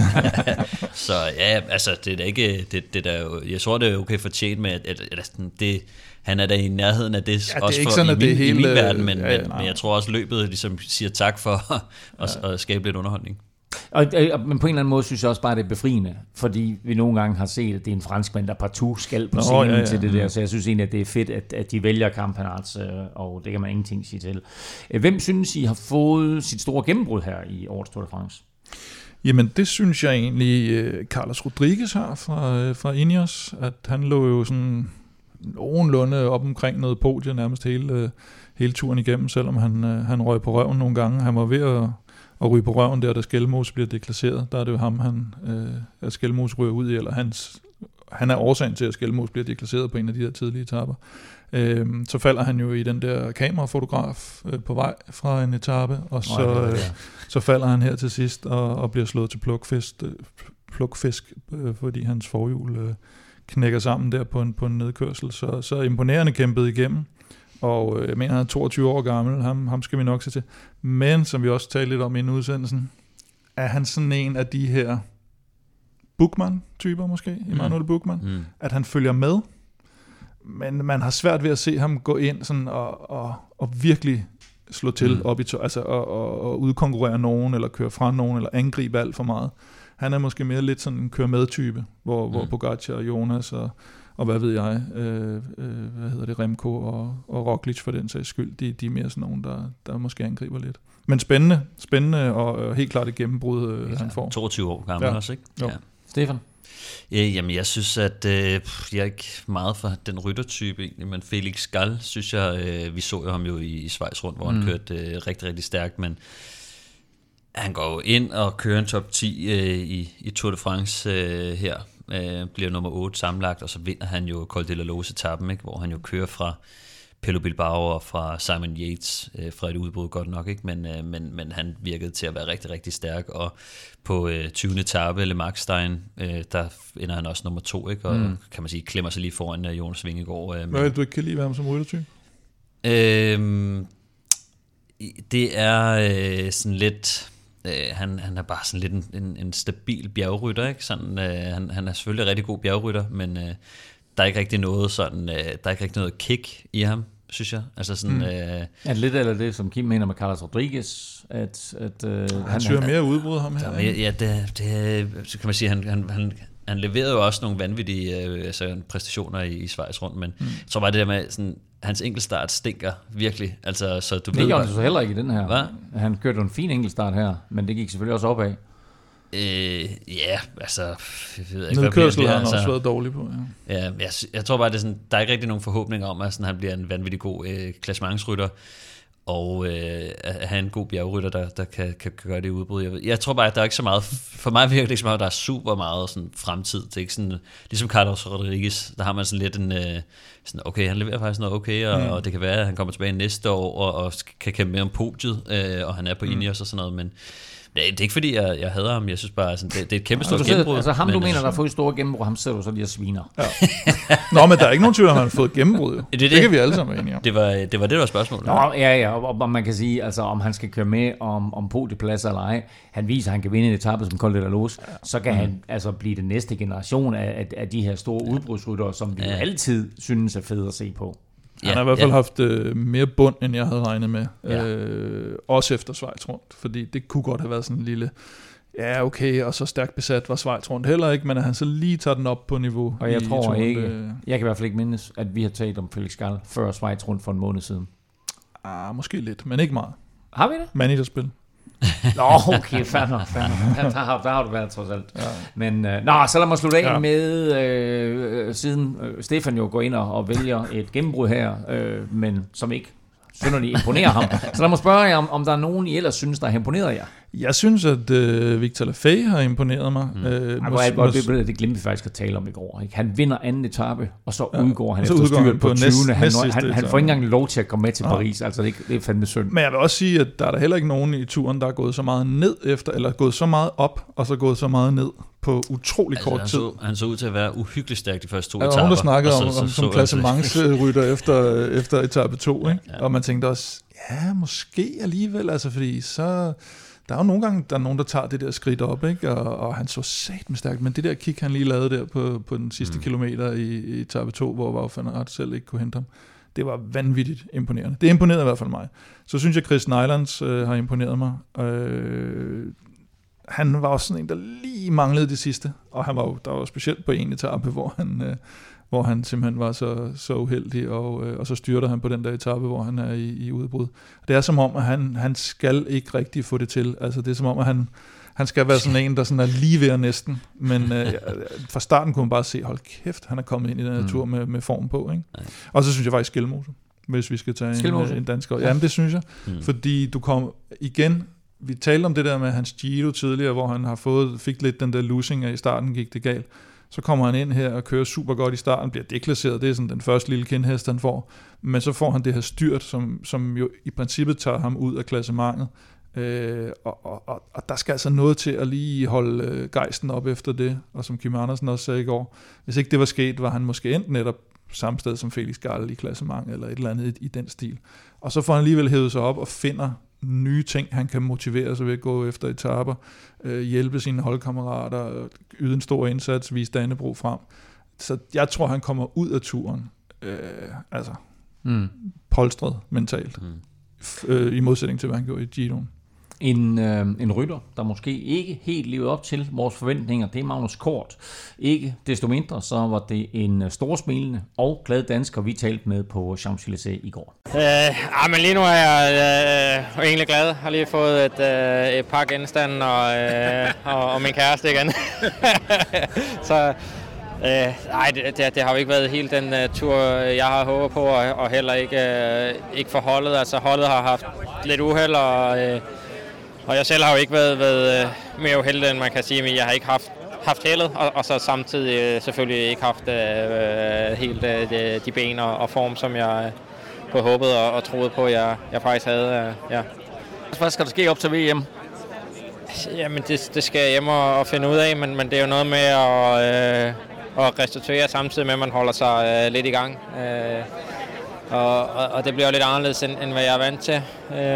Så ja, altså, det er da ikke... Det er jo, jeg tror, det er okay fortjent med, at det... Han er da i nærheden af det,
ja,
også
det er
for
sådan,
i min verden, men jeg tror også, løbet ligesom siger tak for at skabe lidt underholdning.
Men på en eller anden måde synes jeg også bare, det er befriende, fordi vi nogle gange har set, at det er en franskmand, der partout skal på scenen til det der, så jeg synes egentlig, at det er fedt, at de vælger Campenaerts, og det kan man ingenting sige til. Hvem synes I har fået sit store gennembrud her i årets Tour de France?
Jamen det synes jeg egentlig, Carlos Rodriguez har fra Ineos, at han lå jo sådan nogenlunde op omkring noget podie nærmest hele turen igennem, selvom han røg på røven nogle gange. Han var ved at ryge på røven der, da Skelmose bliver deklasseret. Der er det jo ham, at Skelmose ryger ud i, eller hans han er årsagen til, at Skelmose bliver deklasseret på en af de der tidlige etaper. Så falder han jo i den der kamerafotograf på vej fra en etape, og så falder han her til sidst og bliver slået til plukfisk, fordi hans forhjul knækker sammen der på en nedkørsel. Så imponerende kæmpet igennem, og jeg mener, han er 22 år gammel, ham skal vi nok se til. Men, som vi også talte lidt om inden udsendelsen, er han sådan en af de her Buchmann-typer måske, Emanuel Buchmann, at han følger med, men man har svært ved at se ham gå ind sådan og virkelig slå til op i altså og udkonkurrere nogen, eller køre fra nogen, eller angribe alt for meget. Han er måske mere lidt sådan en kør-med-type, hvor Pogacar og Jonas og hvad ved jeg, Remco og Roglic for den sags skyld, de er mere sådan nogen, der måske angriber lidt. Men spændende og helt klart et gennembrud, han får.
22 år gammel også, ikke?
Jo.
Ja.
Stefan?
Jamen, jeg synes, at jeg er ikke meget for den ryttertype egentlig, men Felix Gall, synes jeg, vi så jo ham jo i Schweiz rundt, hvor han kørte rigtig, rigtig stærkt, men han går jo ind og kører en top 10 i Tour de France her, bliver nummer 8 sammenlagt, og så vinder han jo Col de la Loze-etappen, ikke? Hvor han jo kører fra Pello Bilbao og fra Simon Yates fra et udbrud godt nok, ikke? Men han virkede til at være rigtig, rigtig stærk, og på 20. etape, Le Markstein, der ender han også nummer 2, ikke? Og kan man sige, klemmer sig lige foran Jonas Vingegaard.
Hvad er det, du ikke kan lide ved ham som ryttertype?
Det er sådan lidt... Han er bare sådan lidt en stabil bjergrytter, ikke? Sådan, han er selvfølgelig rigtig god bjergrytter, men der er ikke rigtig noget sådan, der er ikke rigtig noget kick i ham, synes jeg. Altså sådan,
er det lidt eller det, som Kim mener med Carlos Rodriguez, at
han søger mere udbrud ham her?
Ja, det så kan man sige, han leverede jo også nogle vanvittige præstationer i Schweiz rundt, men så var det der med sådan, hans enkeltstart stinker virkelig. Altså, så du
det gjorde han så heller ikke i den her. Hvad? Han kørte en fin enkeltstart her, men det gik selvfølgelig også opad.
Ja, altså... Jeg ved ikke,
nedkørsel har han også været dårlig på.
Ja, jeg tror bare, det er sådan, der er ikke rigtig nogen forhåbninger om, at sådan, han bliver en vanvittig god klassementsrytter, og at have en god bjergrytter, der kan gøre det udbrud. Jeg tror bare, at der er ikke så meget... For mig virker det ikke så meget, der er super meget sådan, fremtid. Det er ikke sådan... Ligesom Carlos Rodriguez, der har man sådan lidt en... sådan, okay, han leverer faktisk noget okay, og det kan være, at han kommer tilbage næste år, og kan kæmpe mere om podiet, og han er på Ineos og sådan noget, men... Det er ikke fordi, jeg hader ham. Jeg synes bare, sådan, det er et kæmpe stort gennembrud.
Altså ham, du mener, der har fået et stort gennembrud, ham sidder du så lige og sviner.
Ja. Nå, men der er ikke nogen tvivl, at han har fået gennembrud. Det kan vi alle sammen være enige om.
Det var det, der var spørgsmålet.
Nå, ja, og man kan sige, altså, om han skal køre med om podiepladser eller ej. Han viser, at han kan vinde en etape som Col de la Loze. Så kan han altså blive den næste generation af de her store udbrudsryttere, som vi jo altid synes er fede at se på.
Han har i hvert fald haft mere bund, end jeg havde regnet med. Også efter Schweiz rundt. Fordi det kunne godt have været sådan en lille... Ja, okay, og så stærkt besat var Schweiz rundt heller ikke, men at han så lige tager den op på niveau.
Og jeg tror ikke... Jeg kan i hvert fald ikke mindes, at vi har talt om Felix Gall før Schweiz rundt for en måned siden.
Måske lidt, men ikke meget.
Har vi det?
Managerspil.
Nå, okay, fair nok. Der har du været trods alt. Ja. Men, så lad mig slutte af med, siden Stefan jo går ind og vælger et gennembrud her, men som ikke synderligt imponerer ham. Så lad mig spørge jer, om der er nogen, I ellers synes, der har imponeret jer?
Jeg synes, at Victor Lafay har imponeret mig.
Det glemte vi faktisk at tale om i går. Ikke? Han vinder anden etape, og så udgår han efter styret på 20. Han får ikke engang lov til at komme med til Paris. Altså, det er fandme synd.
Men jeg vil også sige, at der er der heller ikke nogen i turen, der er gået så meget ned efter, eller gået så meget op, og så gået så meget ned på utrolig kort tid.
Han så ud til at være uhyggeligt stærk de første 2 etaper.
Der var nogen, der snakkede om som klassementsrytter efter etape 2, ikke? Ja. Og man tænkte også, ja, måske alligevel, altså fordi så... Der er jo nogle gange, der er nogen, der tager det der skridt op, ikke? Og han så satme stærkt, men det der kick, han lige lavede der på den sidste kilometer i etape 2, hvor Wout van Aert selv ikke kunne hente ham, det var vanvittigt imponerende. Det imponerede i hvert fald mig. Så synes jeg, Chris Nylands har imponeret mig. Han var også sådan en, der lige manglede det sidste, og der var specielt på en etape, hvor han simpelthen var så uheldig, og så styrter han på den der etape, hvor han er i udbrud. Det er som om, at han skal ikke rigtig få det til. Altså det er som om, at han skal være sådan en, der sådan er lige ved næsten. Men fra starten kunne man bare se, hold kæft, han er kommet ind i den her tur med form på. Ikke? Og så synes jeg faktisk Skelmose, hvis vi skal tage en dansker. Jamen det synes jeg, fordi du kom igen... Vi talte om det der med hans Giro tidligere, hvor han fik lidt den der losing af i starten, gik det galt. Så kommer han ind her og kører super godt i starten, bliver deklasseret, det er sådan den første lille kindhest, han får. Men så får han det her styrt, som jo i princippet tager ham ud af klassementet. Og der skal altså noget til at lige holde gejsten op efter det. Og som Kim Andersen også sagde i går, hvis ikke det var sket, var han måske enten netop samme sted som Felix Gall i klassementet, eller et eller andet i den stil. Og så får han alligevel hævet sig op og finder nye ting, han kan motivere sig ved at gå efter etaper, hjælpe sine holdkammerater, yde en stor indsats, vise Dannebrog frem. Så jeg tror, han kommer ud af turen polstret mentalt, i modsætning til, hvad han gjorde i Giroen.
En rytter, der måske ikke helt levede op til vores forventninger, det er Magnus Kort. Ikke desto mindre, så var det en storsmilende og glad dansker, vi talte med på Champs-Élysées i går.
Men lige nu er jeg egentlig glad. Jeg har lige fået et par genstande og min kæreste igen. Så det har jo ikke været helt den tur, jeg har håbet på, og heller ikke for holdet. Altså holdet har haft lidt uheld, og jeg selv har jo ikke været mere uheldig, end man kan sige, men jeg har ikke haft heldet, og så samtidig selvfølgelig ikke haft helt de ben og form, som jeg både håbede og troede på, jeg faktisk havde. Ja.
Hvad skal der ske op til VM?
Jamen, det skal jeg hjem og finde ud af, men det er jo noget med at restituere samtidig med, at man holder sig lidt i gang. Og det bliver jo lidt anderledes, end hvad jeg er vant til.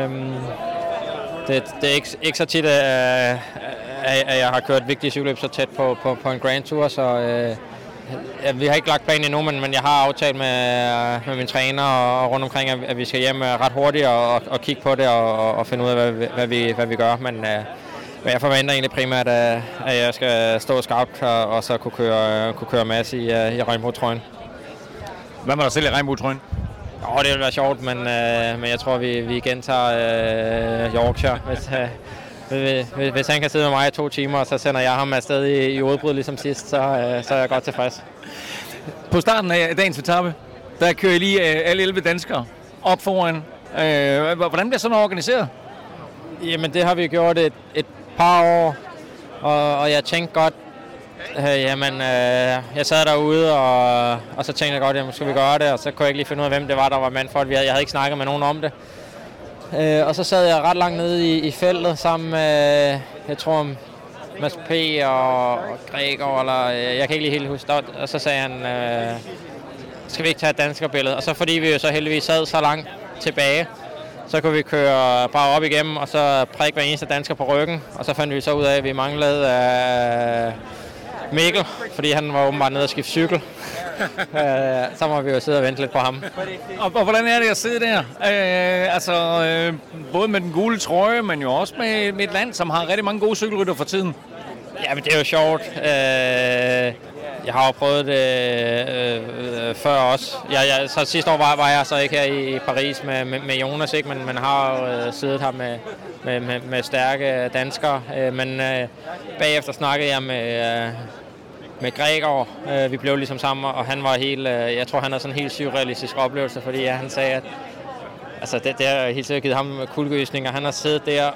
Det er ikke så tit, at jeg har kørt vigtige cykelløb så tæt på en Grand Tour, så vi har ikke lagt planen endnu, men jeg har aftalt med min træner og rundt omkring, at vi skal hjem ret hurtigt og kigge på det og finde ud af, hvad vi gør. Men jeg forventer egentlig primært, at jeg skal stå skarpt og så kunne køre masse i regnbuetrøjen.
Hvad med dig selv i regnbuetrøjen?
Det vil være sjovt, men jeg tror, vi gentager Yorkshire. Hvis han kan sidde med mig i 2 timer, og så sender jeg ham afsted i udbrud ligesom sidst, så er jeg godt tilfreds.
På starten af dagens etape, der kører I lige alle 11 danskere op foran. Hvordan bliver sådan organiseret?
Jamen, det har vi gjort et par år, og jeg tænkte godt, jeg sad derude, og så tænkte jeg godt, jamen, skal vi gøre det, og så kunne jeg ikke lige finde ud af, hvem det var, der var mand for det. Jeg havde ikke snakket med nogen om det. Og så sad jeg ret langt nede i feltet sammen med, jeg tror, Mads P. og Gregor, eller jeg kan ikke lige helt huske det. Og så sagde han, skal vi ikke tage et danskerbillede? Og så fordi vi jo så heldigvis sad så langt tilbage, så kunne vi køre bare op igennem, og så prikke hver eneste dansker på ryggen. Og så fandt vi så ud af, at vi manglede Mikkel, fordi han var åbenbart nede og skifte cykel. Så må vi jo sidde og vente lidt på ham.
Og hvordan er det at sidde der? Både med den gule trøje, men jo også med et land, som har rigtig mange gode cykelrytter for tiden.
Jamen, det er jo sjovt. Jeg har jo prøvet det før også. Så sidste år var jeg så ikke her i Paris med Jonas, ikke? Men har jo siddet her med stærke danskere. Men bagefter snakkede jeg med Gregor. Vi blev ligesom sammen, og han var helt, jeg tror han havde sådan en helt surrealistisk oplevelse, fordi han sagde, at altså det har helt sikkert givet ham kuldegysninger. Han har siddet der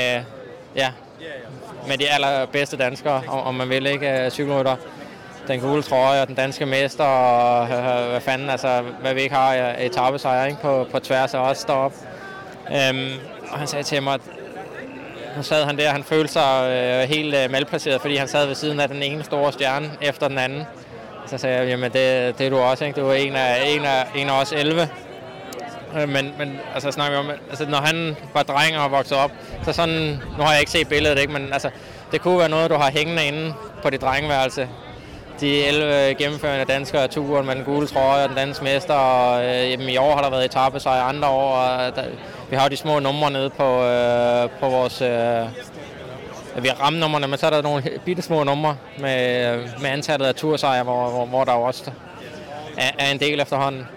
med de allerbedste danskere, om man vil, ikke, cykelrytter. Den gule trøje og den danske mester, og hvad fanden, altså hvad vi ikke har etapesejre, ikke, på tværs af os deroppe. Og han sagde til mig, at nu sad han der, han følte sig helt malplaceret, fordi han sad ved siden af den ene store stjerne efter den anden. Så sagde jeg, jamen det er du også, ikke? Du er en af os 11. Men altså snakker vi om, altså når han var dreng og voksede op, så sådan, nu har jeg ikke set billedet, ikke? Men altså det kunne være noget, du har hængende inde på dit drengeværelse. De 11 gennemførende danskere af turen med den gule trøje og den danske mester, og i år har der været etapesejre, andre år, og vi har jo de små numre nede på vores... vi har rammenumrene, men så er der nogle bitte små numre med antallet af tursejre, hvor der jo også er en del efterhånden.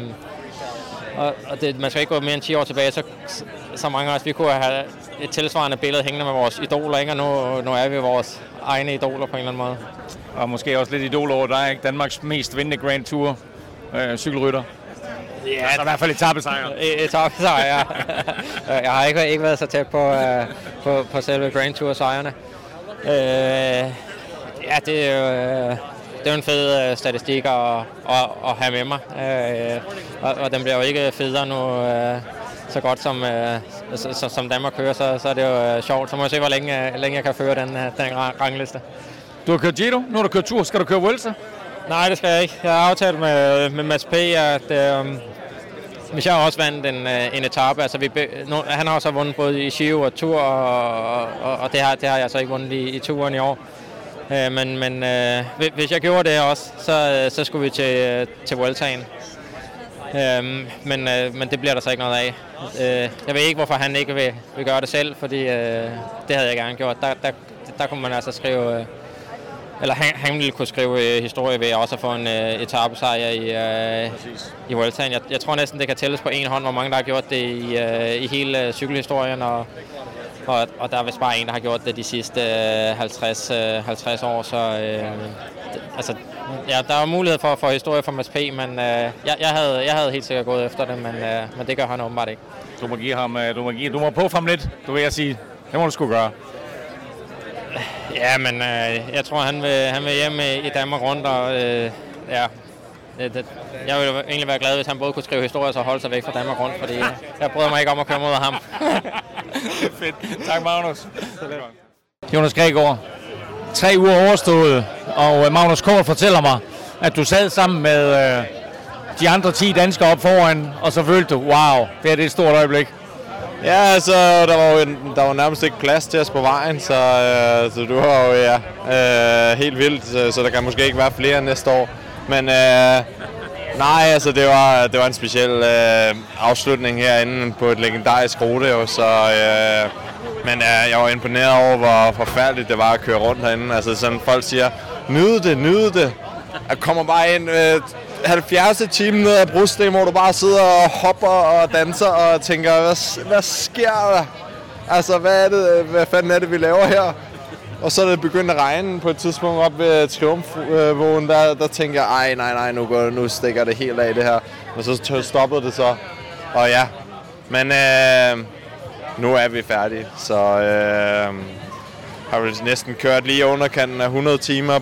Og man skal ikke gå mere end 10 år tilbage, så mange af os, vi kunne have et tilsvarende billede hængende med vores idoler, ikke? Og nu er vi vores egne idoler på en eller anden måde.
Og måske også lidt idol over dig, ikke? Danmarks mest vindende Grand Tour cykelrytter.
Ja,
altså i hvert fald etapesejre.
Etapesejre, ja. Jeg har ikke været så tæt på selve Grand Tour-sejrene. Ja, det er jo... er en fed statistik at have med mig. Og den bliver jo ikke federe nu, så godt som Danmark kører, så er det jo sjovt. Så må jeg se, hvor længe jeg kan føre den rangliste.
Du har kørt Giro, nu har du kørt Tour. Skal du køre Vuelta?
Nej, det skal jeg ikke. Jeg har aftalt med Mads P., at hvis jeg også vandt en etape, altså han har også vundet både i Giro og Tour, og det har jeg så ikke vundet i Touren i år. Men hvis jeg gjorde det også, så skulle vi til Vueltaen. Men det bliver der så ikke noget af. Jeg ved ikke, hvorfor han ikke vil gøre det selv, fordi det havde jeg gerne gjort. Der kunne man altså skrive, eller han ville kunne skrive historie ved også at få en etapesejr i Vueltaen. Jeg tror næsten, det kan tælles på en hånd, hvor mange der har gjort det i hele cykelhistorien, og der er vist bare en, der har gjort det de sidste 50 år, så altså, ja, der er mulighed for historie for Mads P., men jeg havde helt sikkert gået efter det, men det gør han åbenbart ikke.
Du må på ham lidt, du vil jeg sige. Det må du sgu gøre.
Ja, men jeg tror, han vil hjem i Danmark rundt, og ja, jeg ville egentlig være glad, hvis han både kunne skrive historier og holde sig væk fra Danmark rundt, fordi jeg bryder mig ikke om at køre mod ham.
Fedt. Tak, Magnus. Jonas Gregor, 3 uger overstået, og Magnus Kort fortæller mig, at du sad sammen med de andre 10 danskere op foran, og så følte du, wow, det er et stort øjeblik.
Ja, altså, der var nærmest ikke plads til os på vejen, så du var jo helt vildt, så der kan måske ikke være flere næste år. Men nej, altså, det var en speciel afslutning herinde på et legendarisk rodeo, så men jeg var imponeret over, hvor forfærdeligt det var at køre rundt herinde. Altså, sådan folk siger, nyd det. Jeg kommer bare ind 70. time ned ad brudsten, hvor du bare sidder og hopper og danser og tænker, hvad sker der? Altså, hvad fanden er det, vi laver her? Og så er det begyndt at regne på et tidspunkt op ved Triumfvågen, der tænker jeg, nej, nu stikker det helt af det her. Og så stoppede det så, og ja. Men nu er vi færdige, så har vi næsten kørt lige underkanten af 100 timer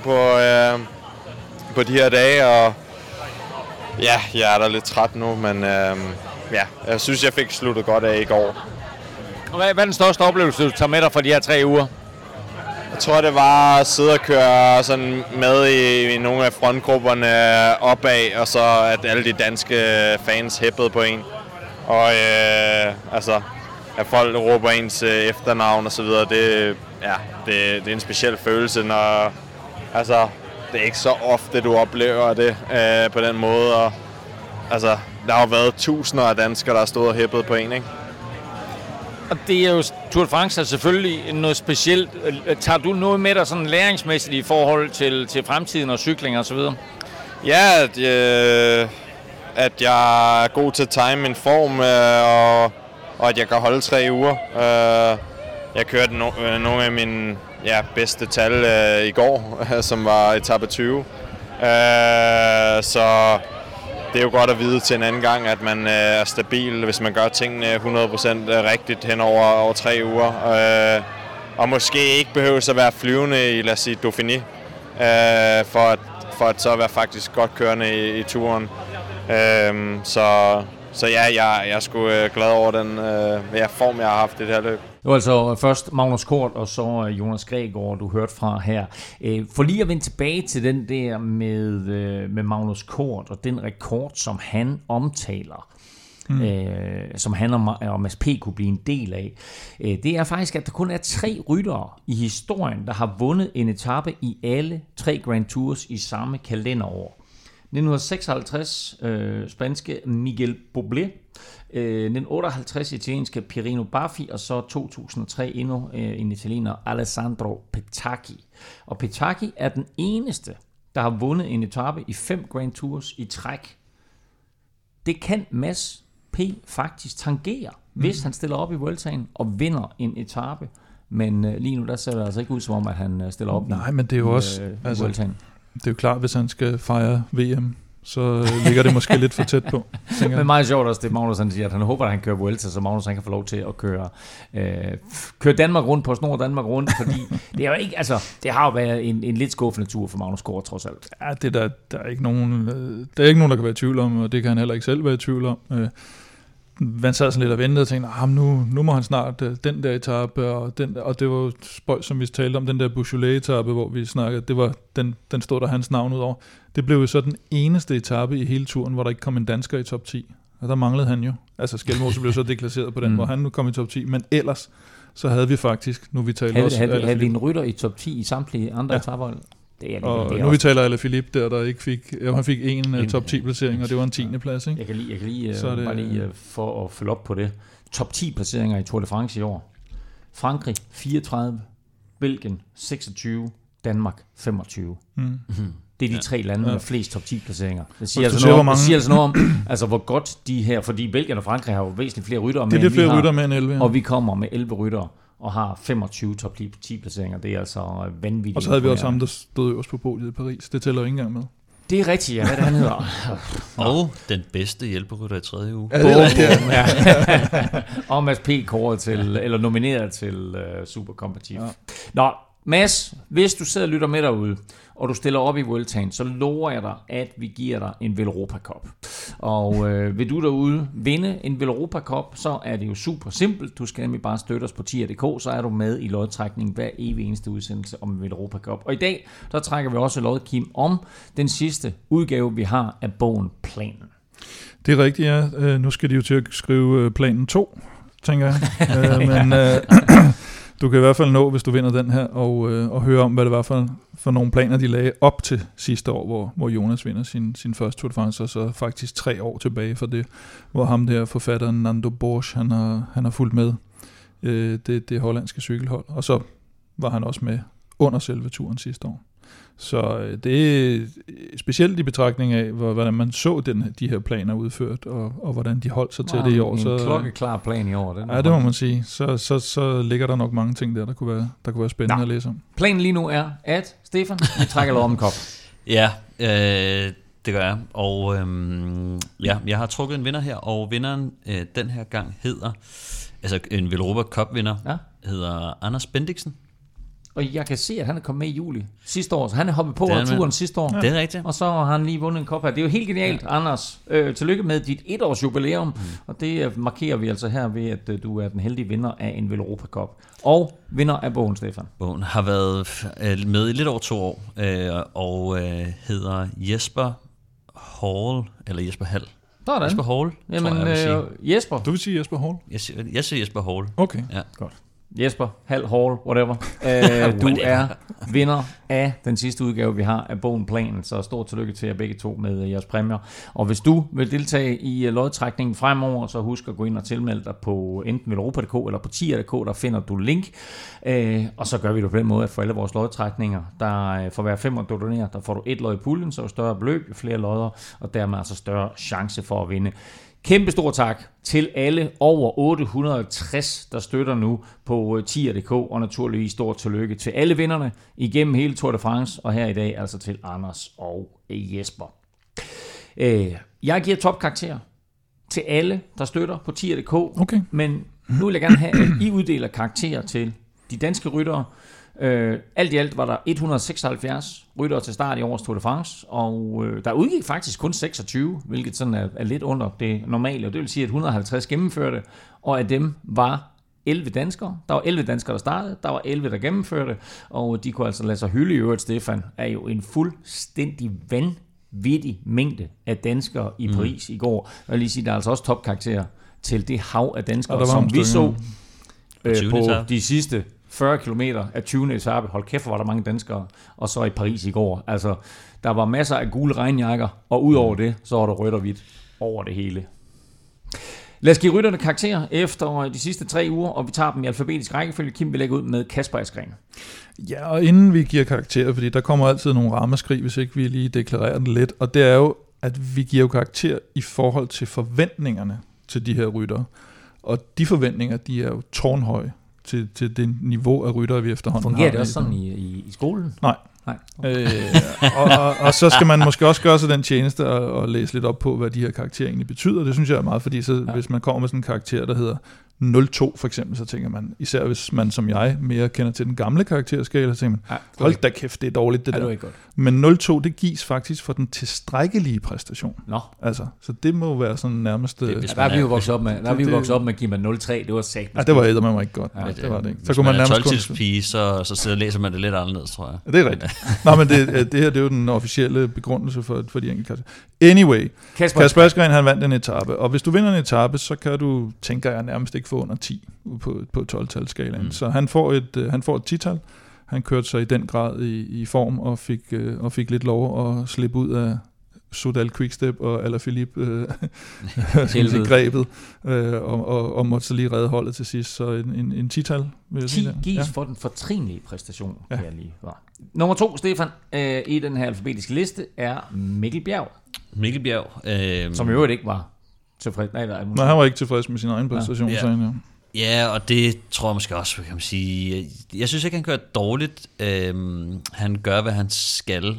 på de her dage, og ja, jeg er da lidt træt nu, men ja, jeg synes, jeg fik sluttet godt af i går.
Hvad er den største oplevelse, du tager med dig fra de her 3 uger?
Jeg tror, det var at sidde og køre sådan med i nogle af frontgrupperne opad, og så at alle de danske fans hæppede på en. Og altså, at folk råber ens efternavn og så videre, det er en speciel følelse, når altså, det er ikke så ofte, du oplever det på den måde. Og, altså, der har jo været tusinder af danskere, der har stået og hæppet på en, ikke?
Og det er jo, Tour de France er selvfølgelig noget specielt. Tager du noget med dig sådan læringsmæssigt i forhold til fremtiden og cykling og så videre?
Ja, at jeg er god til at time min form, og at jeg kan holde 3 uger. Jeg kørte nogle af mine bedste tal i går, som var etape 20. Så det er jo godt at vide til en anden gang, at man er stabil, hvis man gør tingene 100% rigtigt hen over 3 uger. Og måske ikke behøver at være flyvende i, lad os sige, Dauphiné, for at så være faktisk godt kørende i turen. Så ja, jeg er sgu glad over den form, jeg har haft i det her løb.
Det var altså først Magnus Kort og så Jonas Gregor, du hørte fra her. For lige at vende tilbage til den der med Magnus Kort og den rekord, som han omtaler, som han og Mads P. kunne blive en del af, det er faktisk, at der kun er 3 ryttere i historien, der har vundet en etape i alle 3 Grand Tours i samme kalenderår. 1956 spanske Miguel Bublé, 1958 italienske Pirino Baffi, og så 2003 endnu en italiener, Alessandro Petacchi. Og Petacchi er den eneste, der har vundet en etape i 5 Grand Tours i træk. Det kan Mads P. faktisk tangere, hvis han stiller op i Vueltaen og vinder en etape. Men lige nu der ser det altså ikke ud som om, at han stiller op.
Nej, men det er jo også
Vueltaen.
Det er jo klart, hvis han skal fejre VM, så ligger det måske lidt for tæt på.
Men meget sjovt også, det Magnus han siger, at han håber, at han kører Vuelta, så Magnus han kan få lov til at køre Danmark rundt på snor Danmark rundt, fordi det er jo ikke, altså, det har jo været en lidt skuffende tur for Magnus Kort, trods alt.
Ja, det der er ikke nogen, der kan være i tvivl om, og det kan han heller ikke selv være i tvivl om. Man sad sådan lidt og ventede og tænkte, nu må han snart den der etape, og det var jo spøjt, som vi talte om, den der Beaujolais-etape, hvor vi snakkede, det var den stod der hans navn ud over. Det blev jo så den eneste etape i hele turen, hvor der ikke kom en dansker i top 10. Og der manglede han jo. Altså Skelmose blev så deklasseret på den, hvor han nu kom i top 10, men ellers så havde vi faktisk, nu vi taler også...
Havde vi en rytter i top 10 i samtlige andre etaper?
Og nu vi taler Alaphilippe der ikke fik, han fik en top 10 placering, og det var en 10. plads, ikke?
Jeg kan lige bare lige for at følge op på det. Top 10 placeringer i Tour de France i år. Frankrig 34, Belgien 26, Danmark 25. Det er de tre lande med flest top 10 placeringer. Det siger altså noget om, altså hvor godt de her, fordi Belgien og Frankrig har jo væsentligt flere ryttere med,
det er flere ryttere med end 11. Ja.
Og vi kommer med 11 ryttere og har 25 top 10 placeringer. Det er altså vanvittigt.
Og så havde vi også ham, der stod øverst på podiet i Paris. Det tæller jo ikke engang med.
Det er rigtigt, ja. Hvad det han hedder?
Og den bedste hjælperytter i 3. uge.
Ja, det er rigtigt,
ja. Og Mads P. kåret til, eller nomineret til Super Competitive. Ja. Nå, Mads, hvis du sidder og lytter med derude, og du stiller op i Vueltaen, så lover jeg dig, at vi giver dig en Velropa Cup. Og vil du derude vinde en Velropa Cup, så er det jo super simpelt. Du skal nemlig bare støtte os på tier.dk, så er du med i lodtrækningen hver evig eneste udsendelse om en Velropa Cup. Og i dag, der trækker vi også lod, Kim, om den sidste udgave, vi har af bogen Planen.
Det er rigtigt, ja. Nu skal de jo til at skrive Planen 2, tænker jeg. Men... Du kan i hvert fald nå, hvis du vinder den her, og høre om, hvad det var for nogle planer, de lagde op til sidste år, hvor Jonas vinder sin første Tour de France, og så faktisk 3 år tilbage for det, hvor ham der forfatteren Nando Bosch, han har fulgt med det hollandske cykelhold, og så var han også med under selve turen sidste år. Så det er specielt i betragtning af, hvordan man så de her planer udført, og hvordan de holdt sig til det i år.
En klokkeklar plan i år.
Ja, det må man sige. Så ligger der nok mange ting der kunne være spændende at læse om.
Planen lige nu er, at Stefan, vi trækker lov om en kop.
Ja, det gør jeg. Og jeg har trukket en vinder her, og vinderen den her gang hedder, altså en Velropa Cup-vinder, hedder Anders Bendiksen.
Og jeg kan se, at han er kommet med i juli sidste år, så han er hoppet på turen sidste år.
Ja. Det er rigtigt.
Og så har han lige vundet en kop her. Det er jo helt genialt, Anders. Tillykke med dit 1-års jubilæum. Og det markerer vi altså her ved, at du er den heldige vinder af en Velropa Cup. Og vinder af bogen, Stefan.
Bogen har været med i lidt over 2 år, og hedder Jesper Hall, eller Jesper Hall.
Sådan.
Jesper Hall,
jamen, tror jeg,
Jesper. Du vil sige Jesper Hall?
Jeg siger Jesper Hall.
Okay.
Ja.
Godt. Jesper, Hall, whatever. Du er vinder af den sidste udgave, vi har af bogen Planen, så stort tillykke til jer begge to med jeres præmier. Og hvis du vil deltage i lodtrækningen fremover, så husk at gå ind og tilmelde dig på enten velropa.dk eller på tier.dk, der finder du link. Og så gør vi det på den måde, at for alle vores lodtrækninger, der for hver 5 du donerer, der får du 1 lod i puljen, så større beløb, flere lodder, og dermed altså større chance for at vinde. Kæmpe stor tak til alle over 860, der støtter nu på tier.dk, og naturligvis stort tillykke til alle vinderne igennem hele Tour de France, og her i dag altså til Anders og Jesper. Jeg giver topkarakter til alle, der støtter på tier.dk,
okay.
Men nu vil jeg gerne have, at I uddeler karakterer til de danske ryttere. Alt i alt var der 176 ryttere til start i årets Tour de France, og der udgik faktisk kun 26, hvilket sådan er lidt under det normale, og det vil sige, at 150 gennemførte, og af dem var 11 danskere. Der var 11 danskere, der startede, der var 11, der gennemførte, og de kunne altså lade sig hylde i øvrigt. Stefan er jo en fuldstændig vanvittig mængde af danskere i Paris i går. Jeg vil lige sige, der er altså også topkarakterer til det hav af danskere, som vi så på de sidste 40 kilometer af 20. etape. Hold kæft, hvor var der mange danskere. Og så i Paris i går. Altså, der var masser af gule regnjakker, og ud over det, så var der rødt og hvidt over det hele. Lad os give rytterne karakterer efter de sidste 3 uger, og vi tager dem i alfabetisk rækkefølge. Kim vil lægge ud med Kasper Asgreen.
Ja, og inden vi giver karakterer, fordi der kommer altid nogle rammeskrig, hvis ikke vi lige deklarerer den lidt, og det er jo, at vi giver jo karakter i forhold til forventningerne til de her ryttere. Og de forventninger, de er jo tårnhøje til det niveau af ryttere, vi efterhånden har.
Fungerer det også sådan i skolen?
Nej, Og så skal man måske også gøre sig den tjeneste og læse lidt op på, hvad de her karakterer egentlig betyder. Det synes jeg er meget, fordi hvis man kommer med sådan en karakter, der hedder 0,2 for eksempel, så tænker man, især hvis man som jeg mere kender til den gamle karakterskala, så tænker man, hold da kæft, det er dårligt det der.
Det godt.
Men 0,2, det gives faktisk for den tilstrækkelige præstation.
Nå.
Altså, så det må være sådan nærmest...
Der er vi jo vokset op med, at give mig 0,3, det var sagt.
Ja, det var eddermame ikke godt.
Ja,
det var det ikke.
Så kunne man nærmest 12-tilspige, så sidder og læser man det lidt anderledes, tror jeg.
Ja, det er rigtigt. Nå, men det her, det er jo den officielle begrundelse for de enkelte karakterer. Anyway, Kasper Asgreen, han vandt en etape, og hvis du vinder en etape, så kan du, tænker jeg, nærmest ikke få under 10 på 12-talsskalaen. Så han får et 10-tal. Han kørte sig i den grad i form og fik lidt lov at slippe ud af Soudal Quickstep og Alaphilippe grebet og måtte så lige redde holdet til sidst. Så en 10-tal, vil jeg sige.
10 gives for den fortrinlige præstation, kan jeg lige var. Nummer 2, Stefan, i den her alfabetiske liste er Mikkel Bjerg.
Mikkel Bjerg.
Som i øvrigt ikke var tilfreds.
Nej, han var ikke tilfreds med sin egen præstation.
Ja. Ja, og det tror jeg måske også, kan man sige. Jeg synes ikke, han gør dårligt. Han gør, hvad han skal,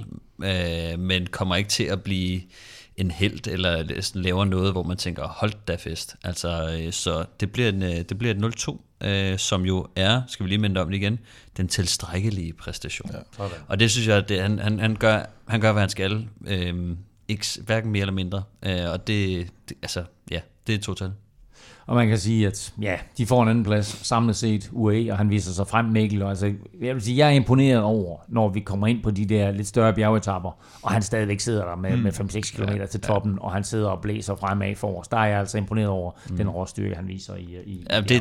men kommer ikke til at blive en helt eller laver noget, hvor man tænker, hold da fest. Altså, så det bliver et 0-2, som jo er, skal vi lige minde om det igen, den tilstrækkelige præstation. Ja, og det synes jeg, at han gør, hvad han skal. Ikke, hverken mere eller mindre. Og det er et total.
Og man kan sige, at de får en anden plads samlet set UAE, og han viser sig frem, Mikkel. Og altså, jeg vil sige, jeg er imponeret over, når vi kommer ind på de der lidt større bjergetapper, og han stadigvæk sidder der med 5-6 km til toppen, og han sidder og blæser fremad forrest. Der er jeg altså imponeret over den råstyrke, han viser i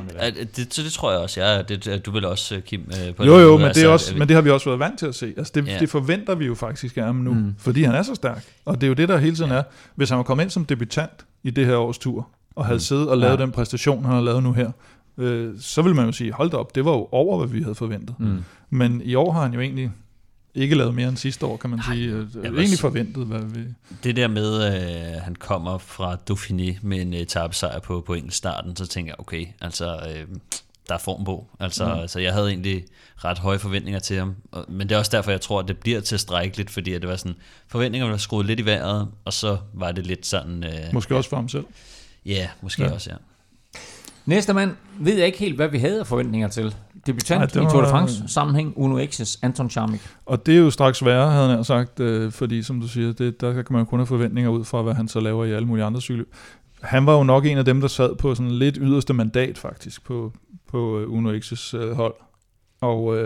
det tror jeg også. Du vil også, Kim, på
jo, men det har vi også været vant til at se. Altså, det forventer vi jo faktisk af ham nu, fordi han er så stærk. Og det er jo det, der hele tiden er. Hvis han var kommet ind som debutant i det her års tur, og havde siddet og lavet den præstation, han har lavet nu her, så vil man jo sige, hold da op, det var jo over, hvad vi havde forventet. Men i år har han jo egentlig ikke lavet mere end sidste år, kan man sige. Egentlig forventet, hvad vi... Det
der med, at han kommer fra Dauphiné med en etapesejr på enkeltstarten, så tænker jeg, okay, altså... der er form på. Så jeg havde egentlig ret høje forventninger til ham. Men det er også derfor, jeg tror, at det bliver tilstrækkeligt, fordi at det var sådan, forventningerne var skruet lidt i vejret, og så var det lidt sådan...
Måske også for ham selv.
Ja, måske også, ja.
Næste mand ved jeg ikke helt, hvad vi havde af forventninger til. Debutant i Tour de France sammenhæng, Uno X's Anton Charmik.
Og det er jo straks værre, havde han sagt, fordi som du siger, der kan man jo kun have forventninger ud fra, hvad han så laver i alle mulige andre cykler. Han var jo nok en af dem, der sad på sådan lidt yderste mandat faktisk på Uno X's hold. Og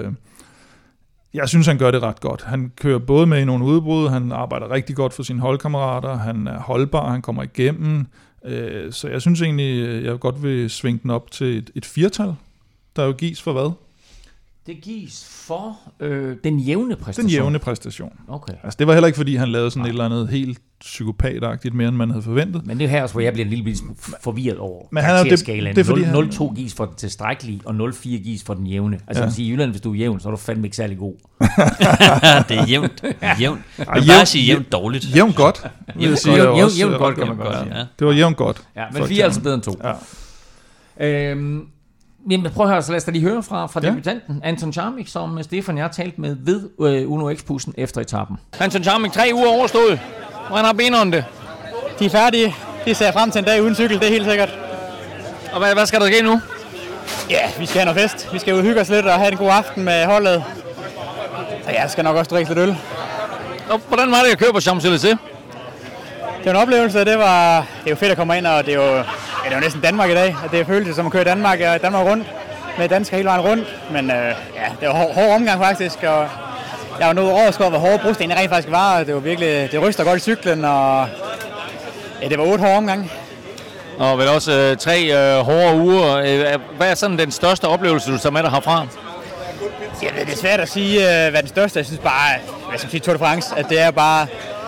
jeg synes, han gør det ret godt. Han kører både med i nogle udbrud, han arbejder rigtig godt for sine holdkammerater, han er holdbar, han kommer igennem. Så jeg synes egentlig, jeg godt vil svinge den op til et 4-tal, der jo gives for hvad?
Det gives for den jævne præstation.
Den jævne præstation.
Okay.
Altså det var heller ikke, fordi han lavede sådan et eller andet helt psykopatagtigt mere, end man havde forventet.
Men det er her også, hvor jeg bliver en lille forvirret over
karakterskalaen.
0,2 gives for den tilstrækkelige, og 0,4 gives for den jævne. Altså man siger, i Jylland, hvis du er jævn, så er du fandme ikke særlig god.
Det er jævnt. Jævnt. Man bare sige jævnt dårligt.
Jævnt godt.
Jævnt godt kan man godt sige.
Ja. Det var jævnt godt.
Ja, men 4 er altså bedre end 2. Ja. Men prøv at høre, så lad os da lige høre fra debutanten Anton Charmik, som Stefan og jeg har talt med ved Uno X-bussen efter etappen.
Anton Charmik, 3 uger overstået. Hvordan har benene det?
De er færdige. De ser frem til en dag uden cykel, det er helt sikkert.
Og hvad skal der ske nu?
Ja, vi skal have noget fest. Vi skal udhygge os lidt og have en god aften med holdet. Og jeg skal nok også drikke lidt øl.
Og hvordan var det at køre på Champs-Élysées?
Det var en oplevelse, det er jo fedt at komme ind, og det er jo næsten Danmark i dag. Det føles som at køre Danmark rundt, med danskere hele vejen rundt. Men det var hård omgang faktisk, og jeg var nået overskåret, hvor hårde brugstenene rent faktisk var. Det var virkelig, det ryster godt i cyklen, og det var 8 hårde omgang.
Og vel også 3 hårde uger. Hvad er sådan den største oplevelse, du tager med dig herfra?
Ja, det er svært at sige, hvad den største. Jeg synes bare, hvad skal man sige, Tour de France, at det er bare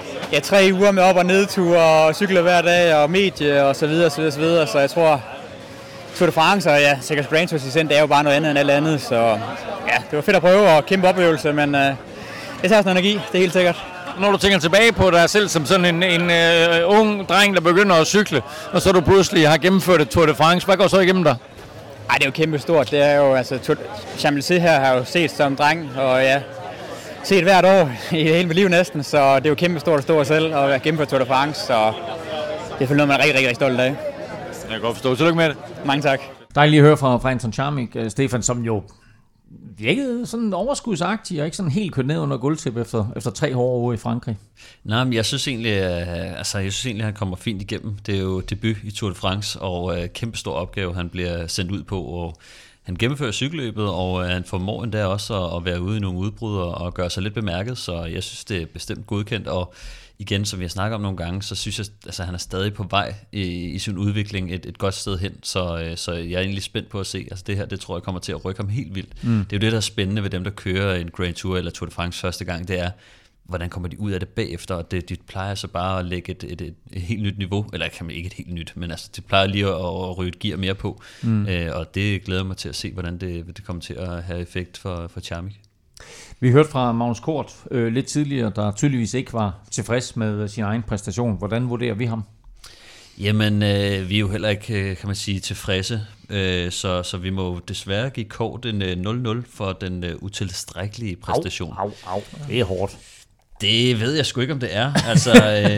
3 uger med op- og nedture og cykler hver dag og medie og så videre, så videre. Så jeg tror, Tour de France og sikkert Grand Tour det er jo bare noget andet end alt andet. Så ja, det var fedt at prøve og kæmpe oplevelse, men det tager sådan energi, det er helt sikkert.
Når du tænker tilbage på dig selv som sådan en ung dreng, der begynder at cykle, og så du pludselig har gennemført et Tour de France, hvad går så igennem dig?
Ej, det er jo kæmpe stort. Det er jo, altså, Champs-Élysées her har jo set som dreng, og set hvert år i hele mit liv næsten, så det er jo kæmpe stort at stå selv og gennemføre Tour de France, så det er selvfølgelig noget, man er rigtig, rigtig stolt af.
Jeg kan godt forstå. Tillykke med det.
Mange tak.
Dejligt at høre fra Anton Charmik, Stefan, som jo virkede sådan overskudsagtig og ikke sådan helt kørt ned under gulvtæppe efter 3 hårde uger i Frankrig.
Nej, men jeg synes egentlig, at han kommer fint igennem. Det er jo debut i Tour de France, og kæmpe stor opgave, han bliver sendt ud på, og han gennemfører cykelløbet, og han formår endda også at være ude i nogle udbrud og gøre sig lidt bemærket, så jeg synes, det er bestemt godkendt, og igen, som vi har snakket om nogle gange, så synes jeg, altså han er stadig på vej i sin udvikling et godt sted hen, så jeg er egentlig spændt på at se, altså det her, det tror jeg kommer til at rykke ham helt vildt. Det er jo det, der er spændende ved dem, der kører en Grand Tour eller Tour de France første gang, det er, hvordan kommer de ud af det bagefter, og de plejer så bare at lægge et helt nyt niveau, eller kan man ikke et helt nyt, men altså de plejer lige at ryge et gear mere på, og det glæder mig til at se, hvordan det kommer til at have effekt for Charmik.
Vi hørte fra Magnus Kort lidt tidligere, der tydeligvis ikke var tilfreds med sin egen præstation. Hvordan vurderer vi ham?
Jamen, vi er jo heller ikke, kan man sige, tilfredse, så vi må desværre give Kort en 0-0 for den utilstrækkelige præstation.
Det er hårdt.
Det ved jeg sgu ikke, om det er. Altså,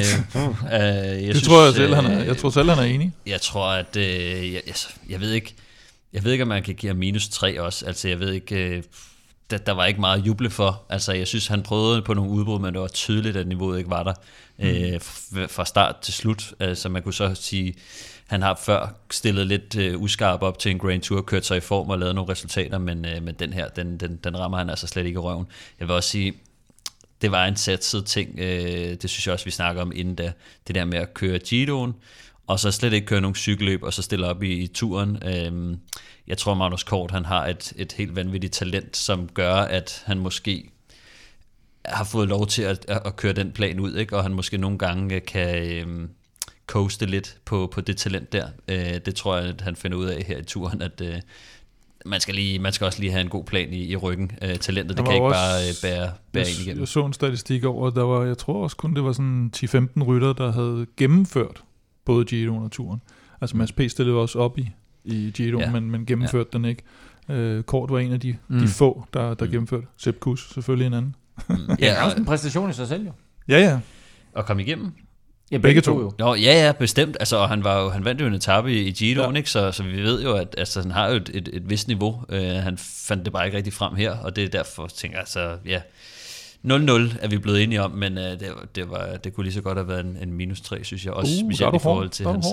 det tror jeg selv, han er. Jeg tror selv, han er enig.
Jeg tror, at jeg ved ikke, om man kan give ham -3 også. Altså, jeg ved ikke. Der var ikke meget at juble for. Altså, jeg synes, han prøvede på nogle udbrud, men det var tydeligt, at niveauet ikke var der fra start til slut. Altså, man kunne så sige, han har før stillet lidt uskarp op til en Grand Tour, kørt sig i form og lavet nogle resultater, men den her, den rammer han altså slet ikke i røven. Jeg vil også sige, det var en satset ting. Det synes jeg også, vi snakker om inden da. Det der med at køre Giroen, og så slet ikke køre nogle cykelløb, og så stille op i turen. Jeg tror, Magnus Kort, han har et helt vanvittigt talent, som gør, at han måske har fået lov til at køre den plan ud, ikke? Og han måske nogle gange kan coaste lidt på det talent der. Det tror jeg, at han finder ud af her i turen, at man skal også lige have en god plan i ryggen. Talentet, det kan ikke bare bære ind igennem.
Jeg så en statistik over, jeg tror også kun, det var sådan 10-15 rytter, der havde gennemført både Giroen og turen. Altså Mads P. stillede også op i Giroen, men gennemførte den ikke. Kort var en af de få, der gennemførte. Sepp Kuss, selvfølgelig en anden.
Det er også en præstation i sig selv, jo.
Ja.
Og komme igennem.
Ja, begge to jo.
Nå, ja, bestemt. Altså, og han vandt jo en etape i Giroen, ikke? Så vi ved jo, at altså, han har jo et vist niveau. Han fandt det bare ikke rigtig frem her, og det er derfor, tænker jeg, altså, ja, 0-0 er vi blevet enige om, men det kunne lige så godt have været en -3, synes jeg. Også specielt i forhold til hans...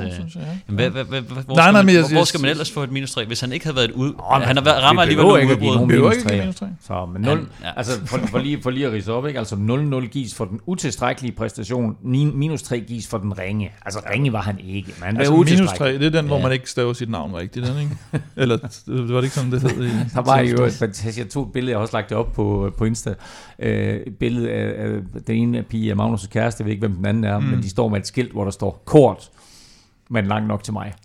Hvor skal man ellers få et -3, hvis han ikke havde været et ud... Han rammer alligevel nogle udbrud.
Så med 0... Altså, for lige at ridse op, ikke? Altså 0-0 gives for den utilstrækkelige præstation, -3 gives for den ringe. Altså ringe var han ikke. Man
altså -3, det er den, hvor man ikke staver sit navn rigtigt, den, ikke? Eller var det ikke sådan, det hed?
Der var jo et fantastisk... Jeg tog et billede, jeg har også lagt det op på Insta. Et billede af den ene pige af Magnus' kæreste, jeg ved ikke, hvem den anden er, men de står med et skilt, hvor der står Kort, men langt nok til mig.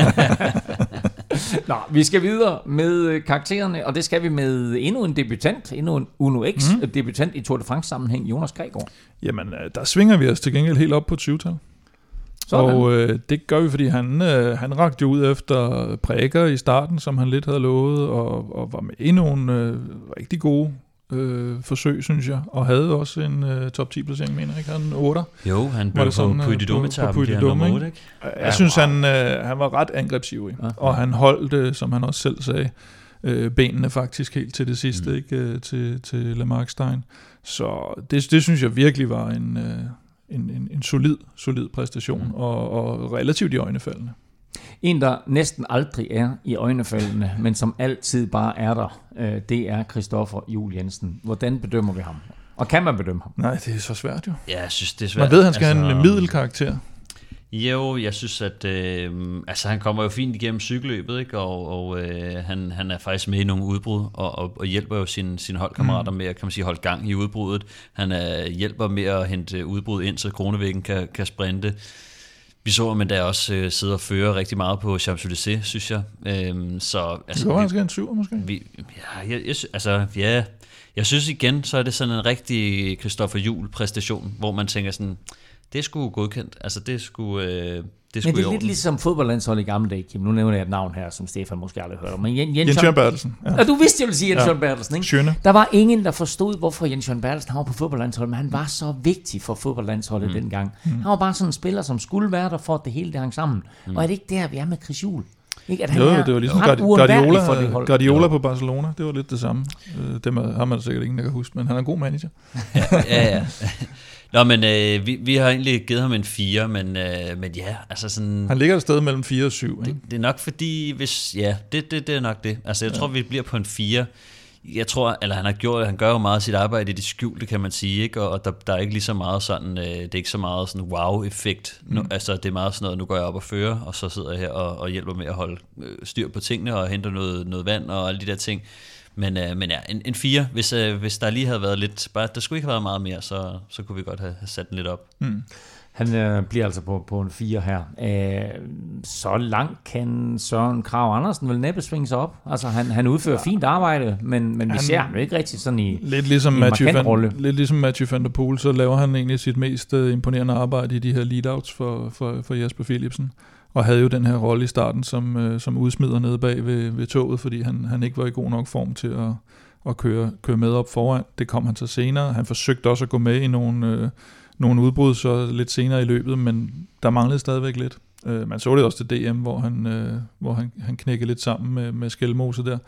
Nå, vi skal videre med karaktererne, og det skal vi med endnu en debutant, endnu en Uno X-debutant i Tour de France-sammenhæng, Jonas Gregor.
Jamen, der svinger vi os til gengæld helt op på 20-tal. Og det gør vi, fordi han rakte jo ud efter Præker i starten, som han lidt havde lovet, og var med endnu nogle rigtig gode forsøg, synes jeg, og havde også en top 10 placering, mener jeg ikke, han 8.
Jo, han blev på Puy de Dôme-etappen, ikke?
Jeg synes, han var ret angrebsivrig, og han holdt, som han også selv sagde, benene faktisk helt til det sidste, ikke, til Le Markstein. Så det synes jeg virkelig var en solid præstation, og relativt i øjnefaldende.
En, der næsten aldrig er i øjnefaldende, men som altid bare er der, det er Christoffer Juhl Jensen. Hvordan bedømmer vi ham? Og kan man bedømme ham?
Nej, det er så svært jo.
Ja, jeg synes, det er svært.
Man ved, han skal have en middelkarakter.
Jo, jeg synes, at han kommer jo fint igennem cykelløbet, ikke? Og han er faktisk med i nogle udbrud, og hjælper jo sine holdkammerater med at, kan man sige, holde gang i udbruddet. Han hjælper med at hente udbrud ind, så Kronevæggen kan sprinte. Vi så, men der også sidder og fører rigtig meget på Champs-Élysées, synes jeg. Så,
altså, det går han skal en 7, måske?
Jeg synes igen, så er det sådan en rigtig Christoffer Juhl præstation, hvor man tænker sådan, det er sgu godkendt. Altså det er sgu
men det er lidt ligesom fodboldlandshold i gamle dage, Kim. Nu nævner jeg et navn her, som Stefan måske aldrig hørte om. Men
Jens Jørgen Bertelsen.
Ja. Og du vidste, jeg ville sige Jens Jørgen Bertelsen, ikke?
Schöne.
Der var ingen, der forstod, hvorfor Jens Jørgen Bertelsen var på fodboldlandsholdet, men han var så vigtig for fodboldlandsholdet dengang. Han var bare sådan en spiller, som skulle være der for, at det hele det hang sammen. Og er det ikke der, vi er med Chris Juhl? Ikke, at han
det var ligesom Guardiola på Barcelona. Det var lidt det samme. Dem har man sikkert ingen, der kan huske, men han er en god manager.
Ja. Nå, men vi har egentlig givet ham en 4, men ja, altså sådan...
Han ligger et sted mellem 4 og 7, ikke?
Det er nok fordi, det er nok det. Altså, jeg tror, vi bliver på en 4. Jeg tror, eller han gør jo meget af sit arbejde i det skjulte, kan man sige, ikke? Og der er ikke lige så meget sådan, det er ikke så meget sådan wow-effekt. Altså, det er meget sådan noget, nu går jeg op og fører, og så sidder jeg her og hjælper med at holde styr på tingene, og henter noget vand og alle de der ting. Men ja, en 4, hvis der lige havde været lidt, bare der skulle ikke have været meget mere, så kunne vi godt have sat den lidt op.
Han bliver altså på en 4 her. Så langt kan Søren Kragh Andersen vel næppe svinge sig op. Altså han udfører fint arbejde, men vi ser ham jo ikke rigtig sådan i
lidt ligesom
en markant rolle.
Lidt ligesom Mathieu van der Poel, så laver han egentlig sit mest imponerende arbejde i de her lead-outs for Jesper Philipsen. Og havde jo den her rolle i starten som udsmider nede bag ved toget, fordi han ikke var i god nok form til at køre med op foran. Det kom han så senere. Han forsøgte også at gå med i nogle udbrud så lidt senere i løbet, men der manglede stadigvæk lidt. Man så det også til DM, hvor han knækkede lidt sammen med Skelmose der.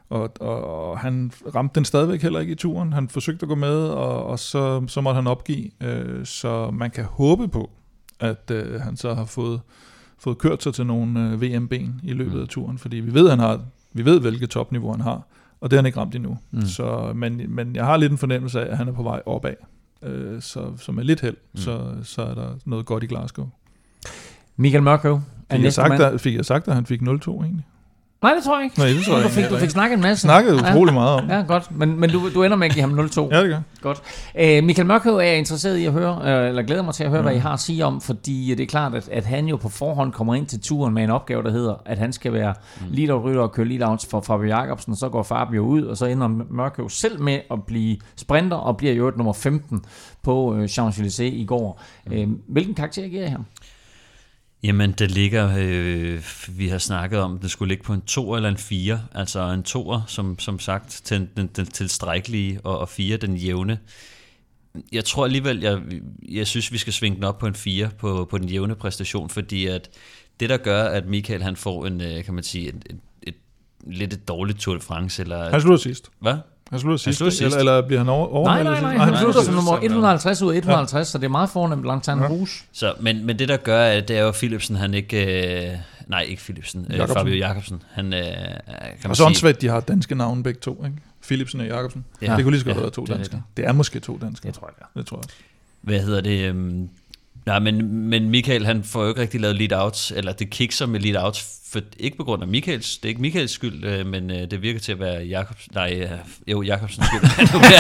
Og han ramte den stadigvæk heller ikke i turen. Han forsøgte at gå med, og så måtte han opgive. Så man kan håbe på, at han så har fået kørt sig til nogle VM-ben i løbet af turen, fordi vi ved hvilket topniveau han har, og det har han ikke ramt endnu. Så, men jeg har lidt en fornemmelse af, at han er på vej opad. Så med lidt held, så er der noget godt i Glasgow.
Michael Mørkøv
fik jeg sagt, at han fik 0-2 egentlig?
Nej, det tror jeg ikke.
Nej, det tror jeg ikke.
Du fik snakket en masse.
Snakket utrolig meget om.
Ja, godt. Men du ender med at give ham 0-2.
Ja, det gør.
Godt. Michael Mørkøv er interesseret i at høre, eller glæder mig til at høre, hvad I har at sige om, fordi det er klart, at han jo på forhånd kommer ind til turen med en opgave, der hedder, at han skal være lead-out-rytter og køre lead-outs for Fabio Jacobsen, og så går Fabio ud, og så ender Mørkøv selv med at blive sprinter, og bliver jo nummer 15 på Champs-Élysées i går. Hvilken karakter giver I ham?
Jamen, det ligger, vi har snakket om, det skulle ligge på en 2 eller en 4. Altså en 2'er, som sagt, til den tilstrækkelige, og 4 den jævne. Jeg tror alligevel, jeg synes, vi skal svinge den op på en 4 på den jævne præstation, fordi at det, der gør, at Michael han får en, kan man sige, lidt et dårligt Tour de France. Eller,
han slutter sidst.
Hvad?
Han slutter sidst, eller bliver han over?
Nej, han slutter som nummer 150 ud af 150, så det er meget fornemt Lantagne Rouge.
Så, men det, der gør, at det er jo Philipsen, han ikke... ikke Philipsen, Fabio Jacobsen. Han, kan
og så åndssvagt, de har danske navne begge to, ikke? Philipsen og Jacobsen. Ja. Det kunne lige så godt være 2 danskere. Det er måske 2 danskere.
Det tror jeg.
Hvad hedder det? Nej, men Michael, han får jo ikke rigtig lavet lead-outs, eller det kikser med lead-outs, for ikke på grund af Michaels, det er ikke Michaels skyld, men det virker til at være Jacobsens skyld.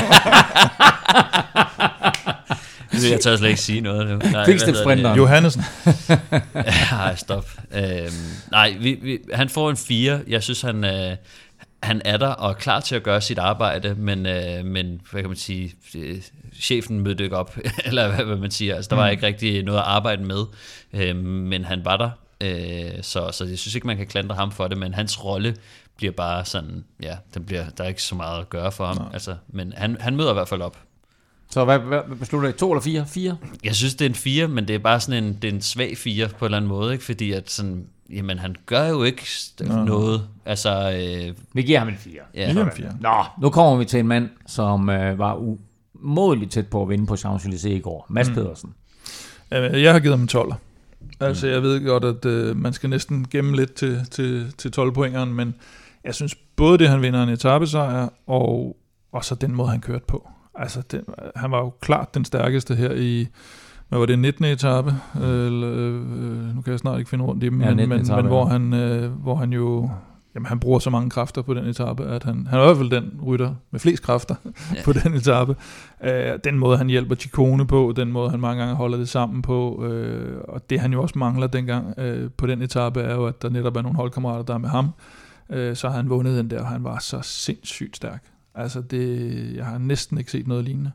Jeg tør slet ikke sige noget.
Quickstep-sprinteren.
Johannesen.
Nej, stop. Han får en 4. Jeg synes, han er der og er klar til at gøre sit arbejde, men hvad kan man sige, chefen mødte ikke op, eller hvad man siger. Altså, der var ikke rigtig noget at arbejde med, men han var der. Så jeg synes ikke, man kan klandre ham for det, men hans rolle bliver bare sådan, ja, der er ikke så meget at gøre for ham. Altså, men han møder i hvert fald op.
Så hvad beslutter I? 2 eller 4? 4?
Jeg synes, det er en 4, men det er bare sådan en svag 4 på en eller anden måde, ikke? Fordi at sådan, jamen, han gør jo ikke noget. Altså,
vi giver ham en 4.
Ja.
Nå, nu kommer vi til en mand, som var umådeligt tæt på at vinde på Champs-Élysées i går. Mads Pedersen.
Jeg har givet ham en 12'er. Altså, jeg ved godt, at man skal næsten gemme lidt til 12-pointeren, men jeg synes både det, han vinder en etapesejr, og så den måde, han kørte på. Altså, han var jo klart den stærkeste her i, hvad var det, 19. etape? Nu kan jeg snart ikke finde rundt i dem, men hvor han jo, jamen, han bruger så mange kræfter på den etape, at han er i hvert fald den rytter med flest kræfter på den etape. Den måde, han hjælper Ciccone på, den måde, han mange gange holder det sammen på, og det han jo også mangler dengang på den etape, er jo, at der netop er nogle holdkammerater, der er med ham. Så har han vundet den der, og han var så sindssygt stærk. Altså, jeg har næsten ikke set noget lignende.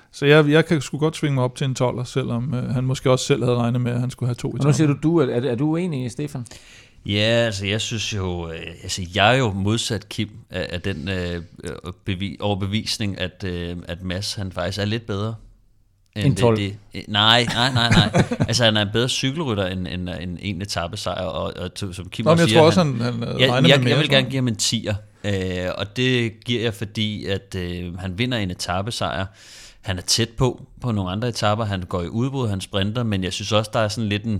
Så jeg kan sgu godt svinge mig op til en 12'er, selvom han måske også selv havde regnet med, at han skulle have 2 etaper.
Og nu siger du, er du uenig, Stefan?
Ja, altså jeg synes jo, jeg er jo modsat Kim af den overbevisning, at Mads han faktisk er lidt bedre.
En 12?
Nej. Altså han er en bedre cykelrytter end en etapesejr, og som Kim
også
siger,
jeg tror også, han regner med mere.
Jeg vil gerne give ham en 10'er, og det giver jeg, fordi at han vinder en etapesejr. Han er tæt på nogle andre etaper, han går i udbrud, han sprinter, men jeg synes også, der er sådan lidt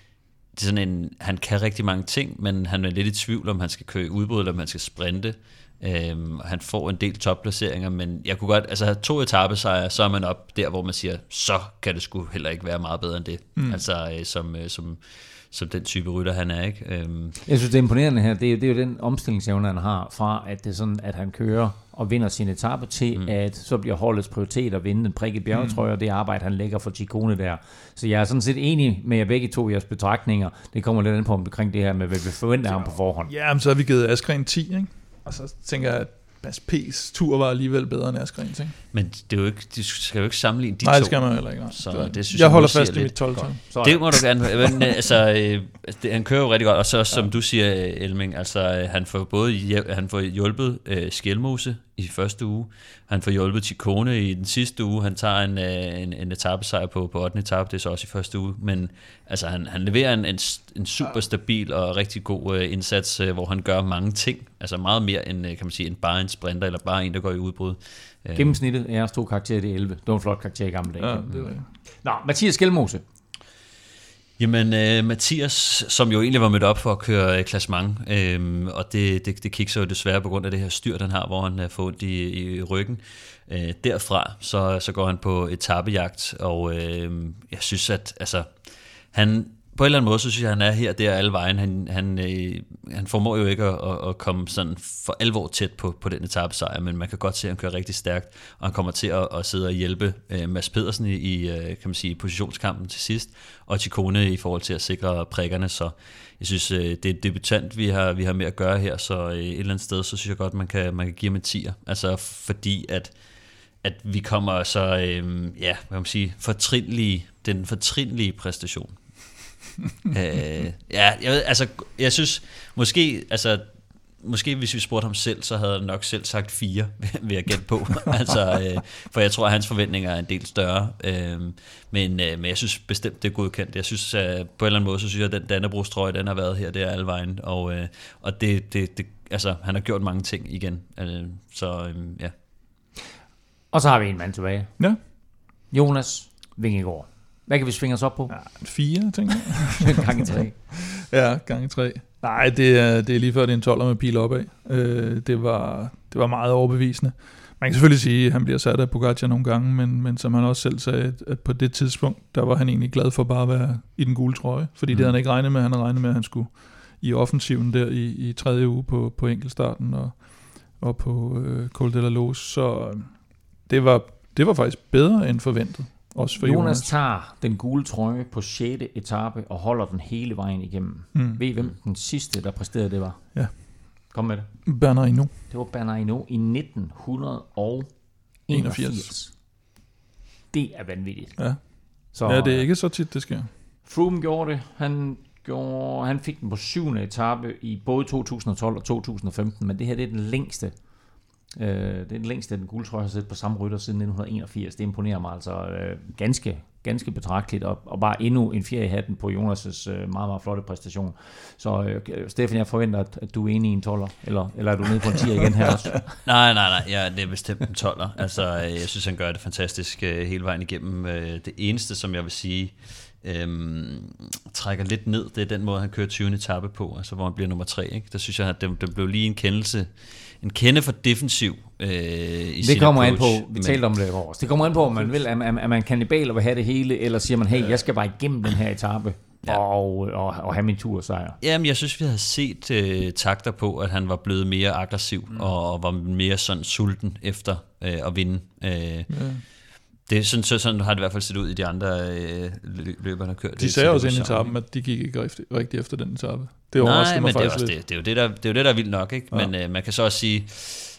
han kan rigtig mange ting, men han er lidt i tvivl, om han skal køre i udbrud, eller om han skal sprinte. Han får en del topplaceringer, men jeg kunne godt, altså 2 etapesejre, så er man op der, hvor man siger, så kan det sgu heller ikke være meget bedre end det. Altså som den type rytter han er, ikke?
Jeg synes det er imponerende her, det er jo den omstillingsevne han har, fra at det er sådan, at han kører og vinder sin etape, til at så bliver holdets prioritet at vinde den prikket bjergetrøje, og det arbejde han lægger for Ciccone der. Så jeg er sådan set enig med jer begge to i jeres betragtninger. Det kommer lidt an på omkring det her med, hvad vi forventer ham på forhånd.
Ja, men så har vi givet Askren 10, ikke? Og så tænker jeg, at Mads P's tur var alligevel bedre end Askrens, ikke?
Men det er jo ikke, de skal jo ikke sammenligne de to.
Nej, det skal man heller ikke.
Så det synes
jeg holder fast i mit 12.
Det må du gerne. Men, altså, han kører jo rigtig godt. Og så som du siger, Elming, altså han får hjulpet Skjelmose i første uge. Han får hjulpet Ciccone i den sidste uge. Han tager en etapesejr på 8. etape, det er så også i første uge. Men altså, han leverer en super stabil og rigtig god indsats, hvor han gør mange ting. Altså meget mere end, kan man sige, end bare en sprinter, eller bare en, der går i udbrud.
Gennemsnittet af jeres 2 karakterer, det er 11. Det var en flot karakter i gamle dage.
Ja, det var det.
Nå, Mathias Skjelmose.
Jamen, Mathias, som jo egentlig var mødt op for at køre klassement, og det kikser jo desværre på grund af det her styr, den har, hvor han får ondt i ryggen. Derfra, så går han på etapejagt, og jeg synes, at altså, han på en eller anden måde, så synes jeg, han er her der alle vejen. Han formår jo ikke at komme sådan for alvor tæt på den etapesejr, men man kan godt se, at han kører rigtig stærkt, og han kommer til at sidde og hjælpe Mads Pedersen i kan man sige, positionskampen til sidst, og Ciccone i forhold til at sikre prikkerne, så jeg synes, det er debutant, vi har med at gøre her, så et eller andet sted, så synes jeg godt, man kan give ham en 10'er, altså fordi at vi kommer så, hvad kan man sige, den fortrinlige præstation. Jeg synes måske hvis vi spurgte ham selv, så havde han nok selv sagt 4, vil jeg gætte på. For jeg tror, at hans forventninger er en del større. Men jeg synes bestemt, det er godkendt. Jeg synes, på en eller anden måde, så synes jeg, at den Dannebrogstrøje, den har været her, det er alle vejen. Og det altså, han har gjort mange ting igen. Ja.
Og så har vi en mand tilbage.
Ja.
Jonas Vingegaard. Hvad kan vi svinge os op på?
Ja, 4, tænker jeg.
Gange 3.
Ja, gange 3. Nej, det er lige før, det er en 12'er med pil opad. Det var meget overbevisende. Man kan selvfølgelig sige, at han bliver sat af Pogacar nogle gange, men som han også selv sagde, at på det tidspunkt, der var han egentlig glad for bare at være i den gule trøje. Fordi det havde han ikke regnet med. Han havde regnet med, at han skulle i offensiven der i 3. uge på enkeltstarten og på Col de la Loze. Så det var faktisk bedre end forventet.
Jonas tager den gule trøje på 6. etape og holder den hele vejen igennem. Ved I, hvem den sidste, der præsterede det var?
Ja.
Kom med det.
Bernard Hinault.
Det var Bernard Hinault i 1981. Det er vanvittigt.
Ja.
Så,
ja, det er ikke så tit, det sker.
Froome gjorde det. Han fik den på 7. etape i både 2012 og 2015, men det her det er den længste. Det er den længste, den gule trøje har siddet på samme rytter siden 1981. Det imponerer mig altså ganske betragteligt, og bare endnu en fjer i hatten på Jonas' meget, meget flotte præstation. Så Stefan, jeg forventer, at du er enig i en 12'er, eller er du nede på en 10'er igen her også?
Nej, ja, det er bestemt en 12'er. Altså, jeg synes, han gør det fantastisk hele vejen igennem. Det eneste, som jeg vil sige, trækker lidt ned, det er den måde, han kører 20. etape på, altså hvor han bliver nummer 3. Ikke? Der synes jeg, at det blev lige en kende for defensiv i
det kommer an på, vi talte om det i vores. Det kommer an på, om man vil, at man kannibal og vil have det hele, eller siger man, hey, jeg skal bare igennem den her etape og have min tursejr. Jamen,
jeg synes, vi havde set takter på, at han var blevet mere aggressiv og var mere sådan sulten efter at vinde. Det er sådan har det i hvert fald set ud i de andre løbere, der kørt.
De sagde også inden i etappen, at de gik ikke rigtig efter den etape. Det
Nej, men det er jo det, der er vildt nok, ikke? Ja. Men man kan så også sige,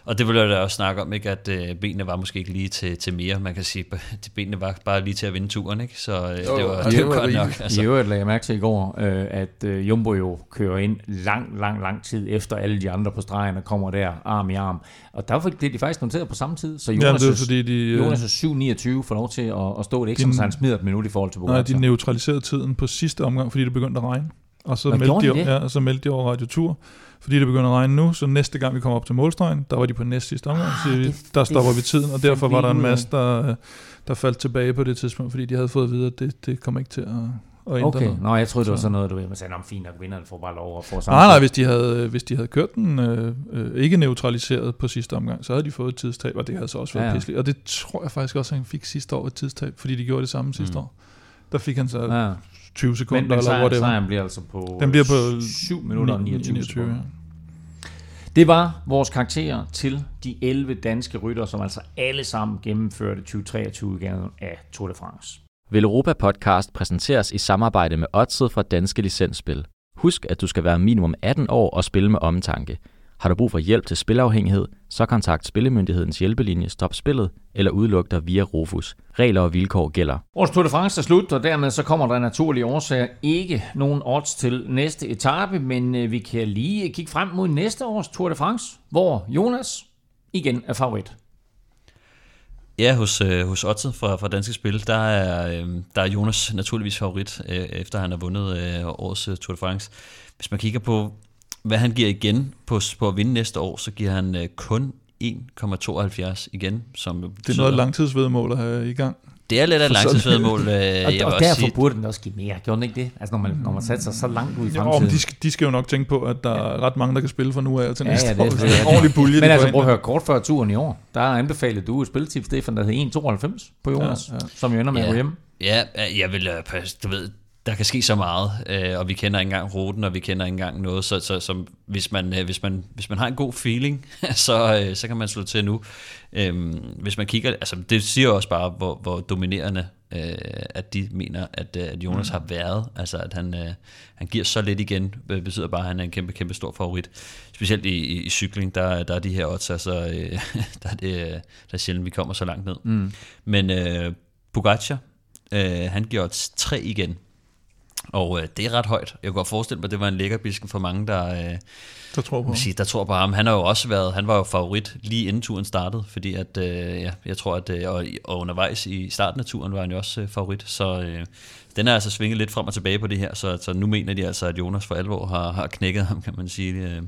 Og det ville jeg da også snakke om, ikke, at benene var måske ikke lige til mere. Man kan sige, at benene var bare lige til at vinde turen, ikke? Så det var godt nok.
Altså. I øvrigt lagde jeg mærke til i går, at Jumbo jo kører ind lang tid efter alle de andre på stregen og kommer der arm i arm. Og der blev de faktisk noteret på samme tid, så Jonas' 7.29 får lov til at stå det, ikke som han smider et minut i forhold til Pogačar.
Nej, de neutraliserede tiden på sidste omgang, fordi det begyndte at regne. Og så meldte de over Radio Tour, fordi det begynder at regne nu, så næste gang vi kommer op til målstregen, der var de på næste sidste omgang, der stopper vi tiden, og derfor var der en masse, der faldt tilbage på det tidspunkt, fordi de havde fået at vide, at det kommer ikke til at ændre noget.
Nå, jeg troede, det var sådan noget, du ved, man sagde, fint nok, vinderne får bare lov at få sammen.
Nej, hvis de havde kørt den ikke neutraliseret på sidste omgang, så havde de fået et tidstab, og det havde så også været pisseligt. Og det tror jeg faktisk også, at han fik sidste år et tidstab, fordi de gjorde det samme sidste år. Der fik han så 20 sekunder,
men
eller hvor det var.
Sejren bliver altså på,
den bliver på
7 minutter og 29 sekunder.
Ja.
Det var vores karakterer til de 11 danske ryttere, som altså alle sammen gennemførte 2023-udgaven af Tour de France.
Velropa Podcast præsenteres i samarbejde med Oddset fra Danske Licensspil. Husk, at du skal være minimum 18 år og spille med omtanke. Har du brug for hjælp til spilafhængighed, så kontakt Spillemyndighedens hjælpelinje Stop Spillet eller udluk dig via Rofus. Regler og vilkår gælder.
Vores Tour de France er slut, og dermed så kommer der naturlige årsager ikke nogen odds til næste etape, men vi kan lige kigge frem mod næste års Tour de France, hvor Jonas igen er favorit.
Ja, hos Oddset fra Danske Spil, der er Jonas naturligvis favorit, efter han har vundet årets Tour de France. Hvis man kigger på, hvad han giver igen på at vinde næste år, så giver han kun 1,72 igen. Som
det er noget langtidsvedmål at have i gang.
Det er lidt af et langtidsvedmål.
og derfor burde den også give mere. Gjorde den ikke det? Altså når man sætter sig så langt ud i fremtiden.
De skal jo nok tænke på, at der er ret mange, der kan spille fra nu af til næste år. Det er ordentlig pulje.
Men altså prøv at høre, kort før turen i år, der anbefalede du et spilletip, Stefan, der hed 1,92 på Jonas, som jo ender med at gå hjem.
Ja, jeg vil du ved, der kan ske så meget, og vi kender ikke engang ruten, og vi kender ikke engang noget, så hvis man har en god feeling, så kan man slå til nu. Hvis man kigger, altså det siger også bare, hvor dominerende, at de mener, at Jonas har været, altså at han giver så lidt igen, betyder bare, at han er en kæmpe stor favorit. Specielt i cykling, der er de her odds, altså der er sjældent, vi kommer så langt ned. Men Pogačar, han giver odds 3 igen. Og det er ret højt. Jeg kunne godt forestille mig, at det var en lækkerbisken for mange, der tror på ham. Han har jo også han var jo favorit lige inden turen startede, fordi at, jeg tror, at og undervejs i starten af turen var han jo også favorit. Så den er altså svinget lidt frem og tilbage på det her, så nu mener de altså, at Jonas for alvor har knækket ham, kan man sige.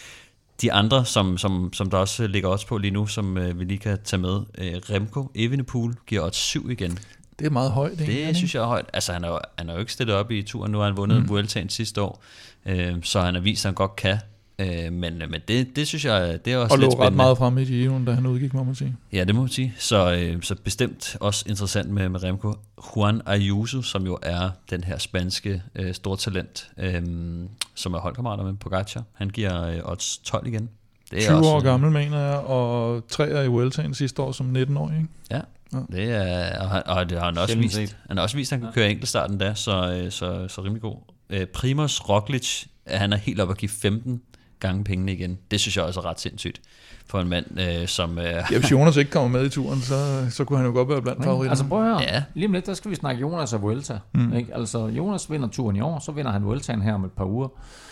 De andre, som der også ligger odds på lige nu, som vi lige kan tage med, Remco Evenepoel giver odds 7 igen.
Det er meget højt.
Det synes jeg er højt. Altså, han er jo ikke stillet op i turen. Nu har han vundet Vueltaen sidste år, så han har vist, at han godt kan. Men det synes jeg, det er også lidt spændende. Og lå ret
meget frem i Giroen, da han udgik, må man sige.
Ja, det må man sige. Så bestemt også interessant med Remco. Juan Ayuso, som jo er den her spanske stortalent, som er holdkammerater med Pogačar. Han giver odds 12 igen.
Det er 20 også, år gammel, mener jeg, og 3 i Vueltaen sidste år som 19-årig, ikke?
Ja. Det er, og det har han også vist. Han har også vist, at han kan køre enkeltstarten der, så rimelig god. Primož Roglič, han er helt op at give 15 gange pengene igen. Det synes jeg også er ret sindssygt for en mand, som...
hvis Jonas ikke kommer med i turen, så kunne han jo godt være blandt favoritter.
Altså prøv at høre, lige om lidt, der skal vi snakke Jonas og Vuelta. Ikke? Altså Jonas vinder turen i år, så vinder han Vueltaen her om et par uger.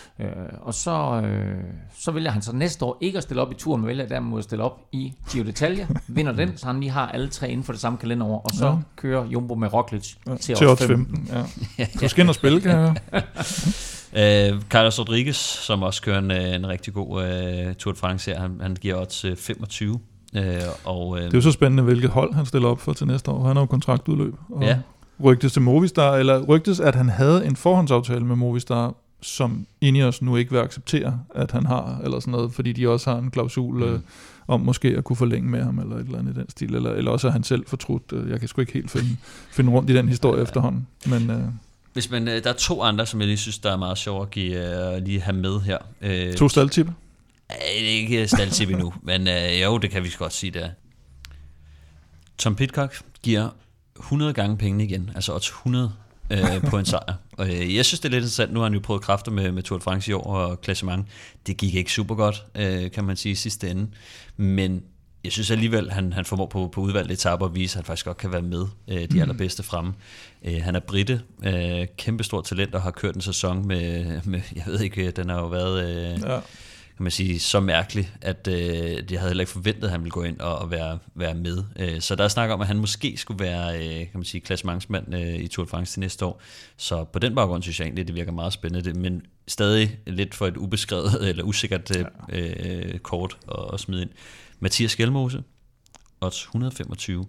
Og så vælger han så næste år ikke at stille op i turen, men vælger dermed at stille op i Giro d'Italia, vinder den, så han lige har alle 3 inden for det samme kalenderår, og så kører Jumbo med Roglič til odds 15.
Ja. Du skal ind og spille, kan jeg
høre. Carlos Rodriguez, som også kører en rigtig god Tour de France her, han giver odds 25.
Det er jo så spændende, hvilket hold han stiller op for til næste år. Han har jo kontraktudløb. Og rygtes til Movistar, eller rygtes, at han havde en forhåndsaftale med Movistar, som Ineos nu ikke vil acceptere, at han har, eller sådan noget, fordi de også har en klausul om måske at kunne forlænge med ham, eller et eller andet i den stil, eller også er han selv fortrudt. Jeg kan sgu ikke helt finde rundt i den historie efterhånden. Men,
hvis man, der er 2 andre, som jeg lige synes, der er meget sjovt at lige have med her.
2 staldtipper?
Ikke staldtip endnu, men jo, det kan vi godt sige, det er. Tom Pidcock giver 100 gange pengene igen, altså odds 100 på en sejr. Og jeg synes, det er lidt interessant. Nu har han jo prøvet kræfter med Tour de France i år og klassement. Det gik ikke super godt, kan man sige, i sidste ende. Men jeg synes alligevel, han formår på udvalgte etaper at vise, at han faktisk godt kan være med de allerbedste fremme. Han er brite, kæmpestort talent og har kørt en sæson med jeg ved ikke, den har jo været... kan man sige, så mærkelig, at jeg havde heller ikke forventet, at han ville gå ind og være med. Så der er snak om, at han måske skulle være, kan man sige, klassementsmand i Tour de France til næste år. Så på den baggrund synes jeg egentlig, det virker meget spændende, men stadig lidt for et ubeskrevet eller usikkert kort at smide ind. Mathias Skjelmose, odds 125.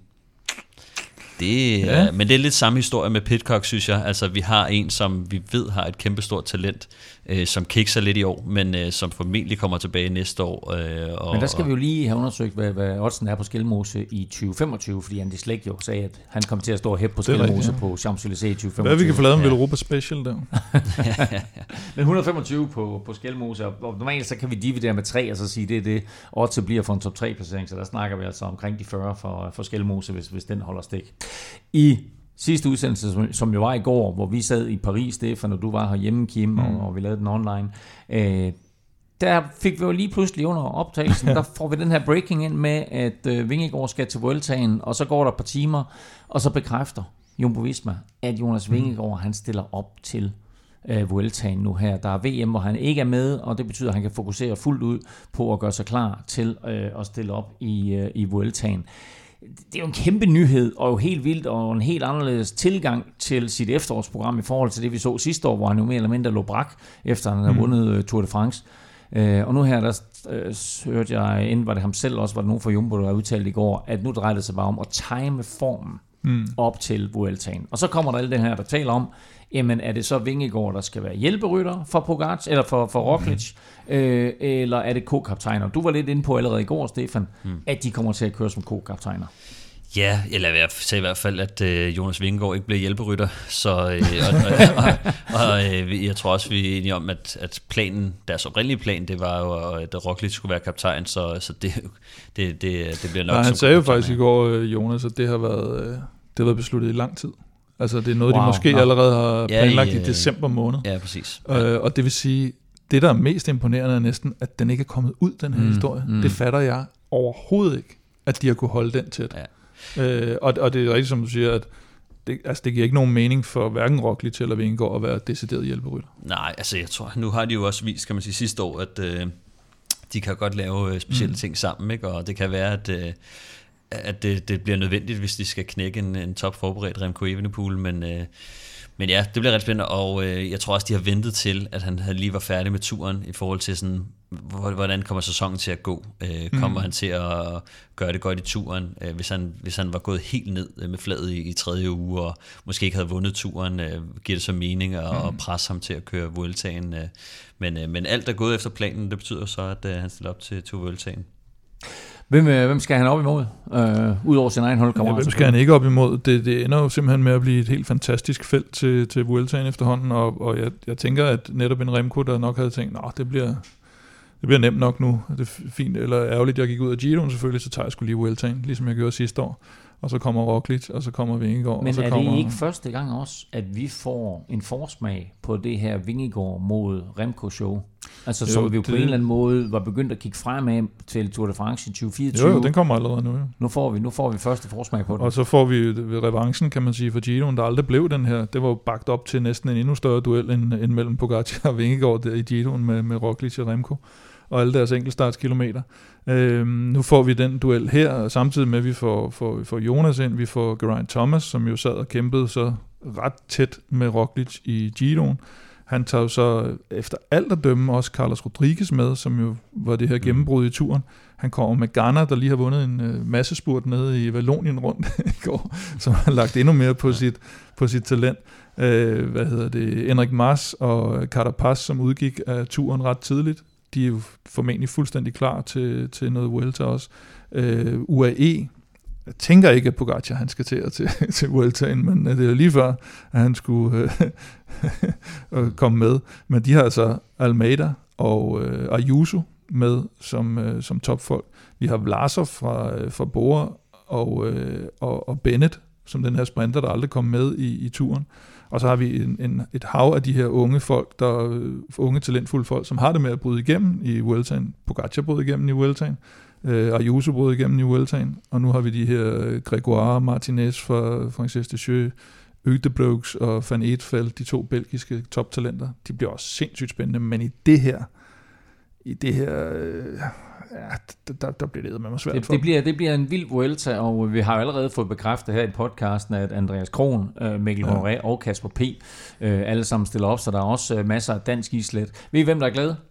Men det er lidt samme historie med Pidcock, synes jeg. Altså, vi har en, som vi ved har et kæmpestort talent, som kikser lidt i år, men som formentlig kommer tilbage næste år.
Men der skal vi jo lige have undersøgt, hvad oddsen er på Skjelmose i 2025, fordi Andy Schleck jo sagde, at han kom til at stå og hæppe på Skjelmose på Champs-Élysées i 2025.
Hvad vi kan få lavet en Velropa Special der?
Men 125 på Skjelmose, og normalt så kan vi dividere med 3, og så sige, det er det, oddset bliver for en top 3-placering, så der snakker vi altså omkring de 40 for Skjelmose, hvis den holder stik. I sidste udsendelse, som jo var i går, hvor vi sad i Paris, Stefan, og du var herhjemme, Kim, og vi lavede den online, der fik vi jo lige pludselig under optagelsen, der får vi den her breaking ind med, at Vingegaard skal til Vueltaen, og så går der et par timer, og så bekræfter Jumbo Visma, at Jonas Vingegaard, han stiller op til Vueltaen nu her. Der er VM, hvor han ikke er med, og det betyder, at han kan fokusere fuldt ud på at gøre sig klar til at stille op i Vueltaen. Det er jo en kæmpe nyhed, og jo helt vildt, og en helt anderledes tilgang til sit efterårsprogram i forhold til det, vi så sidste år, hvor han jo mere eller mindre lå brak, efter han havde vundet Tour de France. Og nu her, der hørte jeg, inden var det ham selv også, var det nogen fra Jumbo, der har udtalt i går, at nu drejer det sig bare om at time formen op til Vueltaen. Og så kommer der alle den her, der taler om, jamen er det så Vingegaard, der skal være hjælperytter for Pogacar, eller for Roglic, eller er det co-kaptajner? Du var lidt inde på allerede i går, Stefan, at de kommer til at køre som co-kaptajner.
Ja, eller jeg sagde i hvert fald, at Jonas Vingegaard ikke blev hjælperytter, så, og jeg tror også, vi er enige om, at planen, deres oprindelige plan, det var jo, at Roglic skulle være kaptajn, så det bliver nok.
Han sagde jo faktisk i går, Jonas, at det har været besluttet i lang tid. Altså det er noget, de måske allerede har planlagt i december måned.
Ja, præcis.
Og det vil sige, det der er mest imponerende er næsten, at den ikke er kommet ud, den her historie. Det fatter jeg overhovedet ikke, at de har kunne holde den tæt. Ja. Og det er rigtigt, som du siger, at det giver ikke nogen mening for hverken Roglic eller Vingegaard at være decideret hjælperytter.
Nej, altså jeg tror, nu har de jo også vist, kan man sige, sidste år, at de kan godt lave specielle ting sammen, ikke? Og det kan være, at det bliver nødvendigt, hvis de skal knække en topforberedt Remco Evenepoel, men ja, det bliver ret spændende, og jeg tror også, de har ventet til, at han lige var færdig med turen, i forhold til sådan, hvordan kommer sæsonen til at gå? Kommer han til at gøre det godt i turen? Hvis han var gået helt ned med fladet i tredje uge, og måske ikke havde vundet turen, giver det så mening at presse ham til at køre Vueltaen? Men alt er gået efter planen, det betyder så, at han stiller op til Vueltaen.
Hvem skal han op imod? Udover sin egen holdkammerat?
Hvem skal han ikke op imod? Det ender jo simpelthen med at blive et helt fantastisk felt til Vueltaen efterhånden, og jeg tænker, at netop en Remco, der nok havde tænkt, det bliver nemt nok nu, det er fint, eller ærgerligt, jeg gik ud af Giroen selvfølgelig, så tager jeg sgu lige Vueltaen, ligesom jeg gjorde sidste år. Og så kommer Roglic, og så kommer Vingegaard.
Men
og så
er det ikke første gang også, at vi får en forsmag på det her Vingegaard mod Remco-show? Altså jo, som vi jo på en eller anden måde var begyndt at kigge fremad til Tour de France i 2024.
Jo, den kommer allerede nu. Jo.
Nu får vi første forsmag på det.
Og så får vi revanchen, kan man sige, for Giroen, der aldrig blev den her. Det var jo bagt op til næsten en endnu større duel end mellem Pogacar og Vingegaard der i Giroen med Roglic og Remco og alle deres enkeltstartskilometer. Nu får vi den duel her, og samtidig med, at vi får Jonas ind, vi får Geraint Thomas, som jo sad og kæmpede så ret tæt med Roglic i Giroen. Han tager jo så efter alt at dømme også Carlos Rodriguez med, som jo var det her gennembrud i turen. Han kommer med Ganna, der lige har vundet en massespurt nede i Vallonien rundt i går, som har lagt endnu mere på sit talent. Enric Mas og Carapaz, som udgik af turen ret tidligt. De er jo formentlig fuldstændig klar til noget Vuelta også. UAE, jeg tænker ikke, at Pogacar han skal til Vueltaen, men det er jo lige før, at han skulle komme med. Men de har altså Almeida og Ayuso med som topfolk. Vi har Vlasov fra Bora og Bennett, som den her sprinter, der aldrig kom med i turen. Og så har vi et hav af de her unge folk, unge talentfulde folk, som har det med at bryde igennem i Vueltaen. Pogacar brød igennem i Vueltaen, Ayuso brød igennem i Vueltaen, og nu har vi de her Grégoire, Martinez fra Frances Deschamps, Uijtdebroeks og Van Eetveld, de 2 belgiske toptalenter. De bliver også sindssygt spændende, men i det her der bliver det med mig svært for
det bliver en vild Vuelta, og vi har jo allerede fået bekræftet her i podcasten, at Andreas Krohn, Mikkel Honoré og Kasper P. Alle sammen stiller op, så der er også masser af dansk islet. Ved I, hvem der er glad?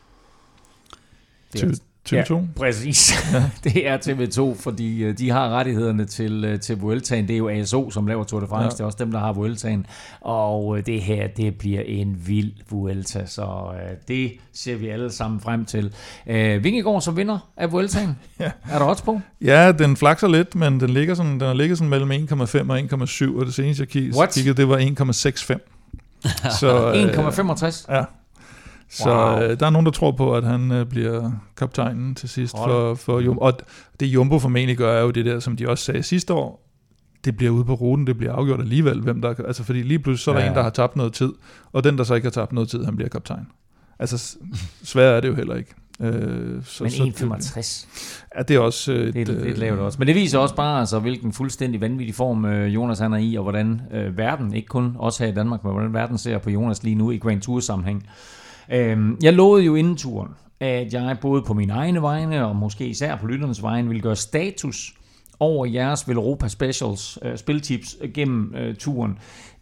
TV2?
Ja, præcis. Ja. Det er TV2, fordi de har rettighederne til Vueltaen. Det er jo ASO, som laver Tour de France. Ja. Det er også dem, der har Vueltaen. Og det her, det bliver en vild Vuelta, så det ser vi alle sammen frem til. Vingegaard som vinder af Vueltaen. Ja. Er der odds på?
Ja, den flakser lidt, men den har ligget sådan mellem 1,5 og 1,7, og det seneste jeg kiggede, det var 1,65. Så
1,65?
Ja. Så der er nogen, der tror på, at han bliver kaptajnen til sidst for Jumbo. Og det Jumbo formentlig gør, er jo det der, som de også sagde sidste år. Det bliver ude på ruten, det bliver afgjort alligevel, hvem der, altså fordi lige pludselig så er der en, der har tabt noget tid, og den, der så ikke har tabt noget tid, han bliver kaptajn. Altså sværere er det jo heller ikke.
Men 1,65.
Ja, det er også
det er lidt lavt også. Men det viser også bare, altså, hvilken fuldstændig vanvittig form Jonas han er i, og hvordan verden, ikke kun os her i Danmark, men hvordan verden ser på Jonas lige nu i Grand Tour sammenhæng. Jeg lovede jo inden turen, at jeg både på mine egne vegne, og måske især på lytternes vegne, ville gøre status over jeres Velropa Specials spiltips gennem turen.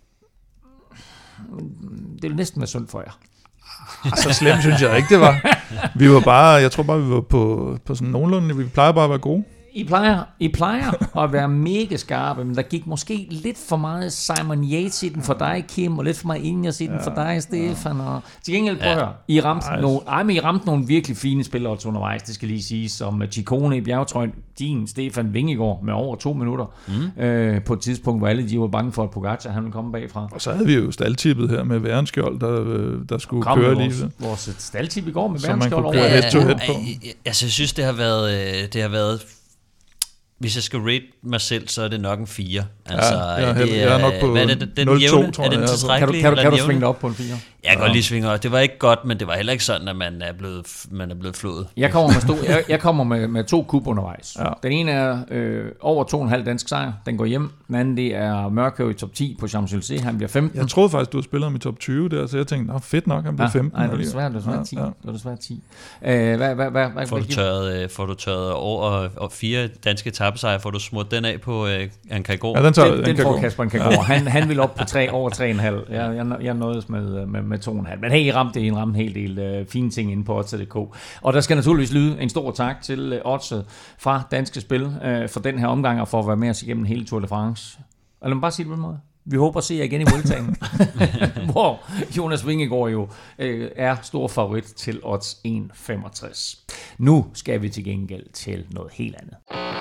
Det vil næsten være synd for jer.
Så slemt synes jeg ikke, det var. Vi var bare, jeg tror bare, vi var på sådan nogenlunde, vi plejer bare at være gode.
I plejer at være mega skarpe, men der gik måske lidt for meget Simon Yates i den for dig, Kim, og lidt for meget Ineos i den for dig, Stefan. Og til gengæld, prøv at høre, I ramte nogle virkelig fine spillere undervejs, det skal lige sige, som Ciccone i bjergetrøjen, din Stefan Vingegaard med over 2 minutter, på et tidspunkt, hvor alle de var bange for, at Pogacar han ville komme bagfra.
Og så havde vi jo staldtippet her med Værenskjold, der skulle køre lige.
Vores staldtip i går med Værenskjold over.
Jeg synes, det har været hvis jeg skal rate mig selv, så er det nok en 4. Altså,
jeg er nok på 0,2, tror jeg.
Er den tilstrækkelig?
Kan du svinge op på en 4?
Jeg kan godt lige svinge op. Det var ikke godt, men det var heller ikke sådan, at man er blevet flået.
Jeg kommer med 2 kub undervejs. Ja. Den ene er over 2,5 dansk sejr. Den går hjem. Den anden, det er Mørkøv i top 10 på Champs-Élysées. Han bliver 15.
Jeg troede faktisk, du havde spillet ham i top 20 der, så jeg tænkte, fedt nok, han bliver 15.
Nej, det var desværre 10.
Får du tørret over og 4 danske etappesejre, får du smurt den af på Ankergaard?
Ja,
den får Kasper Ankergaard. Han vil op på over 3,5. Jeg nåedes med 2,5. Men hey, I ramte en hel del fine ting inde på Odds.dk. Og der skal naturligvis lyde en stor tak til Oddset fra Danske Spil for den her omgang, og for at være med os igennem hele Tour de France. Og lad mig bare sige det på en måde. Vi håber at se jer igen i Vueltaen, hvor Jonas Vingegaard jo er stor favorit til odds 1,65. Nu skal vi til gengæld til noget helt andet.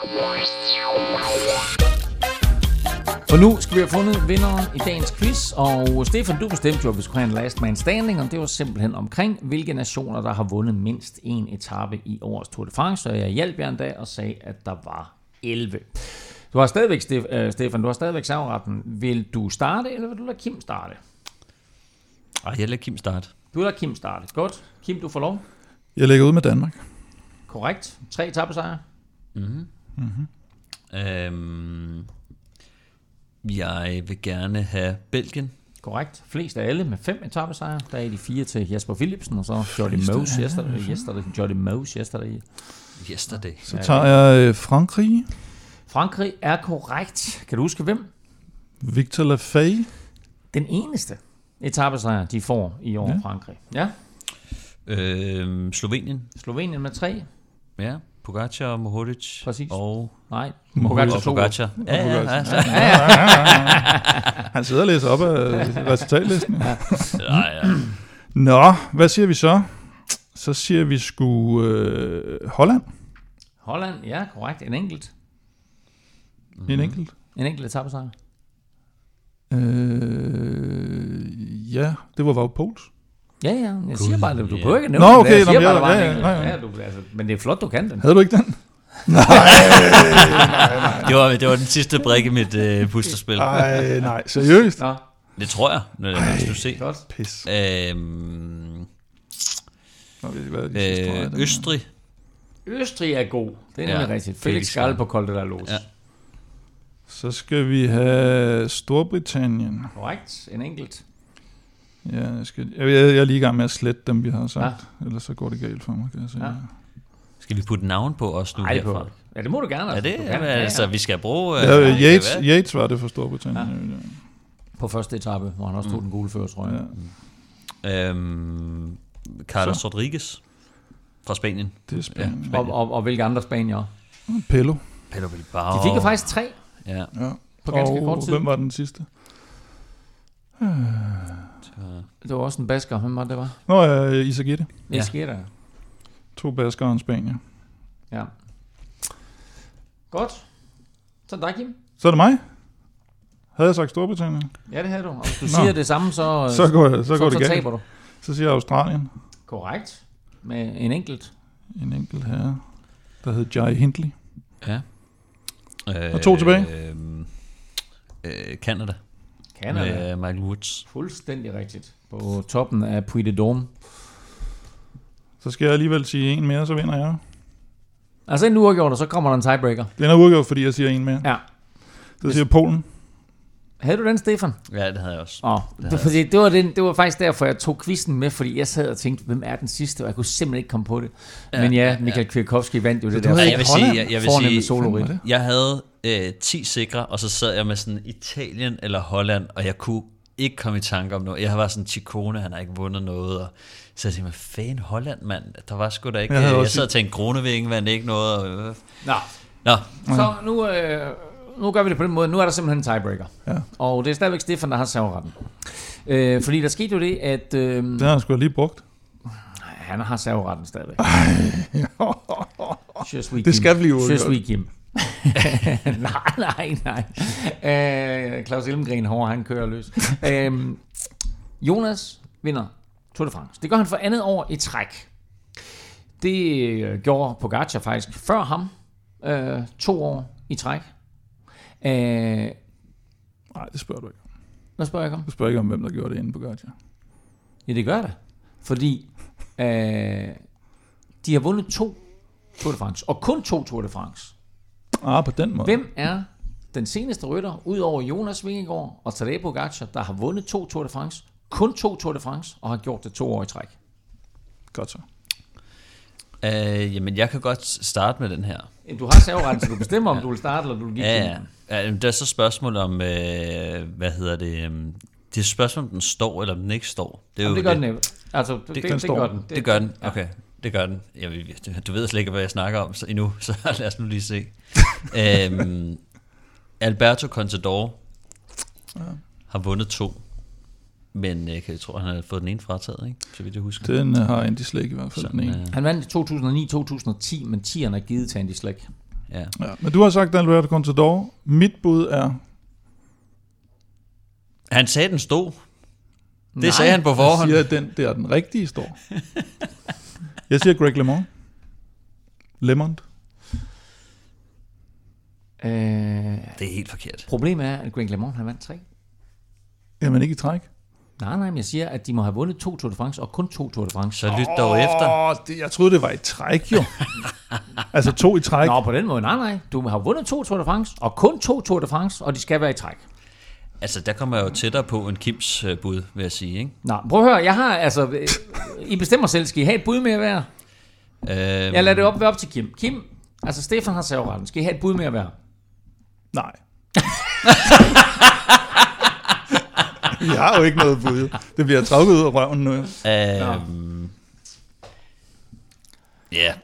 For nu skal vi have fundet vindere i dagens quiz, og Stefan, du bestemte jo, at vi skulle have en last man standing, og det var simpelthen omkring, hvilke nationer, der har vundet mindst en etape i årets Tour de France, og jeg hjalp jer en dag og sagde, at der var 11. Du har stadigvæk, Stefan, du har stadigvæk serveretten. Vil du starte, eller vil du lade Kim starte?
Jeg lader Kim starte.
Du lader Kim starte. Godt. Kim, du får lov.
Jeg lægger ud med Danmark.
Korrekt. 3 etapesejre.
Jeg vil gerne have Belgien.
Korrekt. Flest af alle med 5 etapesejre. Der er de 4 til Jasper Philipsen, og så Jordi Mose yesterday.
Så tager jeg Frankrig.
Frankrig er korrekt. Kan du huske hvem?
Victor Lafay.
Den eneste etapesejr, de får i år Frankrig. Ja. Slovenien med 3.
Ja. Pogacar, Mohoric.
Præcis.
Og
nej,
Pogacar. Ja.
Han sidder og læser op af resultatlisten. Nå, hvad siger vi så? Så siger vi sgu Holland.
Holland, ja, korrekt. En enkelt.
En enkelt?
En enkelt etapesejr.
Ja, det var Wout Poels.
Ja, jeg siger bare, at du behøver ikke
nævne det. Nå, okay.
Men det er flot, du kan den.
Havde du ikke den?
Det var den sidste brik i mit puslespil.
Nej, seriøst?
Nå.
Det tror jeg, hvis du ser.
Pis.
Østrig.
Østrig er god. Det er nemlig rigtigt. Felix Gall på Col de la Loze.
Ja. Så skal vi have Storbritannien.
Korrekt. En enkelt.
Ja, jeg er lige i gang med at slette dem, vi har sagt. Ja. Ellers så går det galt for mig, kan jeg sige. Ja.
Skal vi putte navn på os nu herfra?
Ja, det må du gerne.
Altså. Ja, det altså, vi skal bruge...
Yates var det for Storbritannien. Ja.
På første etape, hvor han også tog den gule førertrøje.
Ja.
Carlos Rodriguez fra Spanien.
Det er Spanien.
Ja. Og hvilke andre spaniere?
Pello
Bilbao.
De fik jo faktisk 3.
Ja.
På ganske kort tid.
Hvem var den sidste?
Det var også en basker. Hvem var det, var?
Nå, Izagirre.
Izagirre.
2 baskere og en spanier.
Ja. Godt. Så dig, Kim.
Så er det mig. Havde jeg sagt Storbritannien?
Ja, det havde du. Og hvis du siger det samme, så
går det galt.
Taber du.
Så siger jeg Australien.
Korrekt. Med en enkelt.
En enkelt herre, der hed Jai Hindley.
Ja.
Og 2 tilbage.
Canada. Med Michael Woods.
Fuldstændig rigtigt. På toppen af Puy de Dôme.
Så skal jeg alligevel sige en mere, så vinder jeg.
Altså en uafgjort, og så kommer der en tiebreaker.
Den er uafgjort, fordi jeg siger en mere.
Ja.
Så siger Polen.
Havde du den, Stefan?
Ja, det havde jeg også.
Det var faktisk derfor, jeg tog quizzen med, fordi jeg sad og tænkte, hvem er den sidste, og jeg kunne simpelthen ikke komme på det. Men Michael Kwiatkowski vandt jo det der.
Jeg vil sige, jeg havde 10 sikre, og så sad jeg med sådan Italien eller Holland, og jeg kunne ikke komme i tanke om noget. Jeg var sådan, Ciccone, han har ikke vundet noget, og så jeg tænkte, hvad fanden Holland, mand? Der var sgu da ikke... Jeg sad og tænkte, Groenewegen vandt ikke noget. Nå.
Så nu gør vi det på den måde. Nu er der simpelthen en tiebreaker. Ja. Og det er stadigvæk Stefan, der har serveretten. Fordi der skete jo det, at...
den har han sgu lige brugt.
Han har serveretten stadigvæk.
Det skal blive uafgjort.
Kim. Nej. Claus Elmgren han kører løs. Jonas vinder Tour de France. Det gør han for andet år i træk. Det gjorde Pogačar faktisk før ham. 2 år i træk.
Nej, det spørger du ikke.
Hvad spørger jeg om?
Du spørger ikke om, hvem der gjorde det inden Pogačar.
Ja, det gør det. Fordi de har vundet 2 Tour de France. Og kun 2 Tour de France.
På den måde.
Hvem er den seneste rytter, ud over Jonas Vingegaard og Tadej Pogačar, der har vundet 2 Tour de France, kun 2 Tour de France, og har gjort det 2 år i træk?
Godt så.
Jamen, jeg kan godt starte med den her.
Du har serveretten, så du bestemmer, om du vil starte, eller du vil give
den. Ja, der er så spørgsmål om, hvad hedder det... Det er spørgsmål, om den står, eller om den ikke står.
Det gør den. Altså, det gør den.
Det gør den, okay. Det gør den. Du ved slet ikke, hvad jeg snakker om endnu, så lad os nu lige se. Alberto Contador har vundet 2, men jeg tror, han har fået den ene frataget, ikke? Så vidt jeg husker.
Den har Andy Schleck i hvert fald.
Han vandt i 2009-2010, men 10'erne er givet til Andy Schleck.
Ja. Men du har sagt Alberto Contador. Mit bud er...
Han sagde, den stod. Det sagde han på forhånd.
Jeg siger, det er den rigtige står. Jeg siger Greg LeMond. LeMond.
Det er helt forkert.
Problemet er, at Greg LeMond har vandt 3.
Jamen ikke i træk.
Nej, men jeg siger, at de må have vundet 2 Tour de France, og kun 2 Tour de France.
Så lyt dog efter.
Jeg troede, det var i træk, jo. Altså 2 i træk.
Nå, på den måde, nej. Du har vundet 2 Tour de France, og kun 2 Tour de France, og de skal være i træk.
Altså, der kommer jeg jo tættere på en Kims bud, vil jeg sige, ikke?
Nå, prøv at høre, jeg har, I bestemmer selv, skal I have et bud med at være? Jeg lader det være op til Kim. Kim, altså Stefan har serveretten. Skal I have et bud med at være?
Nej. Jeg har jo ikke noget bud. Det bliver trukket ud af røven nu.
Ja,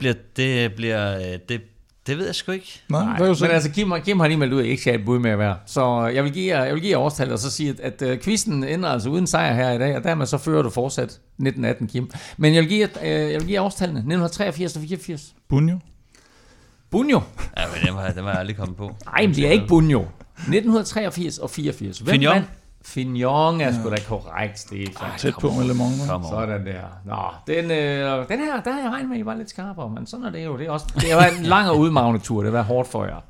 det ved jeg sgu ikke.
Nej, men altså Kim har lige meldt ud, at I ikke skal have et bud med at være. Så jeg vil give jer årstallet og så sige, at quizzen ender altså uden sejr her i dag, og dermed så fører du fortsat 1918, Kim. Men jeg vil give jer årstallene. 1983 og 84.
Bunjo.
Ja, men den var jeg aldrig kommet på.
Nej, men det er ikke Bunjo. 1983 og 84. Fignon er sgu da korrekt, Stefan.
Tæt på med Le Mans.
Sådan der. Nå, den her, der har jeg regnet med, at I var lidt skarpere, men sådan er det jo. Det var en lang og udmagende tur. Det var hårdt for jer.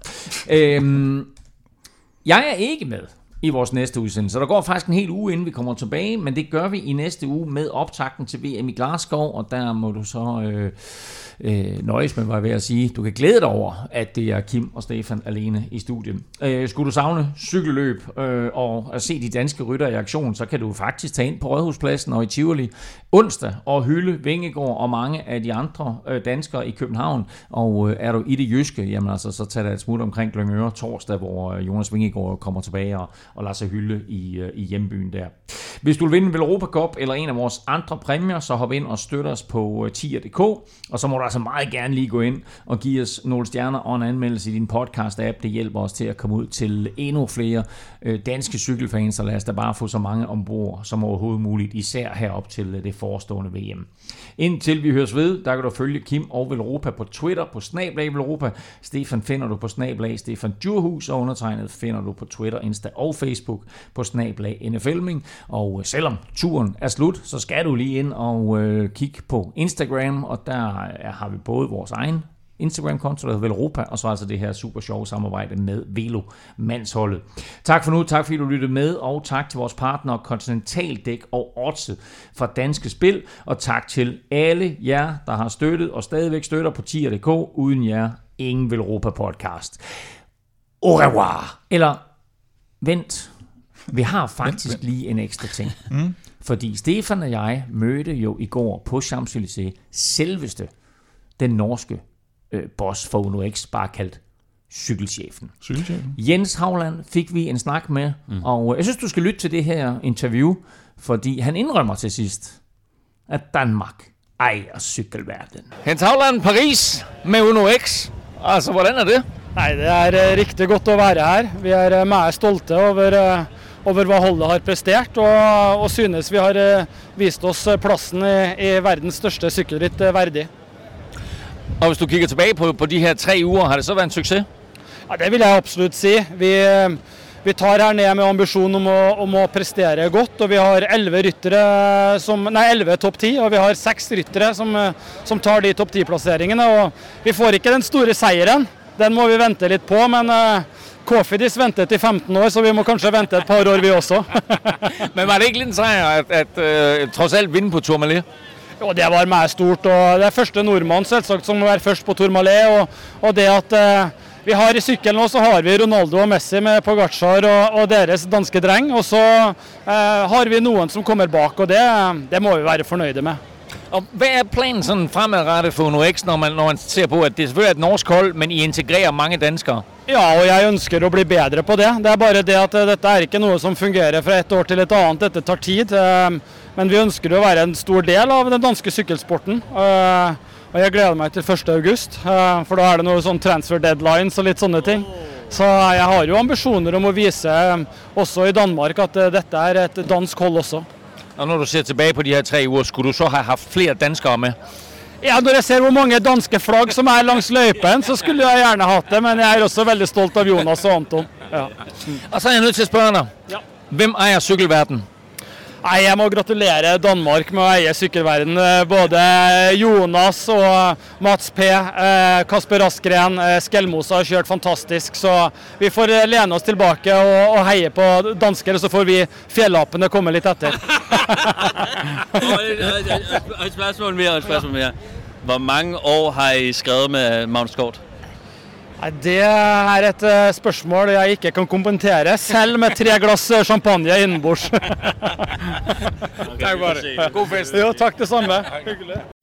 Jeg er ikke med i vores næste udsendelse, så der går faktisk en hel uge, inden vi kommer tilbage, men det gør vi i næste uge med optakten til VM i Glasgow, og der må du så nøjes med, hvad jeg vil sige. Du kan glæde dig over, at det er Kim og Stefan alene i studiet. Skulle du savne cykelløb og at se de danske rytter i aktion, så kan du faktisk tage ind på Rådhuspladsen og i Tivoli onsdag og hylde Vingegaard og mange af de andre danskere i København. Og er du i det jyske, jamen altså, så tag dig et smut omkring Glyngøre torsdag, hvor Jonas Vingegaard kommer tilbage og lader sig hylde i hjembyen der. Hvis du vil vinde Velropa Cup eller en af vores andre præmier, så hop ind og støt os på tier.dk, og så må du altså meget gerne lige gå ind og give os nogle stjerner og en anmeldelse i din podcast-app. Det hjælper os til at komme ud til endnu flere danske cykelfans, og lad os da bare få så mange ombord som overhovedet muligt, især herop til det forestående VM. Indtil vi høres ved, der kan du følge Kim og Velropa på Twitter på @Velropa. Stefan finder du på @Stefan Djurhus, og undertegnet finder du på Twitter, Insta og Facebook på @NFLming. Og selvom turen er slut, så skal du lige ind og kigge på Instagram, og der har vi både vores egen Instagram-konto, der hedder Velropa, og så altså det her super sjove samarbejde med Velo Mandsholdet. Tak for nu, tak fordi du lyttede med, og tak til vores partner Continental Dæk og Odset fra Danske Spil, og tak til alle jer, der har støttet og stadigvæk støtter på tier.dk. Uden jer, ingen Velropa podcast. Au revoir. Eller, vent, vi har faktisk lige en ekstra ting. Fordi Stefan og jeg mødte jo i går på Champs-Élysées selveste, den norske boss for Uno X, bare kaldt cykelchefen. Jens Havland fik vi en snak med, og jeg synes, du skal lytte til det her interview, fordi han indrømmer til sidst, at Danmark ejer cykelverdenen.
Jens Havland, Paris med Uno X. Altså, hvordan er det?
Nej, det er rigtig godt at være her. Vi er meget stolte over hvad holdet har præsteret, og synes vi har vist os pladsen i verdens største cykelritt værdig.
Og hvis du kigger tilbage på de her 3 uger, har det så været en succes?
Ja, det vil jeg absolut sige. Vi tager her ned med ambition om at præstere godt, og vi har 11 ryttere 11 top 10, og vi har 6 ryttere som tager de top 10-plasseringene, og vi får ikke den store sejren. Den må vi vente lidt på, men Cofidis ventet i 15 år, så vi må kanskje vente et par år vi også.
Men var det ikke lidt en sejr at trods alt vinde på Tourmalet?
Jo, det var meget stort, og det er første nordmann selvsagt som er først på Tourmalet, og det at vi har i cyklen nå, så har vi Ronaldo og Messi med Pogačar og deres danske dreng, og så har vi noen som kommer bak, og det må vi være fornøyde med.
Og hvad er planen sådan fremadrettet for Uno X, når man ser på, at det selvfølgelig er et norsk hold, men I integrerer mange danskere?
Ja, og jeg ønsker at blive bedre på det. Det er bare det at dette er ikke noe som fungerer fra et år til et annet. Dette tar tid, men vi ønsker at være en stor del av den danske cykelsporten. Og jeg gleder meg til 1. august, for da er det noe sånn transfer deadlines og litt sånne ting. Så jeg har jo ambisjoner om å vise også i Danmark at dette er et dansk hold også.
Og når du ser tilbage på de her 3 uger, skulle du så have haft flere danskere med?
Ja, når jeg ser hvor mange danske flagg som er langs løypen, så skulle jeg gjerne hatt det, men jeg er også veldig stolt av Jonas og Anton. Ja.
Og så er jeg nødt til at spørge dig, hvem ejer cykelverden?
Nei, jeg må gratulere Danmark med å eie sykkelverden. Både Jonas og Mats P, Kasper Askren, Skelmosa har kjørt fantastisk, så vi får lene oss tilbake og heie på dansker, så får vi fjellapene komme litt etter.
Og et spørgsmål mere. Hvor mange år har I skrevet med Magnus Kort?
Det er et spørsmål jeg ikke kan kommentere, selv med 3 glass champagne innenbords.
Tak for det. God fest.
Jo, takk det samme. Hyggelig.